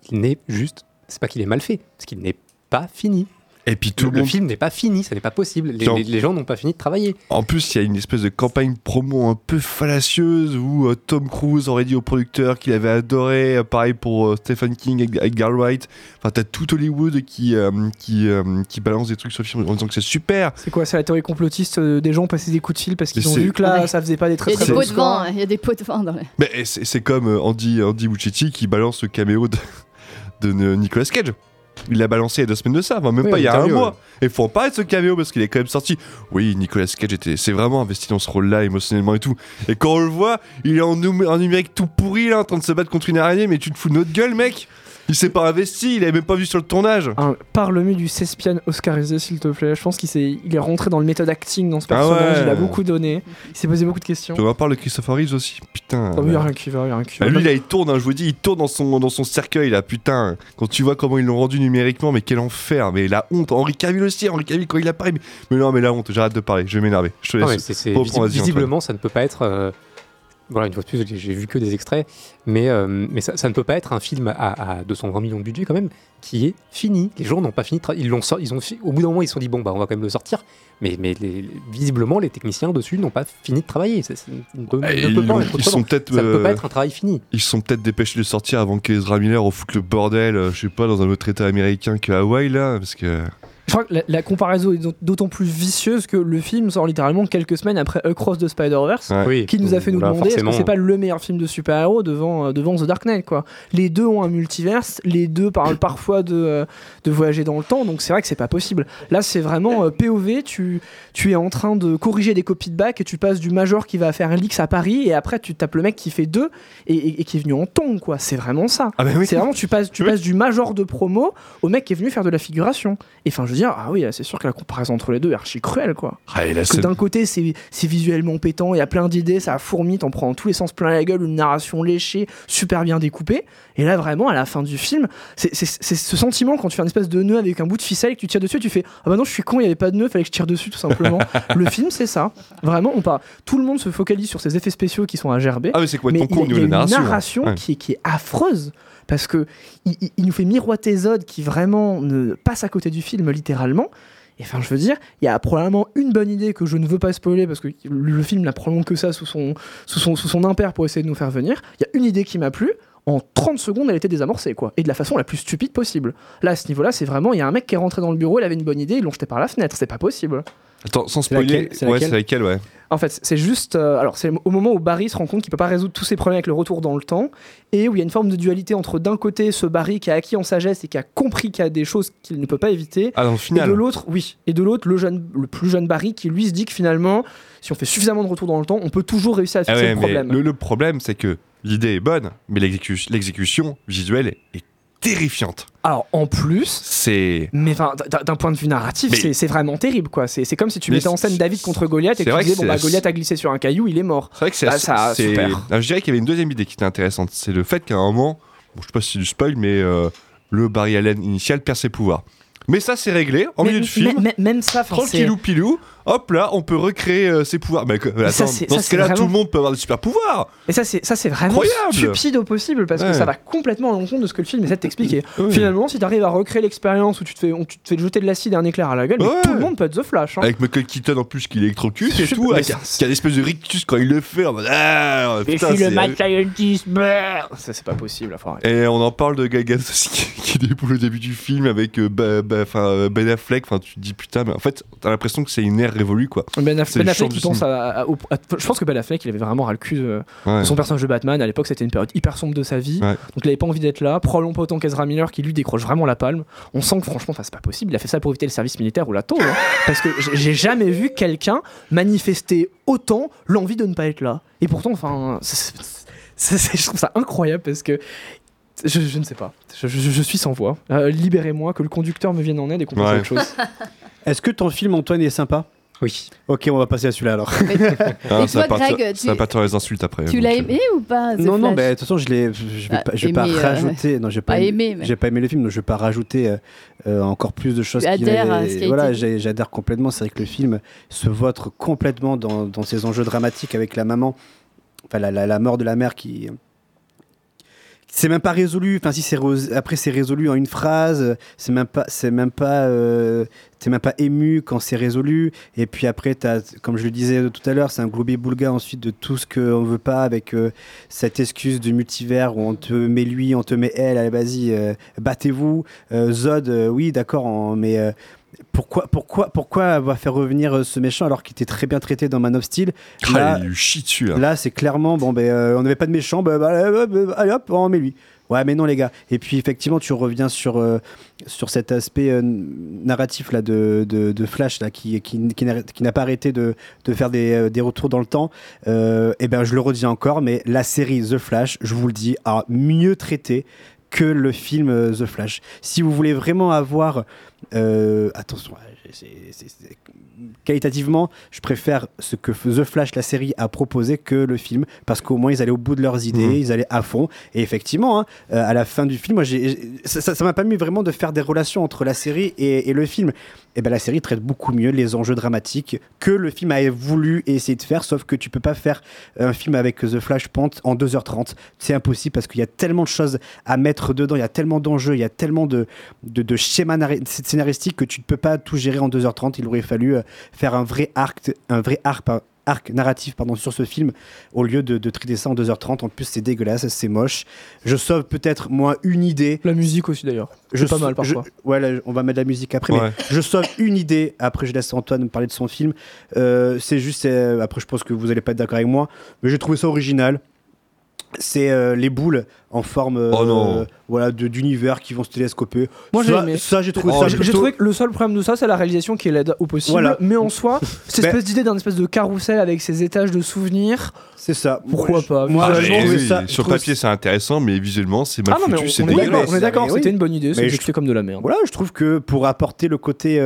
S7: c'est pas qu'il est mal fait, c'est qu'il n'est pas fini.
S3: Et puis
S7: le film n'est pas fini, ça n'est pas possible. Les gens n'ont pas fini de travailler.
S3: En plus, il y a une espèce de campagne promo un peu fallacieuse où Tom Cruise aurait dit au producteur qu'il avait adoré. Pareil pour Stephen King avec Edgar Wright. Enfin, t'as tout Hollywood qui balance des trucs sur le film en disant que c'est super.
S10: C'est quoi? C'est la théorie complotiste des gens passer des coups de fil parce qu'ils ont vu que là, ça faisait pas des très très bons scores.
S1: Il y a des pots de vent dans les...
S3: Mais c'est comme Andy Muschietti qui balance le caméo de Nicolas Cage. Il l'a balancé il y a 2 semaines de ça, enfin, même pas il y a un mois. Et il faut en parler de ce caméo parce qu'il est quand même sorti. Oui, Nicolas Cage s'est vraiment investi dans ce rôle-là émotionnellement et tout. Et quand on le voit, il est en numérique tout pourri là, en train de se battre contre une araignée, mais tu te fous de notre gueule, mec. Il s'est pas investi, il avait même pas vu sur le tournage.
S10: Parle-moi du Thespian oscarisé, s'il te plaît. Je pense qu'il est rentré dans le méthode acting dans ce personnage, il a beaucoup donné, il s'est posé beaucoup de questions.
S3: On va parler de Christopher Reeves aussi, putain.
S10: Il y a rien qui va.
S3: Lui là il tourne, je vous dis, il tourne dans son cercueil là, putain. Quand tu vois comment ils l'ont rendu numériquement, mais quel enfer, mais la honte. Henry Cavill aussi, quand il apparaît, mais non, mais la honte, j'arrête de parler, je vais m'énerver. Je te laisse.
S7: Visiblement, ça ne peut pas être. Voilà, une fois de plus, j'ai vu que des extraits, mais ça ne peut pas être un film à 220 millions de budget quand même, qui est fini. Les gens n'ont pas fini, au bout d'un moment ils se sont dit bon bah on va quand même le sortir, mais visiblement les techniciens dessus n'ont pas fini de travailler. Ça ne peut pas être un travail fini.
S3: Ils sont peut-être dépêchés de le sortir avant qu'Ezra Miller refoute le bordel, je sais pas, dans un autre état américain que Hawaï là, parce que...
S10: Je crois que la comparaison est d'autant plus vicieuse que le film sort littéralement quelques semaines après Across the Spider-Verse, qui nous a fait nous demander est-ce que c'est pas le meilleur film de super-héros devant The Dark Knight, quoi. Les deux ont un multiverse, les deux parlent parfois de voyager dans le temps, donc c'est vrai que c'est pas possible. Là c'est vraiment POV, tu es en train de corriger des copies de bac et tu passes du Major qui va faire un leaks à Paris et après tu tapes le mec qui fait 2 et qui est venu en tongs, quoi. C'est vraiment ça. Ah bah oui. C'est vraiment tu passes du Major de promo au mec qui est venu faire de la figuration. Et enfin je veux dire, ah oui, c'est sûr que la comparaison entre les deux est archi cruelle, quoi. Parce que d'un côté, c'est visuellement pétant, il y a plein d'idées, ça fourmille, t'en prends dans tous les sens plein la gueule, une narration léchée, super bien découpée. Et là, vraiment, à la fin du film, c'est ce sentiment quand tu fais un espèce de nœud avec un bout de ficelle et que tu tires dessus, tu fais ah bah non, je suis con, il y avait pas de nœud, fallait que je tire dessus, tout simplement. Le film, c'est ça. Vraiment, tout le monde se focalise sur ces effets spéciaux qui sont à gerber.
S3: Ah, mais c'est complètement con au niveau de la narration.
S10: Il y a une narration qui est affreuse. Parce que il nous fait miroiter Zod qui vraiment passe à côté du film littéralement. Et enfin, je veux dire, il y a probablement une bonne idée que je ne veux pas spoiler parce que le film n'a probablement que ça sous son impair pour essayer de nous faire venir. Il y a une idée qui m'a plu. En 30 secondes, elle était désamorcée, quoi. Et de la façon la plus stupide possible. Là, à ce niveau-là, c'est vraiment, il y a un mec qui est rentré dans le bureau, il avait une bonne idée, ils l'ont jeté par la fenêtre. C'est pas possible.
S3: Attends, sans spoiler, c'est laquelle, ouais.
S10: En fait, c'est juste... alors, c'est au moment où Barry se rend compte qu'il peut pas résoudre tous ses problèmes avec le retour dans le temps, et où il y a une forme de dualité entre, d'un côté, ce Barry qui a acquis en sagesse et qui a compris qu'il y a des choses qu'il ne peut pas éviter,
S3: dans le final.
S10: Et de l'autre, le plus jeune Barry qui, lui, se dit que finalement, si on fait suffisamment de retour dans le temps, on peut toujours réussir à fixer le problème.
S3: Le problème, c'est que l'idée est bonne, mais l'exécution visuelle est terrifiante.
S10: Alors en plus, mais d'un point de vue narratif, c'est vraiment terrible, quoi. C'est comme si tu mettais en scène David contre Goliath et que tu disais Goliath a glissé sur un caillou, il est mort.
S3: C'est vrai que c'est super. Alors, je dirais qu'il y avait une deuxième idée qui était intéressante, c'est le fait qu'à un moment, je sais pas si c'est du spoil, mais le Barry Allen initial perd ses pouvoirs. Mais ça, c'est réglé en milieu de film.
S10: Même ça,
S3: tranquillou pilou. Hop là, on peut recréer ses pouvoirs. Mais attends, dans ce cas-là, tout le monde peut avoir des super pouvoirs.
S10: Et ça, c'est vraiment stupide au possible parce que ça va complètement à l'encontre de ce que le film essaie de t'expliquer. Finalement, si t'arrives à recréer l'expérience où tu te fais jeter de l'acide et un éclair à la gueule, mais tout le monde peut être The Flash.
S3: Avec Michael Keaton en plus qui électrocute et tout, qui a une espèce de rictus quand il le fait. En mode,
S10: putain, c'est le mad scientist. Ça, c'est pas possible.
S3: Et on en parle de Gal Gadot qui déboule au début du film avec Ben Affleck. Enfin, tu te dis putain, mais en fait, t'as l'impression que c'est une ère révolue, quoi.
S10: Ben Affleck, je pense que Ben Affleck, il avait vraiment ras le cul de son personnage de Batman. À l'époque, c'était une période hyper sombre de sa vie, donc il avait pas envie d'être là. Probablement pas autant qu'Ezra Miller qui lui décroche vraiment la palme. On sent que franchement, c'est pas possible. Il a fait ça pour éviter le service militaire ou la tôle, parce que j'ai jamais vu quelqu'un manifester autant l'envie de ne pas être là. Et pourtant, enfin, je trouve ça incroyable parce que je ne sais pas. Je suis sans voix. Libérez-moi, que le conducteur me vienne en aide et qu'on passe à autre chose.
S4: Est-ce que ton film, Antoine, est sympa ?
S7: Oui.
S4: Ok, on va passer à celui-là alors.
S3: Ça va partir les insultes après.
S1: Tu l'as aimé ou pas ?
S4: Non, de toute façon, je vais pas rajouter. Non, j'ai pas aimé le film, donc je vais pas rajouter encore plus de choses. J'adhère complètement. C'est vrai que le film se vautre complètement dans ses enjeux dramatiques avec la maman, enfin la mort de la mère qui. C'est même pas résolu. Enfin, si après c'est résolu en une phrase. T'es même pas ému quand c'est résolu. Et puis après, comme je le disais tout à l'heure, c'est un gloobie-boulga ensuite de tout ce qu'on veut pas avec cette excuse du multivers où on te met lui, on te met elle. Allez, vas-y, battez-vous. Zod, oui, d'accord, mais. Pourquoi va faire revenir ce méchant alors qu'il était très bien traité dans Man of Steel ? Là,
S3: il lui chie dessus.
S4: Là, c'est clairement, on n'avait pas de méchant, allez hop, on met lui. Ouais, mais non, les gars. Et puis, effectivement, tu reviens sur cet aspect narratif là, de Flash là, qui n'a pas arrêté de faire des retours dans le temps. Je le redis encore, mais la série The Flash, je vous le dis, a mieux traité que le film The Flash. Si vous voulez vraiment avoir... attention, qualitativement, je préfère ce que The Flash, la série, a proposé que le film, parce qu'au moins ils allaient au bout de leurs idées, ils allaient à fond. Et effectivement, à la fin du film, moi, ça m'a permis vraiment de faire des relations entre la série et le film. Et ben la série traite beaucoup mieux les enjeux dramatiques que le film a voulu essayer de faire, sauf que tu peux pas faire un film avec The Flashpoint en 2h30. C'est impossible parce qu'il y a tellement de choses à mettre dedans, il y a tellement d'enjeux, il y a tellement de schémas scénaristiques que tu ne peux pas tout gérer en 2h30. Il aurait fallu faire un vrai arc narratif sur ce film au lieu de traiter ça en 2h30. En plus c'est dégueulasse, c'est moche. Je sauve peut-être moi une idée.
S10: La musique aussi d'ailleurs, c'est pas mal parfois.
S4: Ouais, on va mettre de la musique après, mais je sauve une idée. Après je laisse Antoine me parler de son film. C'est juste, après je pense que vous allez pas être d'accord avec moi, mais j'ai trouvé ça original. C'est les boules en forme d'univers qui vont se télescoper.
S10: Moi j'ai aimé.
S4: J'ai trouvé
S10: j'ai trouvé que le seul problème de ça, c'est la réalisation qui est laide au possible. Voilà. Mais en soi, cette espèce d'idée d'un espèce de carrousel avec ses étages de souvenirs.
S4: C'est ça.
S10: Pourquoi pas
S3: sur papier c'est intéressant, mais visuellement c'est mal foutu, c'est dégueulasse.
S10: On est d'accord, c'était une bonne idée, c'est exécuté comme de la merde.
S4: Voilà, je trouve que pour apporter le côté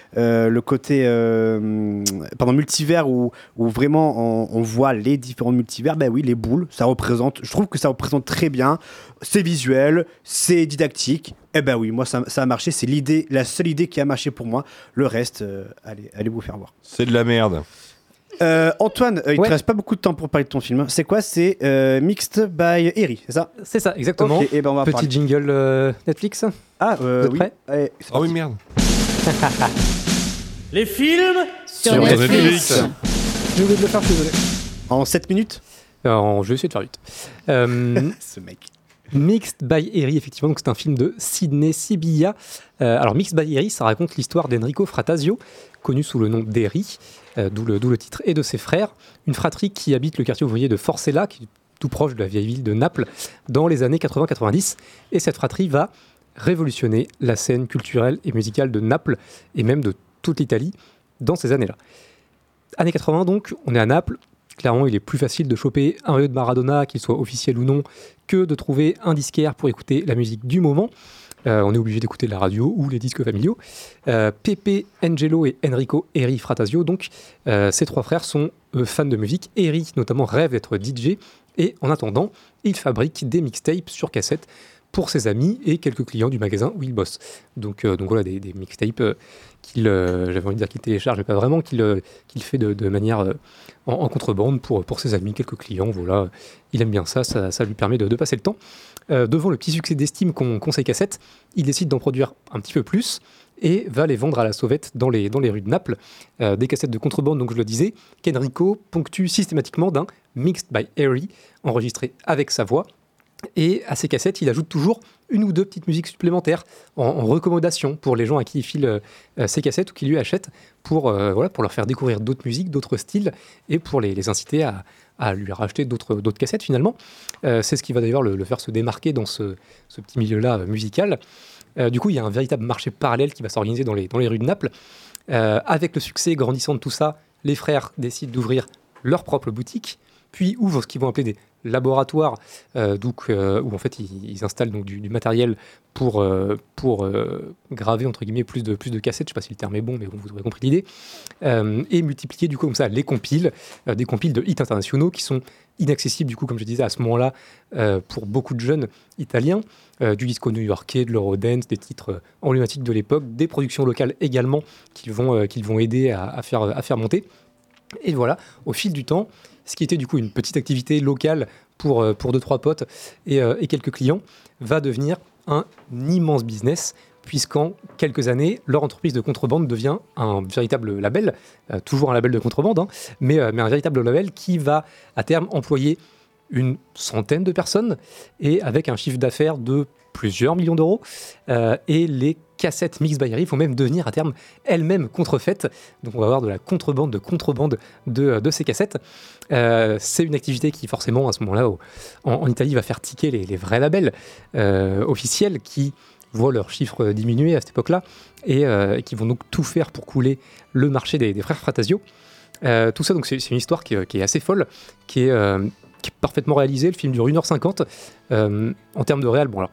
S4: multivers où vraiment on voit les différents multivers, oui, les boules, je trouve que ça représente très bien. C'est visuel, c'est didactique. Oui, moi ça a marché, c'est la seule idée qui a marché pour moi. Le reste, allez vous faire voir.
S3: C'est de la merde.
S4: Antoine, il te reste pas beaucoup de temps pour parler de ton film. C'est quoi? C'est Mixed by Eri, c'est ça?
S7: C'est ça, exactement.
S4: Okay, on va
S7: petit
S4: parler.
S7: Jingle Netflix.
S4: Ah, oui.
S3: Allez, oui, merde.
S13: Les films
S1: sur Netflix.
S10: J'ai oublié de le faire, je suis désolé.
S4: En 7 minutes
S7: Je vais essayer de faire vite.
S4: Ce mec.
S7: Mixed by Eri, effectivement, donc c'est un film de Sidney Sibilla. Alors Mixed by Eri, ça raconte l'histoire d'Enrico Fratasio, connu sous le nom d'Eri, d'où le titre, et de ses frères, une fratrie qui habite le quartier ouvrier de Forcella, qui est tout proche de la vieille ville de Naples, dans les années 80-90. Et cette fratrie va révolutionner la scène culturelle et musicale de Naples, et même de toute l'Italie, dans ces années-là. Années 80 donc, on est à Naples. Clairement, il est plus facile de choper un maillot de Maradona, qu'il soit officiel ou non, que de trouver un disquaire pour écouter la musique du moment. On est obligé d'écouter la radio ou les disques familiaux. Pepe, Angelo et Enrico Eri Fratasio, donc, ces trois frères sont fans de musique. Eri, notamment, rêve d'être DJ. Et en attendant, il fabrique des mixtapes sur cassette pour ses amis et quelques clients du magasin où il bosse. Donc voilà, des mixtapes j'avais envie de dire qu'il télécharge, mais pas vraiment, qu'il fait de manière en contrebande pour ses amis, quelques clients. Voilà, il aime bien ça lui permet de passer le temps. Devant le petit succès d'estime qu'ont ces cassettes, il décide d'en produire un petit peu plus et va les vendre à la sauvette dans les rues de Naples. Des cassettes de contrebande, donc je le disais, qu'Enrico ponctue systématiquement d'un Mixed by Eri, enregistré avec sa voix. Et à ces cassettes, il ajoute toujours une ou deux petites musiques supplémentaires en recommandation pour les gens à qui il file ces cassettes ou qui lui achètent pour leur faire découvrir d'autres musiques, d'autres styles et pour les inciter à lui racheter d'autres cassettes finalement. C'est ce qui va d'ailleurs le faire se démarquer dans ce petit milieu-là musical. Du coup, il y a un véritable marché parallèle qui va s'organiser dans les rues de Naples. Avec le succès grandissant de tout ça, les frères décident d'ouvrir leur propre boutique, puis ouvrent ce qu'ils vont appeler des laboratoires, où en fait ils installent donc du matériel pour graver entre guillemets plus de cassettes. Je sais pas si le terme est bon, mais bon, vous aurez compris l'idée. Et multiplier du coup comme ça les compiles, des compiles de hits internationaux qui sont inaccessibles du coup, comme je disais à ce moment-là, pour beaucoup de jeunes italiens, du disco new-yorkais, de l'eurodance, des titres emblématiques de l'époque, des productions locales également qu'ils vont aider à faire monter. Et voilà, au fil du temps, ce qui était du coup une petite activité locale pour 2-3 potes et quelques clients, va devenir un immense business, puisqu'en quelques années, leur entreprise de contrebande devient un véritable label, toujours un label de contrebande, mais un véritable label qui va à terme employer une centaine de personnes et avec un chiffre d'affaires de plusieurs millions d'euros. Et les cassettes Mixed by Eri vont même devenir à terme elles-mêmes contrefaites. Donc on va avoir de la contrebande de ces cassettes. C'est une activité qui forcément à ce moment-là en Italie va faire tiquer les vrais labels officiels qui voient leurs chiffres diminuer à cette époque-là et qui vont donc tout faire pour couler le marché des frères Fratasio. Tout ça, donc c'est une histoire qui est assez folle, qui est parfaitement réalisée. Le film dure 1h50. En termes de réal, bon alors,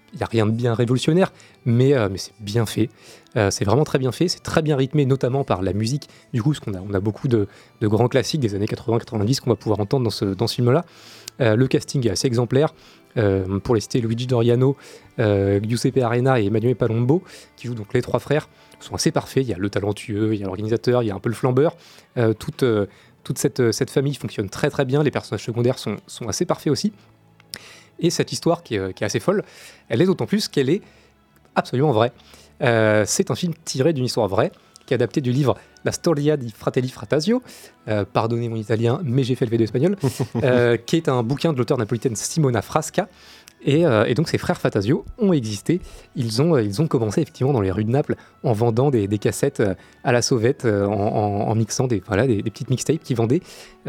S7: il n'y a rien de bien révolutionnaire, mais c'est bien fait. C'est vraiment très bien fait, c'est très bien rythmé, notamment par la musique. Du coup, parce qu'on a beaucoup de grands classiques des années 80-90 qu'on va pouvoir entendre dans ce film-là. Le casting est assez exemplaire. Pour les citer, Luigi Doriano, Giuseppe Arena et Emanuele Palombo, qui jouent donc les trois frères, sont assez parfaits. Il y a le talentueux, il y a l'organisateur, il y a un peu le flambeur. Toute cette famille fonctionne très très bien. Les personnages secondaires sont assez parfaits aussi. Et cette histoire qui est assez folle, elle est d'autant plus qu'elle est absolument vraie. C'est un film tiré d'une histoire vraie, qui est adapté du livre La Storia di Fratelli Fratasio, pardonnez mon italien, mais j'ai fait le V2 espagnol, qui est un bouquin de l'auteur napolitaine Simona Frasca. Et donc ces frères Fratasio ont existé. Ils ont commencé effectivement dans les rues de Naples en vendant des cassettes à la sauvette, en mixant des petites mixtapes qu'ils vendaient.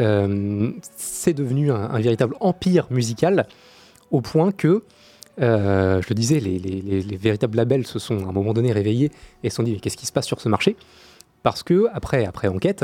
S7: C'est devenu un véritable empire musical, au point que, je le disais, les véritables labels se sont à un moment donné réveillés et se sont dit mais qu'est-ce qui se passe sur ce marché ? Parce que, après enquête,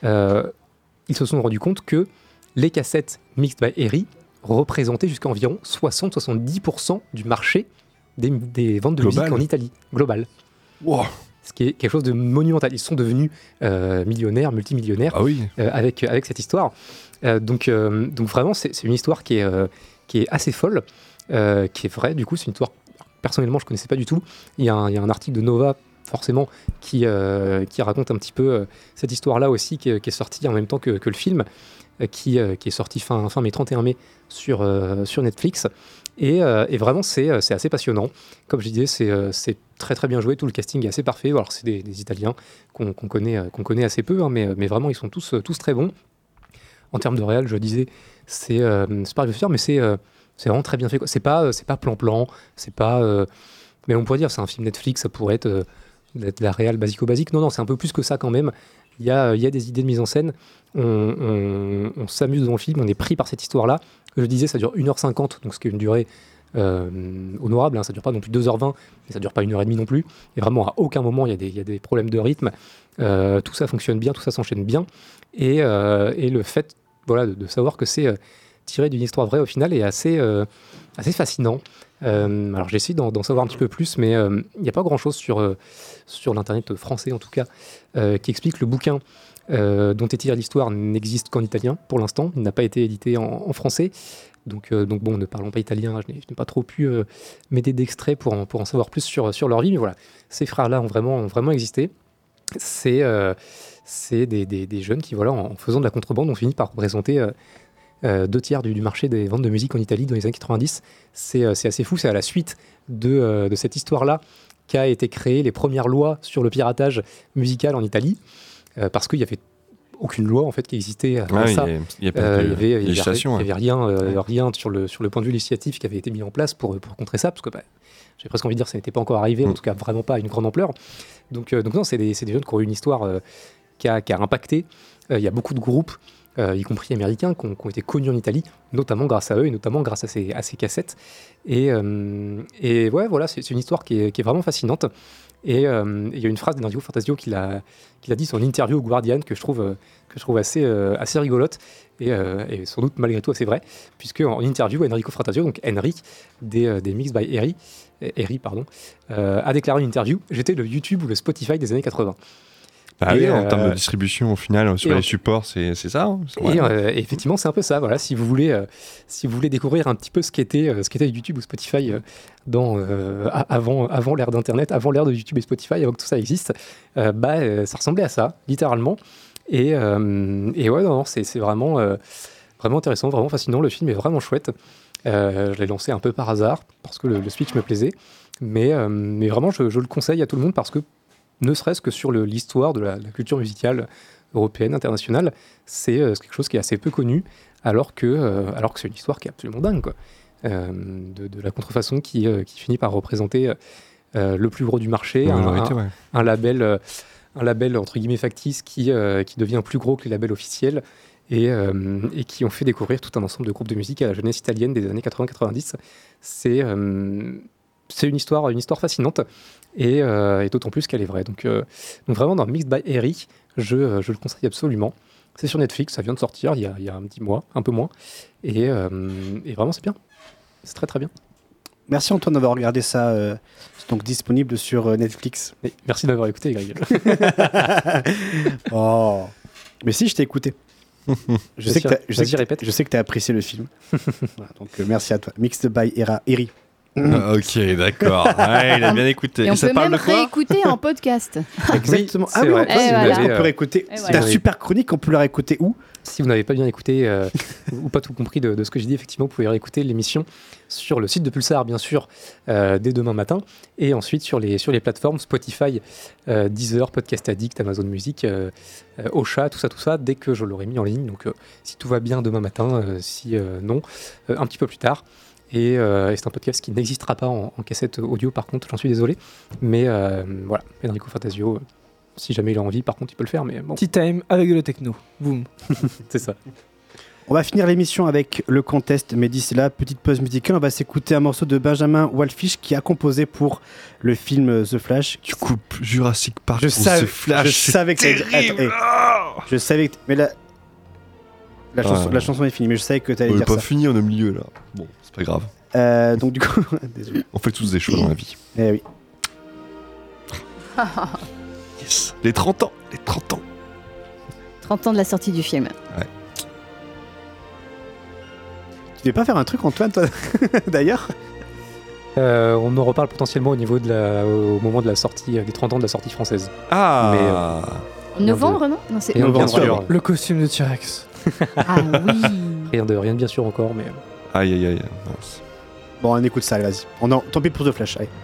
S7: ils se sont rendus compte que les cassettes Mixed by ERI représentaient jusqu'à environ 60-70% du marché des ventes de musique en Italie, global.
S3: Wow.
S7: Ce qui est quelque chose de monumental. Ils sont devenus millionnaires, multimillionnaires avec cette histoire. Donc vraiment, c'est une histoire qui est assez folle, qui est vraie. Du coup, c'est une histoire, personnellement, je ne connaissais pas du tout. Il y a un article de Nova, forcément, qui raconte un petit peu cette histoire-là aussi, qui est sortie en même temps que le film, qui est sorti fin mai, 31 mai sur Netflix. Et vraiment, c'est assez passionnant. Comme je disais, c'est très très bien joué. Tout le casting est assez parfait. Alors, c'est des Italiens qu'on connaît assez peu, hein, mais vraiment, ils sont tous très bons. En termes de réal, je disais, c'est pas révolutionnaire, mais c'est vraiment très bien fait, quoi. C'est pas plan-plan, c'est pas... mais on pourrait dire, c'est un film Netflix, ça pourrait être de la réal basico-basique. Non, c'est un peu plus que ça quand même. Il y a des idées de mise en scène. On s'amuse dans le film, on est pris par cette histoire-là. Je disais, ça dure 1h50, donc ce qui est une durée honorable, hein. Ça dure pas non plus 2h20, mais ça dure pas 1h30 non plus. Et vraiment, à aucun moment, il y a des problèmes de rythme. Tout ça fonctionne bien, tout ça s'enchaîne bien. Et le fait de savoir que c'est tiré d'une histoire vraie au final est assez fascinant. Alors j'ai essayé d'en savoir un petit peu plus, mais il n'y a pas grand-chose sur l'internet français en tout cas qui explique le bouquin dont est tirée l'histoire n'existe qu'en italien pour l'instant. Il n'a pas été édité en français. Donc bon, ne parlons pas italien, je n'ai pas trop pu m'aider d'extraits pour en savoir plus sur leur vie, mais voilà, ces frères-là ont vraiment existé. C'est des jeunes qui, en faisant de la contrebande, ont fini par représenter 2/3 du marché des ventes de musique en Italie dans les années 90. C'est assez fou, c'est à la suite de cette histoire-là qu'a été créée les premières lois sur le piratage musical en Italie, parce qu'il y avait aucune loi en fait qui existait avant ça. Il y avait rien sur le point de vue législatif qui avait été mis en place pour contrer ça, parce que j'ai presque envie de dire que ça n'était pas encore arrivé, en tout cas vraiment pas à une grande ampleur. Donc non, c'est des jeunes qui ont eu une histoire qui a impacté. Il y a beaucoup de groupes, y compris américains, qui ont été connus en Italie, notamment grâce à eux et notamment grâce à ces cassettes. Et ouais, voilà, c'est une histoire qui est vraiment fascinante. Et il y a une phrase d'Enrico Fantasio qu'il a dit sur une interview au Guardian que je trouve assez rigolote et sans doute malgré tout assez vrai, puisque en interview Enrico Fantasio, donc Henry des Mixed by Eri, a déclaré une interview: j'étais le YouTube ou le Spotify des années 80.
S3: En termes de distribution au final sur les supports, c'est ça. Hein,
S7: et effectivement, c'est un peu ça. Voilà, si vous voulez découvrir un petit peu ce qu'était YouTube ou Spotify avant l'ère d'Internet, avant l'ère de YouTube et Spotify, avant que tout ça existe, ça ressemblait à ça, littéralement. Et ouais, non, c'est vraiment intéressant, vraiment fascinant. Le film est vraiment chouette. Je l'ai lancé un peu par hasard parce que le speech me plaisait, mais vraiment, je le conseille à tout le monde parce que ne serait-ce que sur l'histoire de la culture musicale européenne, internationale, c'est quelque chose qui est assez peu connu, alors que c'est une histoire qui est absolument dingue, quoi. De la contrefaçon qui finit par représenter le plus gros du marché, un label entre guillemets factice qui devient plus gros que les labels officiels et qui ont fait découvrir tout un ensemble de groupes de musique à la jeunesse italienne des années 80-90. C'est une histoire fascinante et d'autant plus qu'elle est vraie. Donc vraiment dans Mixed by Eri, je le conseille absolument. C'est sur Netflix, ça vient de sortir il y a un petit mois, un peu moins, et vraiment c'est bien, c'est très très bien.
S4: Merci Antoine d'avoir regardé ça. C'est donc disponible sur Netflix.
S7: Et merci d'avoir écouté, Greg.
S4: Oh. Mais si, je t'ai écouté. Je sais que tu as apprécié le film. Voilà, donc merci à toi. Mixed by Eri.
S3: Ok, d'accord. Ouais, il a bien écouté.
S1: Et on
S3: ça
S1: peut
S3: parle
S1: même
S3: de quoi
S1: réécouter en podcast.
S4: Exactement.
S7: Oui, c'est vrai.
S4: Antoine, on peut réécouter.
S1: Et
S4: Ta super chronique, on peut la réécouter où?
S7: Si vous n'avez pas bien écouté ou pas tout compris de ce que j'ai dit, effectivement, vous pouvez réécouter l'émission sur le site de Pulsar, bien sûr, dès demain matin, et ensuite sur les plateformes Spotify, Deezer, Podcast Addict, Amazon Music, Ocha, tout ça, dès que je l'aurai mis en ligne. Donc, si tout va bien demain matin, si non, un petit peu plus tard. Et c'est un podcast qui n'existera pas en cassette audio, par contre, j'en suis désolé. Mais voilà, Enrico Fantasio, si jamais il a envie, par contre, il peut le faire. Mais bon.
S10: Tea time avec de la techno. Boum.
S7: C'est ça.
S4: On va finir l'émission avec le contest, mais d'ici là, petite pause musicale. On va s'écouter un morceau de Benjamin Wallfisch qui a composé pour le film The Flash.
S3: Tu coupes Jurassic Park
S4: The
S3: Flash.
S4: Je savais que je savais que. Mais la chanson est finie, mais je savais que tu allais dire ça.
S3: On n'est pas fini, on est au milieu là. Bon, c'est pas grave.
S4: Donc du coup, désolé.
S3: On fait tous des choses dans la vie.
S4: Eh oui.
S3: Yes. Les 30 ans.
S1: 30 ans de la sortie du film.
S3: Ouais.
S4: Tu veux pas faire un truc, Antoine, toi, d'ailleurs?
S7: On en reparle potentiellement au moment de la sortie, des 30 ans de la sortie française.
S3: Ah.
S1: En novembre, non? Non, c'est
S7: novembre.
S10: Le costume de T-Rex.
S1: Ah oui.
S7: Rien de bien sûr encore, mais.
S3: Aïe.
S4: Bon, on écoute ça, allez, vas-y. Tant pis pour The Flash, allez.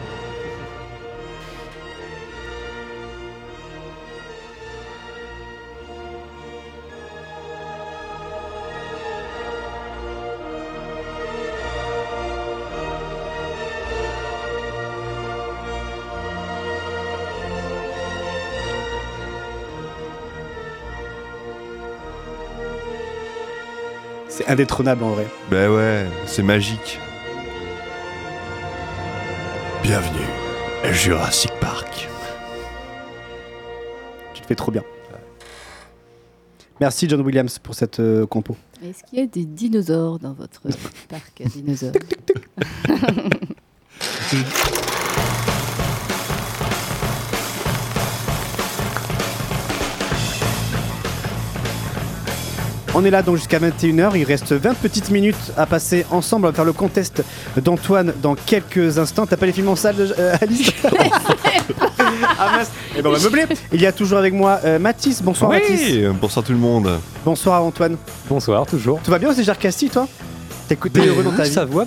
S4: C'est indétrônable en vrai.
S3: Ben ouais, c'est magique. Bienvenue à Jurassic Park.
S4: Tu te fais trop bien. Merci John Williams pour cette compo.
S1: Est-ce qu'il y a des dinosaures dans votre parc à dinosaures?
S4: On est là donc jusqu'à 21h, il reste 20 petites minutes à passer ensemble. On va faire le contest d'Antoine dans quelques instants. T'as pas les films en salle, Alice? Ah mince. Et ben on va meubler. Il y a toujours avec moi Mathis. Bonsoir Mathis.
S3: Oui, bonsoir tout le monde.
S4: Bonsoir Antoine.
S7: Bonsoir, toujours.
S4: Tout va bien, c'est Jarcassi, toi? T'es heureux dans ta vie?
S7: Ça va,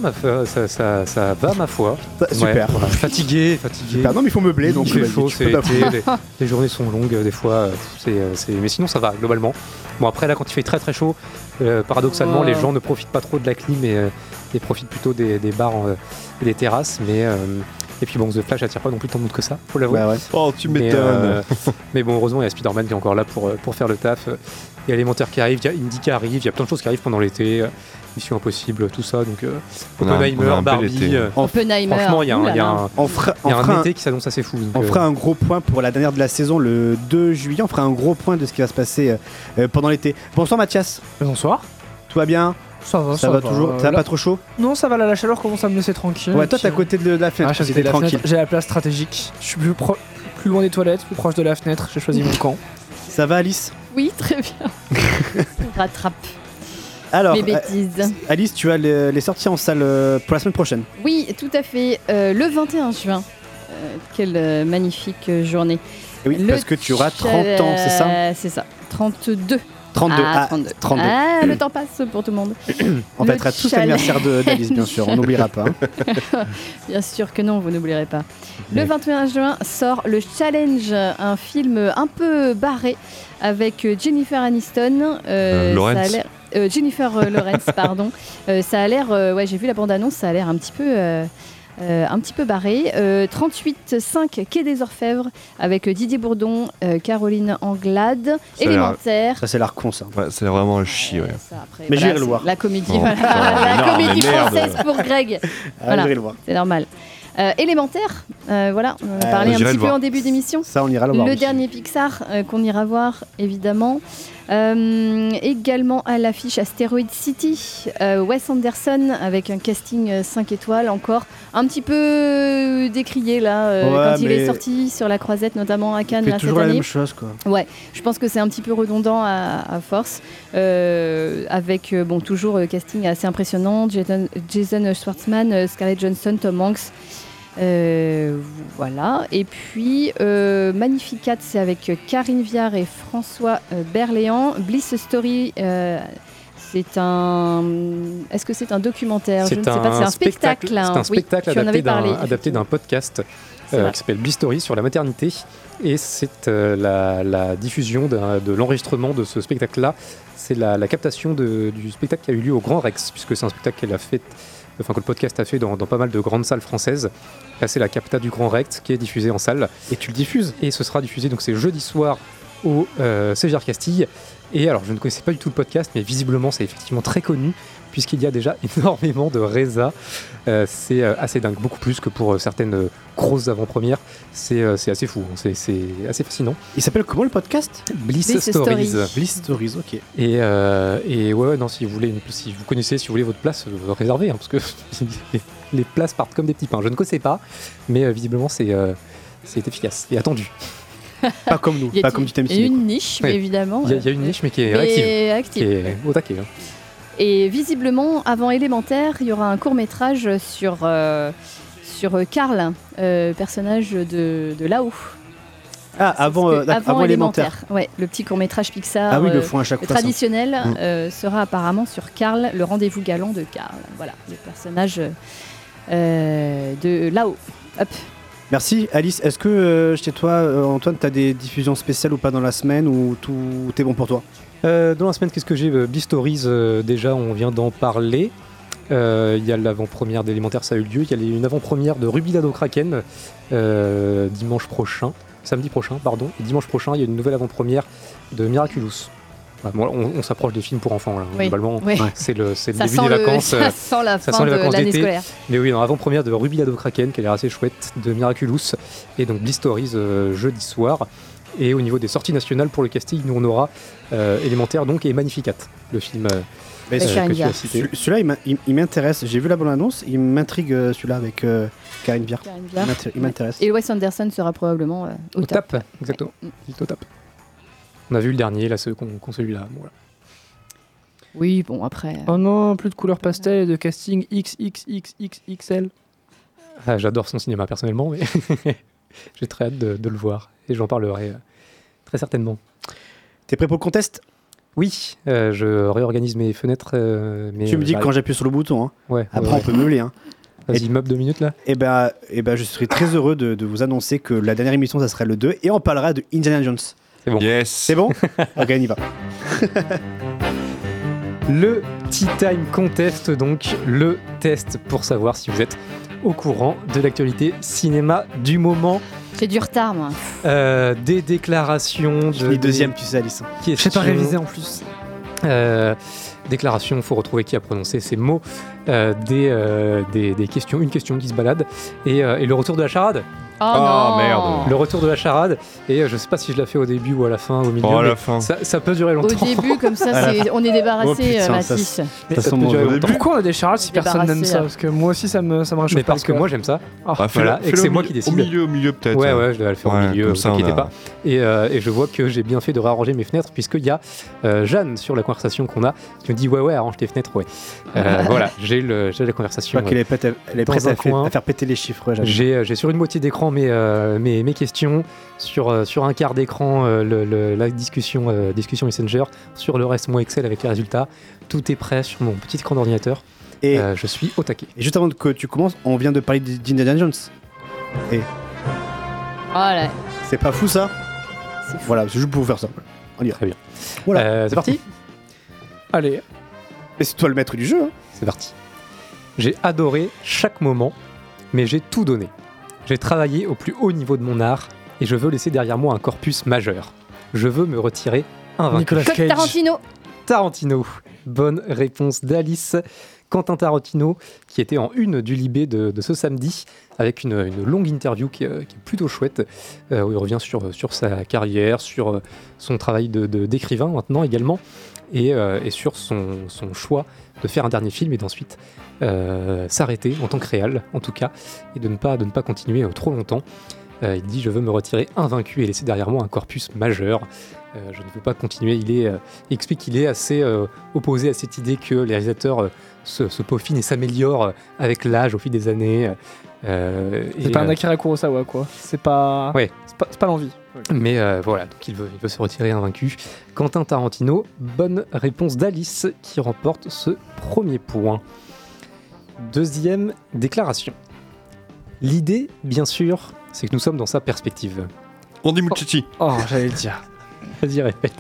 S7: ma foi.
S4: Super.
S7: Ouais, voilà. Fatigué.
S4: Super. Non mais il faut meubler, donc
S7: il fait chaud, c'est l'été, les journées sont longues, des fois, mais sinon ça va, globalement. Bon après là, quand il fait très très chaud, paradoxalement, les gens ne profitent pas trop de la clim et profitent plutôt des bars et des terrasses, et puis bon, The Flash attire pas non plus tant de monde que ça, faut l'avouer.
S4: Ouais.
S3: Oh, tu m'étonnes.
S7: Mais bon, heureusement, il y a Spider-Man qui est encore là pour faire le taf. Il y a Élémentaire qui arrive, il y a Indy qui arrive, il y a plein de choses qui arrivent pendant l'été. Mission Impossible, tout ça. Donc, Oppenheimer, Barbie.
S1: Oppenheimer.
S7: Franchement, il y a un été qui s'annonce assez fou. Donc,
S4: on fera un gros point pour la dernière de la saison, le 2 juillet. On fera un gros point de ce qui va se passer pendant l'été. Bonsoir Mathias.
S10: Bonsoir.
S4: Tout va bien?
S10: Ça
S4: va toujours. Ça va pas trop chaud?
S10: Non, ça va là, la chaleur commence à me laisser tranquille.
S4: Ouais, toi t'es à côté de la fenêtre.
S10: Ah, j'étais tranquille. J'ai la place stratégique. Je suis plus loin des toilettes, plus proche de la fenêtre. J'ai choisi mon camp.
S4: Ça va Alice?
S1: Oui, très bien. Rattrape.
S4: Alors,
S1: mes bêtises.
S4: Alice, tu as les sorties en salle pour la semaine prochaine.
S1: Oui, tout à fait. Le 21 juin. Quelle magnifique journée.
S4: Et oui, parce que tu auras 30 ans, c'est ça?
S1: C'est ça. 32.
S4: 32.
S1: Ah, 32. Ah, le temps passe pour tout le monde.
S4: On fêtera tous l'anniversaire d'Alice, bien sûr. On n'oubliera pas. Hein.
S1: Bien sûr que non, vous n'oublierez pas. Le 21 juin sort le Challenge, un film un peu barré avec Jennifer Aniston.
S3: Lawrence.
S1: Jennifer Lawrence, pardon. Ça a l'air, ouais, j'ai vu la bande-annonce, ça a l'air un petit peu barré. 38,5 Quai des Orfèvres avec Didier Bourdon, Caroline Anglade, Élémentaire.
S4: Ça, c'est l'air con, ça.
S3: Ouais, c'est vraiment un chi, ouais.
S1: Après,
S4: mais j'irai le voir.
S1: La comédie, la comédie française pour Greg.
S4: J'irai le voir.
S1: C'est normal. Élémentaire, Voilà, on en a parlé un
S3: j'irai
S1: petit
S3: le
S1: peu
S3: voir.
S1: en début d'émission.
S4: Ça, on ira le voir.
S1: Le
S4: oui.
S1: dernier Pixar qu'on ira voir, évidemment. Également à l'affiche Asteroid City, Wes Anderson avec un casting 5 étoiles encore, un petit peu décrié là, quand il est sorti sur la croisette, notamment à Cannes
S4: Il fait
S1: là,
S4: toujours
S1: cette
S4: la
S1: année.
S4: même chose, quoi.
S1: Ouais, je pense que c'est un petit peu redondant à force, avec toujours casting assez impressionnant, Jason Schwartzman, Scarlett Johansson, Tom Hanks. Voilà, et puis Magnificat, c'est avec Karine Viard et François Berléand. Bliss Story, c'est un. Est-ce que c'est un documentaire? Je ne sais pas, c'est un spectacle.
S7: C'est un spectacle adapté d'un podcast qui
S1: vrai.
S7: s'appelle Bliss Story sur la maternité. Et c'est la diffusion de l'enregistrement de ce spectacle-là. C'est la captation du spectacle qui a eu lieu au Grand Rex, puisque c'est un spectacle qu'elle a fait. Enfin, que le podcast a fait dans pas mal de grandes salles françaises. Là, c'est la capta du Grand Rex qui est diffusée en salle.
S4: Et tu le diffuses?
S7: Et ce sera diffusé, donc c'est jeudi soir au CGR Castille. Et alors, je ne connaissais pas du tout le podcast, mais visiblement, c'est effectivement très connu, puisqu'il y a déjà énormément de résa. C'est assez dingue, beaucoup plus que pour certaines grosses avant-premières. C'est assez fou, hein. C'est assez fascinant.
S4: Il s'appelle comment le podcast?
S7: Bliss Stories.
S4: Bliss Stories, ok.
S7: Et ouais, non, si vous connaissez, si vous voulez votre place, réservez, hein, parce que les places partent comme des petits pains. Je ne connaissais pas, mais visiblement, c'est efficace et attendu.
S4: Pas comme nous, pas comme du thème
S1: Il y a une niche, mais évidemment.
S7: Il y a une niche, mais qui est active. Qui est au taquet. Hein.
S1: Et visiblement, avant Élémentaire, il y aura un court-métrage sur Carl, personnage de là-haut.
S4: Ah, avant Élémentaire.
S1: Ouais, le petit court-métrage Pixar.
S4: Ah oui, le font à chaque fois.
S1: Traditionnel sera apparemment sur Carl, le rendez-vous galant de Carl. Voilà, le personnage de là-haut. Hop.
S4: Merci Alice. Est-ce que chez toi, Antoine, tu as des diffusions spéciales ou pas dans la semaine, ou tout est bon pour toi?
S7: Dans la semaine, qu'est-ce que j'ai? Bliss Stories, déjà, on vient d'en parler. Il y a l'avant-première d'Élémentaire, ça a eu lieu. Il y a une avant-première de Rubilado Kraken samedi prochain, pardon. Et dimanche prochain, il y a une nouvelle avant-première de Miraculous. Bon, on s'approche des films pour enfants, là, globalement.
S1: Oui.
S7: C'est le début des vacances.
S1: Ça sent la fin de l'année
S7: d'été.
S1: scolaire.
S7: Mais oui, dans l'avant-première de Rubilado Kraken, qui a l'air assez chouette, de Miraculous, et donc Bliss Stories jeudi soir. Et au niveau des sorties nationales pour le casting, nous on aura Élémentaire donc et Magnificat, le film que tu as cité.
S4: Celui-là, il m'intéresse. J'ai vu la bande-annonce, il m'intrigue celui-là avec Karine Viard. Il m'intéresse.
S1: Et Wes Anderson sera probablement au top.
S7: Exactement. Il est au top. On a vu le dernier, là, celui-là. Bon, voilà.
S1: Oui, bon, après.
S10: Oh non, plus de couleurs pastel et de casting XXXXL.
S7: Ah, j'adore son cinéma personnellement, mais j'ai très hâte de le voir. Et j'en parlerai très certainement.
S4: T'es prêt pour le contest?
S7: Oui, je réorganise mes fenêtres.
S4: Tu me dis quand j'appuie sur le bouton. Hein.
S7: Ouais,
S4: après, on peut meubler. Hein.
S7: Vas-y, meuble 2 minutes là.
S4: Et ben, je serai très heureux de vous annoncer que la dernière émission, ça sera le 2. Et on parlera de Indiana Jones.
S7: C'est bon.
S3: Yes.
S4: C'est bon? Ok, on y va.
S7: Le Tea Time Contest, donc le test pour savoir si vous êtes au courant de l'actualité cinéma du moment.
S1: J'ai du retard, moi.
S7: Des déclarations.
S4: Je suis deuxième, tu sais, Alice.
S10: Je sais pas réviser en plus.
S7: Déclaration, il faut retrouver qui a prononcé ces mots. Des questions, une question qui se balade. Et le retour de la charade.
S1: Oh non.
S3: Merde.
S7: Le retour de la charade. Et je sais pas si je la fais au début ou à la fin, au milieu.
S3: À la fin.
S7: Ça peut durer longtemps.
S1: Au début, comme ça, on est débarrassé, Mathis.
S10: Pourquoi on a des charades si personne n'aime ça? Parce que moi aussi, ça me réchauffe.
S7: Mais parce que moi, j'aime ça.
S3: Voilà,
S7: et que c'est moi qui décide.
S3: Au milieu peut-être.
S7: Ouais, je vais le faire au milieu, ne vous inquiétez pas. Et je vois que j'ai bien fait de réarranger mes fenêtres, puisqu'il y a Jeanne sur la conversation qu'on a qui me dit ouais, arrange tes fenêtres, ouais. Voilà, j'ai la conversation.
S4: Je crois qu'elle est prête à faire péter les chiffres.
S7: J'ai sur une moitié d'écran mes questions, sur un quart d'écran la discussion Messenger, sur le reste moi Excel avec les résultats. Tout est prêt sur mon petit écran d'ordinateur. Et je suis au taquet.
S4: Et juste avant que tu commences, on vient de parler d'Indiana Jones. Et
S1: voilà.
S4: C'est pas fou ça?
S1: C'est fou.
S4: Voilà, c'est juste pour vous faire ça. On y va.
S7: Très bien.
S4: Voilà.
S7: C'est parti.
S10: Allez.
S4: Mais c'est toi le maître du jeu. Hein.
S7: C'est parti. J'ai adoré chaque moment, mais j'ai tout donné. J'ai travaillé au plus haut niveau de mon art et je veux laisser derrière moi un corpus majeur. Je veux me retirer invaincu.
S10: Nicolas Cage.
S1: Tarantino.
S7: Bonne réponse d'Alice. Quentin Tarantino, qui était en une du Libé de ce samedi, avec une longue interview qui est plutôt chouette, où il revient sur sa carrière, sur son travail d'écrivain maintenant également, et sur son choix de faire un dernier film et d'ensuite s'arrêter en tant que réal, en tout cas, et de ne pas continuer trop longtemps. Il dit « Je veux me retirer invaincu et laisser derrière moi un corpus majeur. Je ne veux pas continuer. » Il explique qu'il est assez opposé à cette idée que les réalisateurs se peaufinent et s'améliorent avec l'âge au fil des années.
S10: C'est pas un Akira Kurosawa, quoi. C'est pas l'envie.
S7: Mais voilà, donc il veut se retirer invaincu. Quentin Tarantino, bonne réponse d'Alice qui remporte ce premier point. Deuxième déclaration. L'idée, bien sûr, c'est que nous sommes dans sa perspective.
S3: Andy Muschietti.
S10: Oh, j'allais le dire.
S7: Vas-y, répète.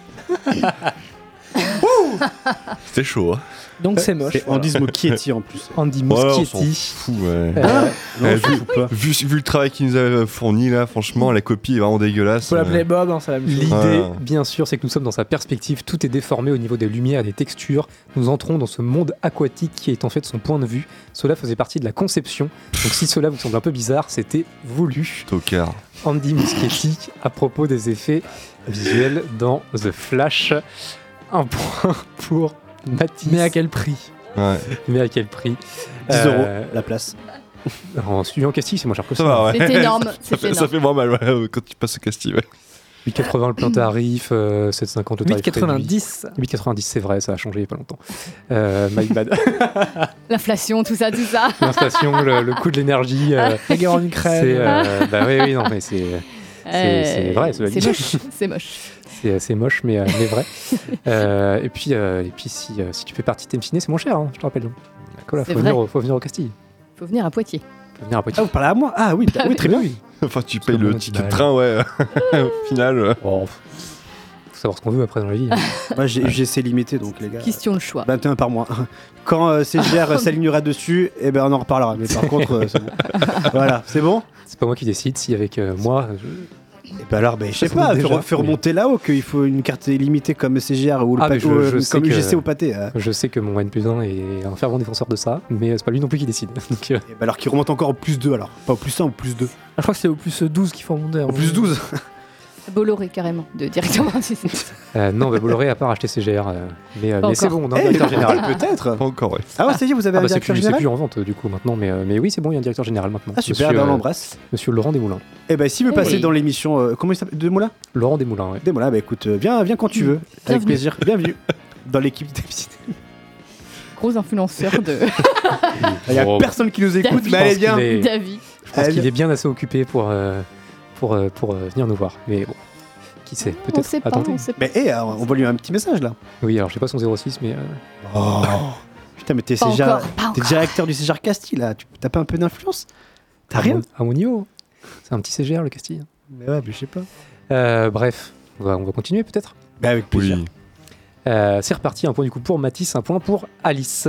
S3: C'était chaud, hein.
S10: Donc c'est moche.
S4: C'est Andy Muschietti en plus.
S7: Andy Muschietti.
S3: Vu le travail qu'il nous a fourni là, franchement, la copie est vraiment dégueulasse.
S10: Faut l'appeler Bob, hein, ça la même chose.
S7: L'idée, bien sûr, c'est que nous sommes dans sa perspective. Tout est déformé au niveau des lumières et des textures. Nous entrons dans ce monde aquatique qui est en fait son point de vue. Cela faisait partie de la conception. Donc si cela vous semble un peu bizarre, c'était voulu.
S3: Tocard.
S7: Andy Muschietti à propos des effets visuels dans The Flash. Un point pour Mathis.
S10: Mais à quel prix?
S3: Ouais.
S7: Mais à quel prix?
S4: 10 € la place.
S7: En studio Castille, c'est moins cher que ça.
S3: Va, ouais.
S1: C'est énorme.
S3: Ça fait moins mal quand tu passes au Castille. Ouais.
S7: 8,80 le plein tarif, 7,50 le tarif.
S10: 8,90.
S7: 8,90, c'est vrai, ça a changé il n'y a pas longtemps. My bad.
S1: L'inflation, tout ça.
S7: L'inflation, le coût de l'énergie.
S10: La guerre en Ukraine.
S7: Bah oui, non, mais c'est vrai.
S1: C'est moche.
S7: C'est moche, mais vrai. Et puis si tu fais partie de Team Ciné, c'est moins cher, hein, je te rappelle. D'accord, faut venir au Castille.
S1: Faut venir à Poitiers.
S4: Ah, vous parlez à moi? Ah oui, oui, très bien.
S3: Oui. Enfin, tu payes le ticket de train, ouais. Au final.
S7: Bon, faut savoir ce qu'on veut après dans la vie.
S4: Moi, j'ai essayé limité, donc les gars.
S1: Question de choix.
S4: 21 par mois. Quand CGR s'alignera dessus, eh ben on en reparlera. Mais par contre, c'est bon. Voilà, c'est bon.
S7: C'est pas moi qui décide. Si avec moi.
S4: Et ben alors, je sais pas, faire remonter là-haut qu'il faut une carte illimitée comme CGR ou comme UGC au pâté.
S7: Je sais que mon N+1 est un fervent défenseur de ça, mais c'est pas lui non plus qui décide. Donc,
S4: alors qu'il remonte encore au plus 2 alors. Pas au plus 1 ou plus 2.
S10: Je crois que c'est au plus 12 qu'il faut remonter.
S4: Au plus 12.
S1: Bolloré carrément, directement.
S7: Non, Bolloré a pas racheté CGR, mais c'est bon, on a un directeur général.
S4: Peut-être.
S3: Pas encore, ouais.
S4: Ah ouais, c'est dit, vous avez un directeur général.
S7: C'est plus en vente du coup maintenant, mais oui, c'est bon, il y a un directeur général maintenant.
S4: Ah super, on l'embrasse.
S7: Monsieur Laurent Desmoulins.
S4: Eh ben, s'il veut passer dans l'émission, comment il s'appelle? Desmoulins?
S7: Laurent Desmoulins, ouais.
S4: Desmoulins, bah écoute, viens quand tu veux, avec plaisir. Bienvenue dans l'équipe d'Epicine.
S1: Gros influenceur de.
S4: Il y a personne qui nous écoute, mais allez bien.
S1: David.
S7: Je pense qu'il est bien assez occupé pour venir nous voir, mais bon. Qui sait, peut-être.
S1: On sait pas.
S4: Mais on va lui un petit message là.
S7: Oui, alors je sais pas son 06, mais.
S4: Oh. Putain, mais t'es directeur du CGR Castille là. T'as pas un peu d'influence? T'as rien?
S7: À mon niveau. C'est un petit CGR le Castille.
S4: Mais ouais, mais je sais pas.
S7: Bref, on va continuer peut-être.
S4: Bah avec plaisir.
S7: Oui. C'est reparti, un point du coup pour Mathis, un point pour Alice.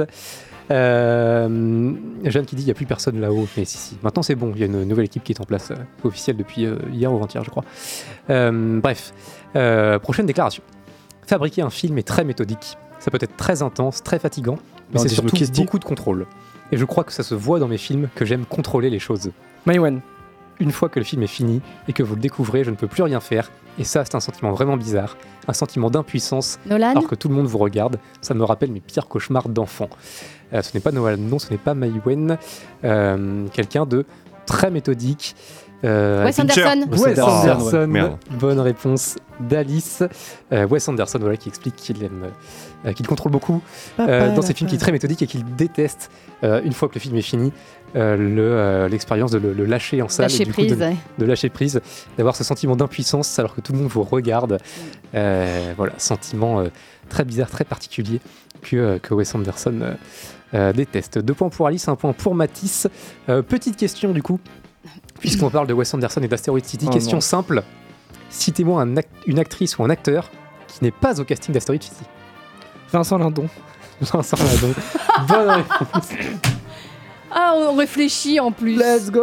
S7: Jeanne qui dit il n'y a plus personne là-haut, mais si. Maintenant c'est bon, il y a une nouvelle équipe qui est en place, officielle depuis hier ou avant-hier je crois. Bref, prochaine déclaration. Fabriquer un film est très méthodique. Ça peut être très intense, très fatigant, mais c'est surtout beaucoup de contrôle. Et je crois que ça se voit dans mes films que j'aime contrôler les choses.
S10: Maïwan.
S7: Une fois que le film est fini et que vous le découvrez, je ne peux plus rien faire. Et ça, c'est un sentiment vraiment bizarre. Un sentiment d'impuissance.
S1: Nolan.
S7: Alors que tout le monde vous regarde. Ça me rappelle mes pires cauchemars d'enfant. Ce n'est pas Nolan, non, ce n'est pas Maïwen. Quelqu'un de très méthodique.
S1: Wes Anderson.
S7: Wes Anderson. Bonne réponse d'Alice. Wes Anderson, voilà, qui explique qu'il aime, qu'il contrôle beaucoup dans ses films, qui est très méthodique et qu'il déteste une fois que le film est fini. L'expérience de le lâcher en salle,
S1: lâcher prise,
S7: de lâcher prise, d'avoir ce sentiment d'impuissance alors que tout le monde vous regarde. Voilà, sentiment très bizarre, très particulier que Wes Anderson déteste. 2 points pour Alice, 1 point pour Mathis. Petite question du coup, puisqu'on parle de Wes Anderson et d'Asteroid City, question simple. Citez-moi une actrice ou un acteur qui n'est pas au casting d'Asteroid City.
S10: Vincent Lindon.
S7: Vincent Lindon. Bonne réponse.
S1: Ah, on réfléchit en plus.
S10: Let's go.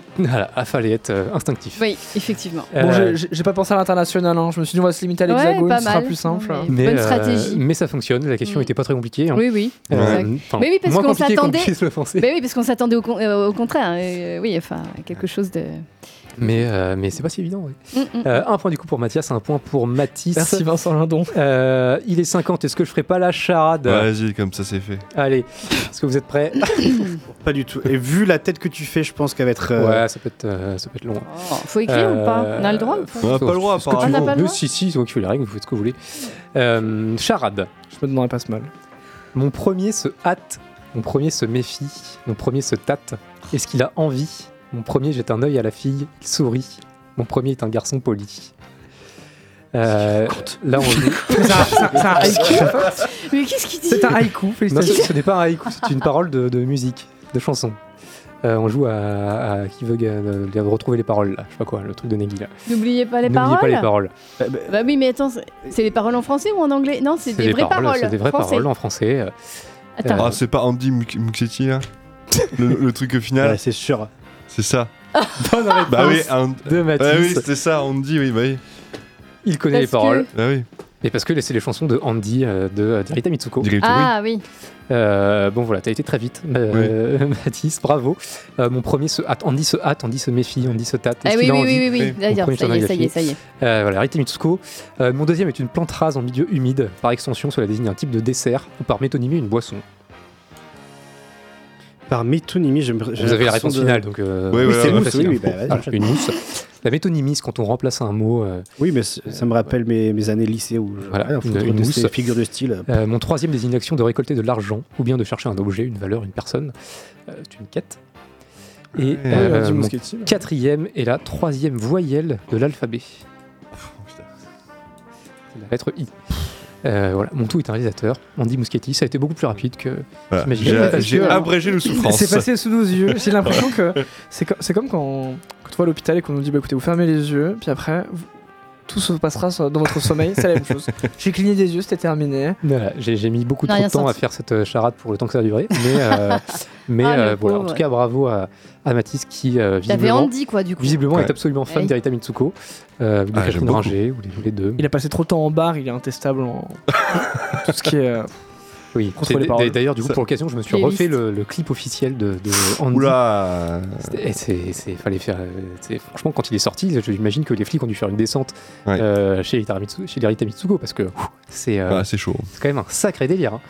S7: Voilà, il fallait être instinctif.
S1: Oui, effectivement.
S10: Bon, j'ai pas pensé à l'international, hein. Je me suis dit on va se limiter à l'hexagone, ce sera plus simple.
S1: Bonne stratégie.
S7: Mais ça fonctionne, la question était pas très compliquée. Hein.
S1: Oui. Mais oui, parce qu'on s'attendait. Mais oui, parce qu'on s'attendait au contraire. Oui, enfin, quelque chose de.
S7: Mais c'est pas si évident. Oui. Un point du coup pour Mathias, un point pour Mathis.
S10: Merci Vincent Lindon.
S7: Il est 50, est-ce que je ferai pas la charade?
S3: Vas-y, comme ça c'est fait.
S7: Allez, est-ce que vous êtes prêts?
S4: Pas du tout. Et vu la tête que tu fais, je pense qu'elle va être...
S7: Ouais, ça peut être long.
S1: Oh, faut écrire ou pas? On a le droit ou pas?
S3: On n'a pas le droit, apparemment.
S1: On n'a pas le droit.
S7: Si, c'est moi qui fais les règles, vous faites ce que vous voulez. Charade.
S10: Je me demanderais pas ce mal.
S7: Mon premier se hâte, mon premier se méfie, mon premier se tâte. Est-ce qu'il a envie? Mon premier jette un œil à la fille, il sourit. Mon premier est un garçon poli. Là, on joue.
S10: C'est un haïku.
S1: Mais qu'est-ce qu'il dit?
S10: C'est un haïku,
S7: Non,
S10: félicitations.
S7: ce n'est pas un haïku, c'est une parole de musique, de chanson. On joue à qui veut retrouver les paroles, là. Je sais pas quoi, le truc de Nagui, là.
S1: N'oubliez pas les
S7: N'oubliez
S1: paroles.
S7: pas les paroles.
S1: Bah oui, mais attends, c'est les paroles en français ou en anglais? Non, c'est des vraies paroles.
S7: C'est des vraies
S1: français.
S7: paroles en français.
S1: Attends.
S3: Ah, c'est pas Andy Muschietti là le truc au final.
S4: Ouais, c'est sûr.
S3: C'est ça.
S7: Bonne réponse
S3: Bah oui,
S7: de Mathis.
S3: Bah oui, c'était ça, Andy, oui, bah oui.
S7: Il connaît les paroles.
S3: Bah oui.
S7: Et parce que c'est les chansons de Andy de Rita Mitsuko.
S1: Ah oui.
S7: Bon voilà, t'as été très vite, Mathis, bravo. Mon premier se hâte, Andy se hâte, Andy se méfie, Andy se tâte.
S1: Ah oui. D'ailleurs, ça y est.
S7: Voilà, Rita Mitsuko. Mon deuxième est une plante rase en milieu humide. Par extension, cela désigne un type de dessert ou par métonymie une boisson.
S4: Par métonymie,
S7: vous avez la réponse finale, donc
S3: oui,
S4: c'est
S3: ouais,
S4: mousse, oui,
S7: une mousse. La métonymie, c'est quand on remplace un mot.
S4: Oui, mais ça me rappelle mes années lycée où
S7: une mousse,
S4: figure de style.
S7: Mon troisième désigne l'action de récolter de l'argent ou bien de chercher un objet, une valeur, une personne. C'est une quête. Et mon quatrième est la troisième voyelle de l'alphabet. La lettre I. Voilà, mon tout est un réalisateur, Andy Muschietti. Ça a été beaucoup plus rapide que j'imaginais.
S3: J'ai abrégé le souffrance.
S10: C'est passé sous nos yeux. J'ai l'impression que c'est comme quand on va à l'hôpital et qu'on nous dit bah écoutez, vous fermez les yeux, puis après tout se passera dans votre sommeil. C'est la même chose. J'ai cligné des yeux, c'était terminé.
S7: Voilà, j'ai mis beaucoup trop de temps à faire cette charade pour le temps que ça a duré, mais voilà. En tout cas, bravo à Mathis qui visiblement,
S1: Andy, quoi, du coup.
S7: Visiblement est absolument fan de Rita Mitsuko, de Catherine Ringer ou les deux.
S10: Il a passé trop de temps en bar, il est intestable en tout ce qui est.
S7: Oui, d'ailleurs, du coup, pour l'occasion, je me suis refait le clip officiel de Andy.
S3: Oula.
S7: Fallait faire. Franchement, quand il est sorti, j'imagine que les flics ont dû faire une descente chez les Rita Mitsuko parce que c'est
S3: chaud.
S7: C'est quand même un sacré délire.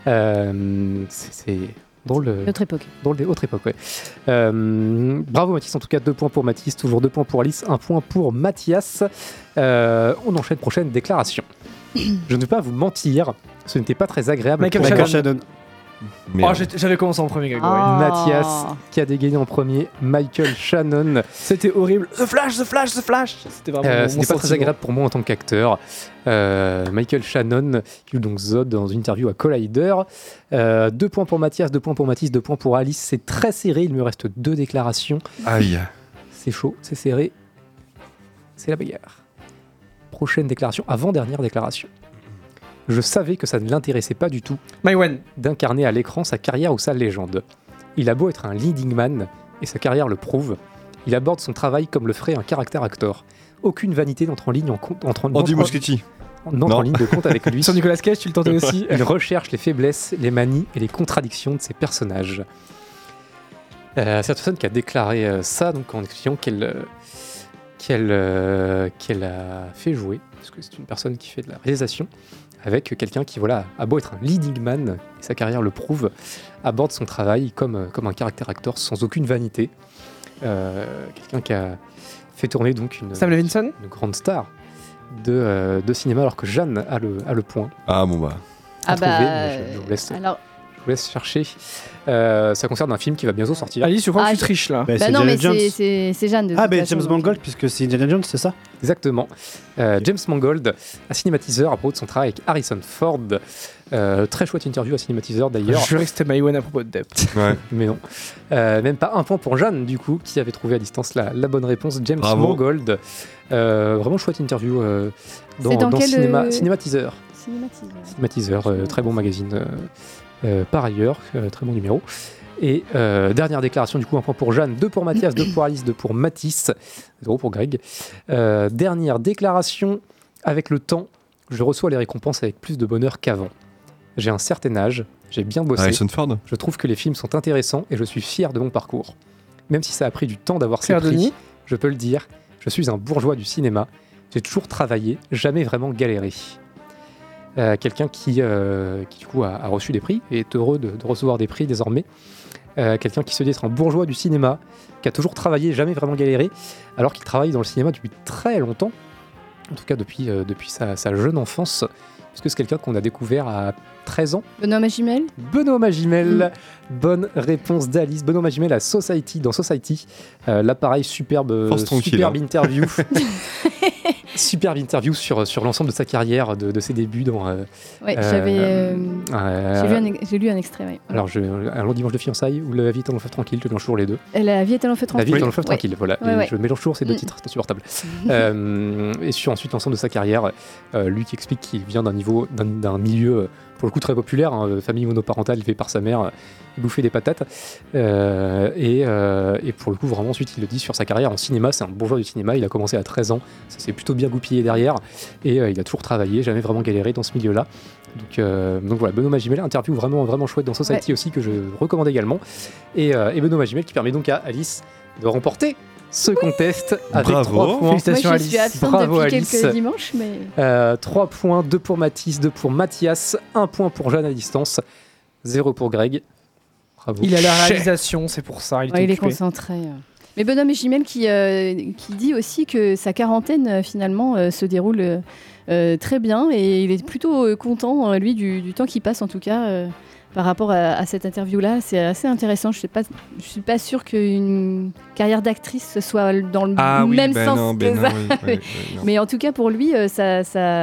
S7: C'est drôle.
S1: Autre époque.
S7: Drôle autre époque, ouais. Bravo Mathis, en tout cas 2 points pour Mathis, toujours 2 points pour Alice, 1 point pour Mathias. On enchaîne, prochaine déclaration. Je ne vais pas vous mentir, ce n'était pas très agréable.
S10: Michael Shannon.
S7: Oh,
S10: j'avais commencé en premier, Grégory.
S7: Mathias qui a dégainé en premier, Michael Shannon.
S10: C'était horrible. The Flash. C'était vraiment.
S7: C'était pas très agréable pour moi en tant qu'acteur. Michael Shannon, qui joue donc Zod dans une interview à Collider. 2 points pour Mathias, 2 points pour Mathis, 2 points pour Alice. C'est très serré, il me reste 2 déclarations.
S3: Aïe.
S7: C'est chaud, c'est serré. C'est la bagarre. Prochaine déclaration, avant-dernière déclaration. Je savais que ça ne l'intéressait pas du tout d'incarner à l'écran sa carrière ou sa légende. Il a beau être un leading man, et sa carrière le prouve, il aborde son travail comme le ferait un character actor. Aucune vanité n'entre en ligne
S3: Andy Muschietti.
S7: En ligne de compte avec lui.
S10: Sur Nicolas Cage, tu le tentais aussi.
S7: Il recherche les faiblesses, les manies et les contradictions de ses personnages. Cette personne qui a déclaré ça donc en expliquant qu'elle a fait jouer, parce que c'est une personne qui fait de la réalisation, avec quelqu'un qui a beau être un leading man, et sa carrière le prouve, aborde son travail comme un caractère acteur sans aucune vanité. Quelqu'un qui a fait tourner donc
S10: Sam Levinson,
S7: une grande star de cinéma, alors que Jeanne a le point.
S3: Ah bon bah.
S7: Je vous laisse chercher. Ça concerne un film qui va bientôt sortir.
S10: Alice, je crois que tu triches là.
S1: Non, mais c'est Jeanne de toute façon,
S4: James Mangold, puisque c'est Indiana Jones, c'est ça?
S7: Exactement. James Mangold, un cinématiseur à propos de son travail avec Harrison Ford. Très chouette interview à cinématiseur d'ailleurs.
S10: Je jurais que c'était Maïwen à propos de Depp.
S3: Ouais.
S7: Mais non. Même pas 1 point pour Jeanne, du coup, qui avait trouvé à distance la bonne réponse. James Mangold. Vraiment chouette interview dans quel Cinématiseur. Cinématiseur, très bon magazine. Par ailleurs, très bon numéro. Et dernière déclaration, du coup, 1 point pour Jeanne, 2 pour Mathias, 2 pour Alice, 2 pour Mathis, 0 pour Greg. Dernière déclaration, avec le temps, je reçois les récompenses avec plus de bonheur qu'avant. J'ai un certain âge, j'ai bien bossé.
S3: Harrison Ford.
S7: Je trouve que les films sont intéressants et je suis fier de mon parcours. Même si ça a pris du temps d'avoir ces prix,
S10: Denis.
S7: je peux le dire, je suis un bourgeois du cinéma. J'ai toujours travaillé, jamais vraiment galéré. Quelqu'un qui du coup a reçu des prix et est heureux de recevoir des prix désormais. Quelqu'un qui se dit être un bourgeois du cinéma, qui a toujours travaillé, jamais vraiment galéré, alors qu'il travaille dans le cinéma depuis très longtemps, en tout cas depuis sa jeune enfance, puisque c'est quelqu'un qu'on a découvert à 13 ans.
S1: Benoît Magimel.
S7: Benoît Magimel, bonne réponse d'Alice. Benoît Magimel à Society, dans Society. Là, pareil, superbe interview. Superbe interview sur l'ensemble de sa carrière, de ses débuts dans.
S1: Ouais, j'ai lu un extrait. Ouais.
S7: Alors, un long dimanche de fiançailles ou La vie est un long fleuve tranquille, je mélange toujours les deux.
S1: La vie est un long fleuve tranquille.
S7: La vie est un long fleuve tranquille, voilà.
S1: Ouais, ouais.
S7: Je mélange toujours ces deux titres, c'est insupportable. Et sur ensuite l'ensemble de sa carrière, lui qui explique qu'il vient d'un milieu pour le coup très populaire, hein, famille monoparentale élevée par sa mère, bouffer des patates. Et pour le coup, vraiment, ensuite, il le dit sur sa carrière en cinéma, c'est un bourgeois du cinéma. Il a commencé à 13 ans, ça s'est plutôt bien goupillé derrière. Et il a toujours travaillé, jamais vraiment galéré dans ce milieu-là. Donc voilà, Benoît Magimel, interview vraiment, vraiment chouette dans Society aussi, que je recommande également. Et Benoît Magimel qui permet donc à Alice de remporter ce contest avec 3 points.
S10: Félicitations
S1: Moi, je suis
S10: Alice.
S1: absente
S7: Bravo,
S1: depuis
S7: Alice.
S1: quelques dimanches, mais
S7: 3 points, 2 pour Mathis, 2 pour Mathias, 1 point pour Jeanne à distance, 0 pour Greg. Bravo.
S10: Il a la réalisation, c'est pour ça. Il
S1: il est
S10: occupé.
S1: concentré. Mais Benoît Magimel qui dit aussi que sa quarantaine finalement se déroule très bien et il est plutôt content lui du temps qui passe en tout cas par rapport à cette interview-là. C'est assez intéressant. Je suis pas sûre qu'une carrière d'actrice soit dans le même sens que ça.
S3: Oui,
S1: Mais en tout cas pour lui, ça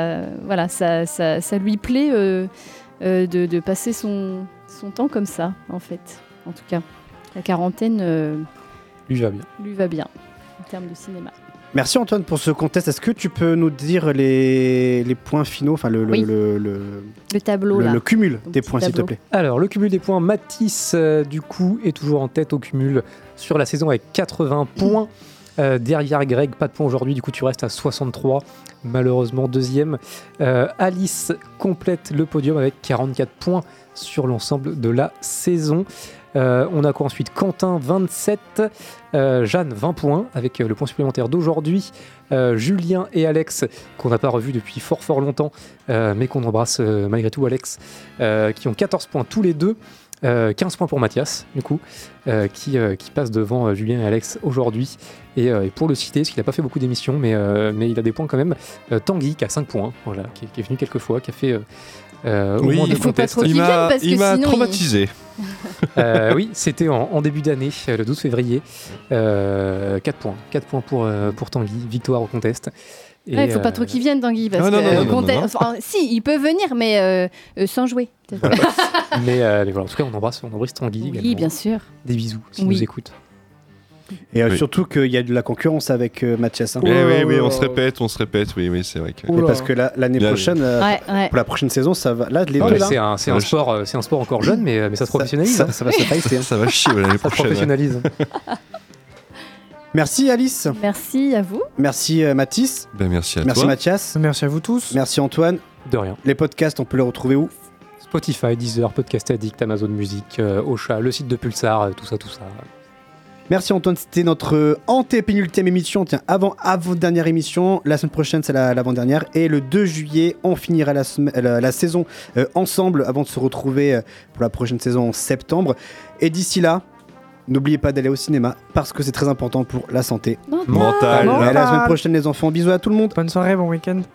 S1: lui plaît de passer son temps comme ça en fait. En tout cas, la quarantaine
S7: Lui va bien.
S1: lui va bien en termes de cinéma.
S4: Merci Antoine pour ce contest. Est-ce que tu peux nous dire les points finaux, enfin le
S1: tableau là.
S4: le cumul
S1: Ton
S4: des
S1: petit
S4: points s'il te
S1: tableau.
S4: plaît.
S7: Alors, le cumul des points, Mathis, du coup, est toujours en tête au cumul sur la saison avec 80 points. Derrière Greg, pas de points aujourd'hui, du coup tu restes à 63, malheureusement deuxième. Alice complète le podium avec 44 points sur l'ensemble de la saison. On a quoi ensuite? Quentin 27, Jeanne 20 points avec le point supplémentaire d'aujourd'hui. Julien et Alex qu'on n'a pas revu depuis fort longtemps, mais qu'on embrasse malgré tout, Alex, qui ont 14 points tous les deux. 15 points pour Mathias, du coup, qui passe devant Julien et Alex aujourd'hui. Et pour le citer, parce qu'il n'a pas fait beaucoup d'émissions, mais il a des points quand même. Tanguy qui a 5 points, voilà, qui est venu quelques fois, qui a fait au moins deux contests.
S3: Il m'a traumatisé.
S7: Oui, c'était en début d'année, le 12 février. 4 points. 4 points pour Tanguy, victoire au contest.
S1: Il ne faut pas trop qu'il vienne, Tanguy. Parce que enfin, si, il peut venir, mais sans jouer.
S7: Voilà. mais voilà, en tout cas, on embrasse Tanguy.
S1: Oui,
S7: également.
S1: bien sûr.
S7: Des bisous, s'il nous écoute.
S4: Et surtout qu'il y a de la concurrence avec Mathias. Hein.
S3: Oui, on se répète, oui, c'est vrai. Que...
S4: Parce que l'année prochaine, pour la prochaine saison, ça va. Là, les deux, là.
S7: C'est un sport encore jeune, mais ça se professionnalise.
S4: Ça va se tailler.
S3: Ça va chier l'année prochaine.
S7: Ça se professionnalise.
S4: Merci Alice.
S1: Merci à vous.
S4: Merci Mathis.
S3: Merci à toi.
S4: Merci Mathias.
S10: Merci à vous tous.
S4: Merci Antoine.
S7: De rien.
S4: Les podcasts, on peut les retrouver où?
S7: Spotify, Deezer, Podcast Addict, Amazon Music, Ocha, le site de Pulsar, tout ça.
S4: Merci Antoine, c'était notre antépénultième émission. Tiens, avant dernière émission, la semaine prochaine c'est l'avant-dernière. Et le 2 juillet, on finira la saison ensemble avant de se retrouver pour la prochaine saison en septembre. Et d'ici là, n'oubliez pas d'aller au cinéma parce que c'est très important pour la santé
S3: mentale.
S4: À la semaine prochaine les enfants, bisous à tout le monde.
S10: Bonne soirée, bon week-end.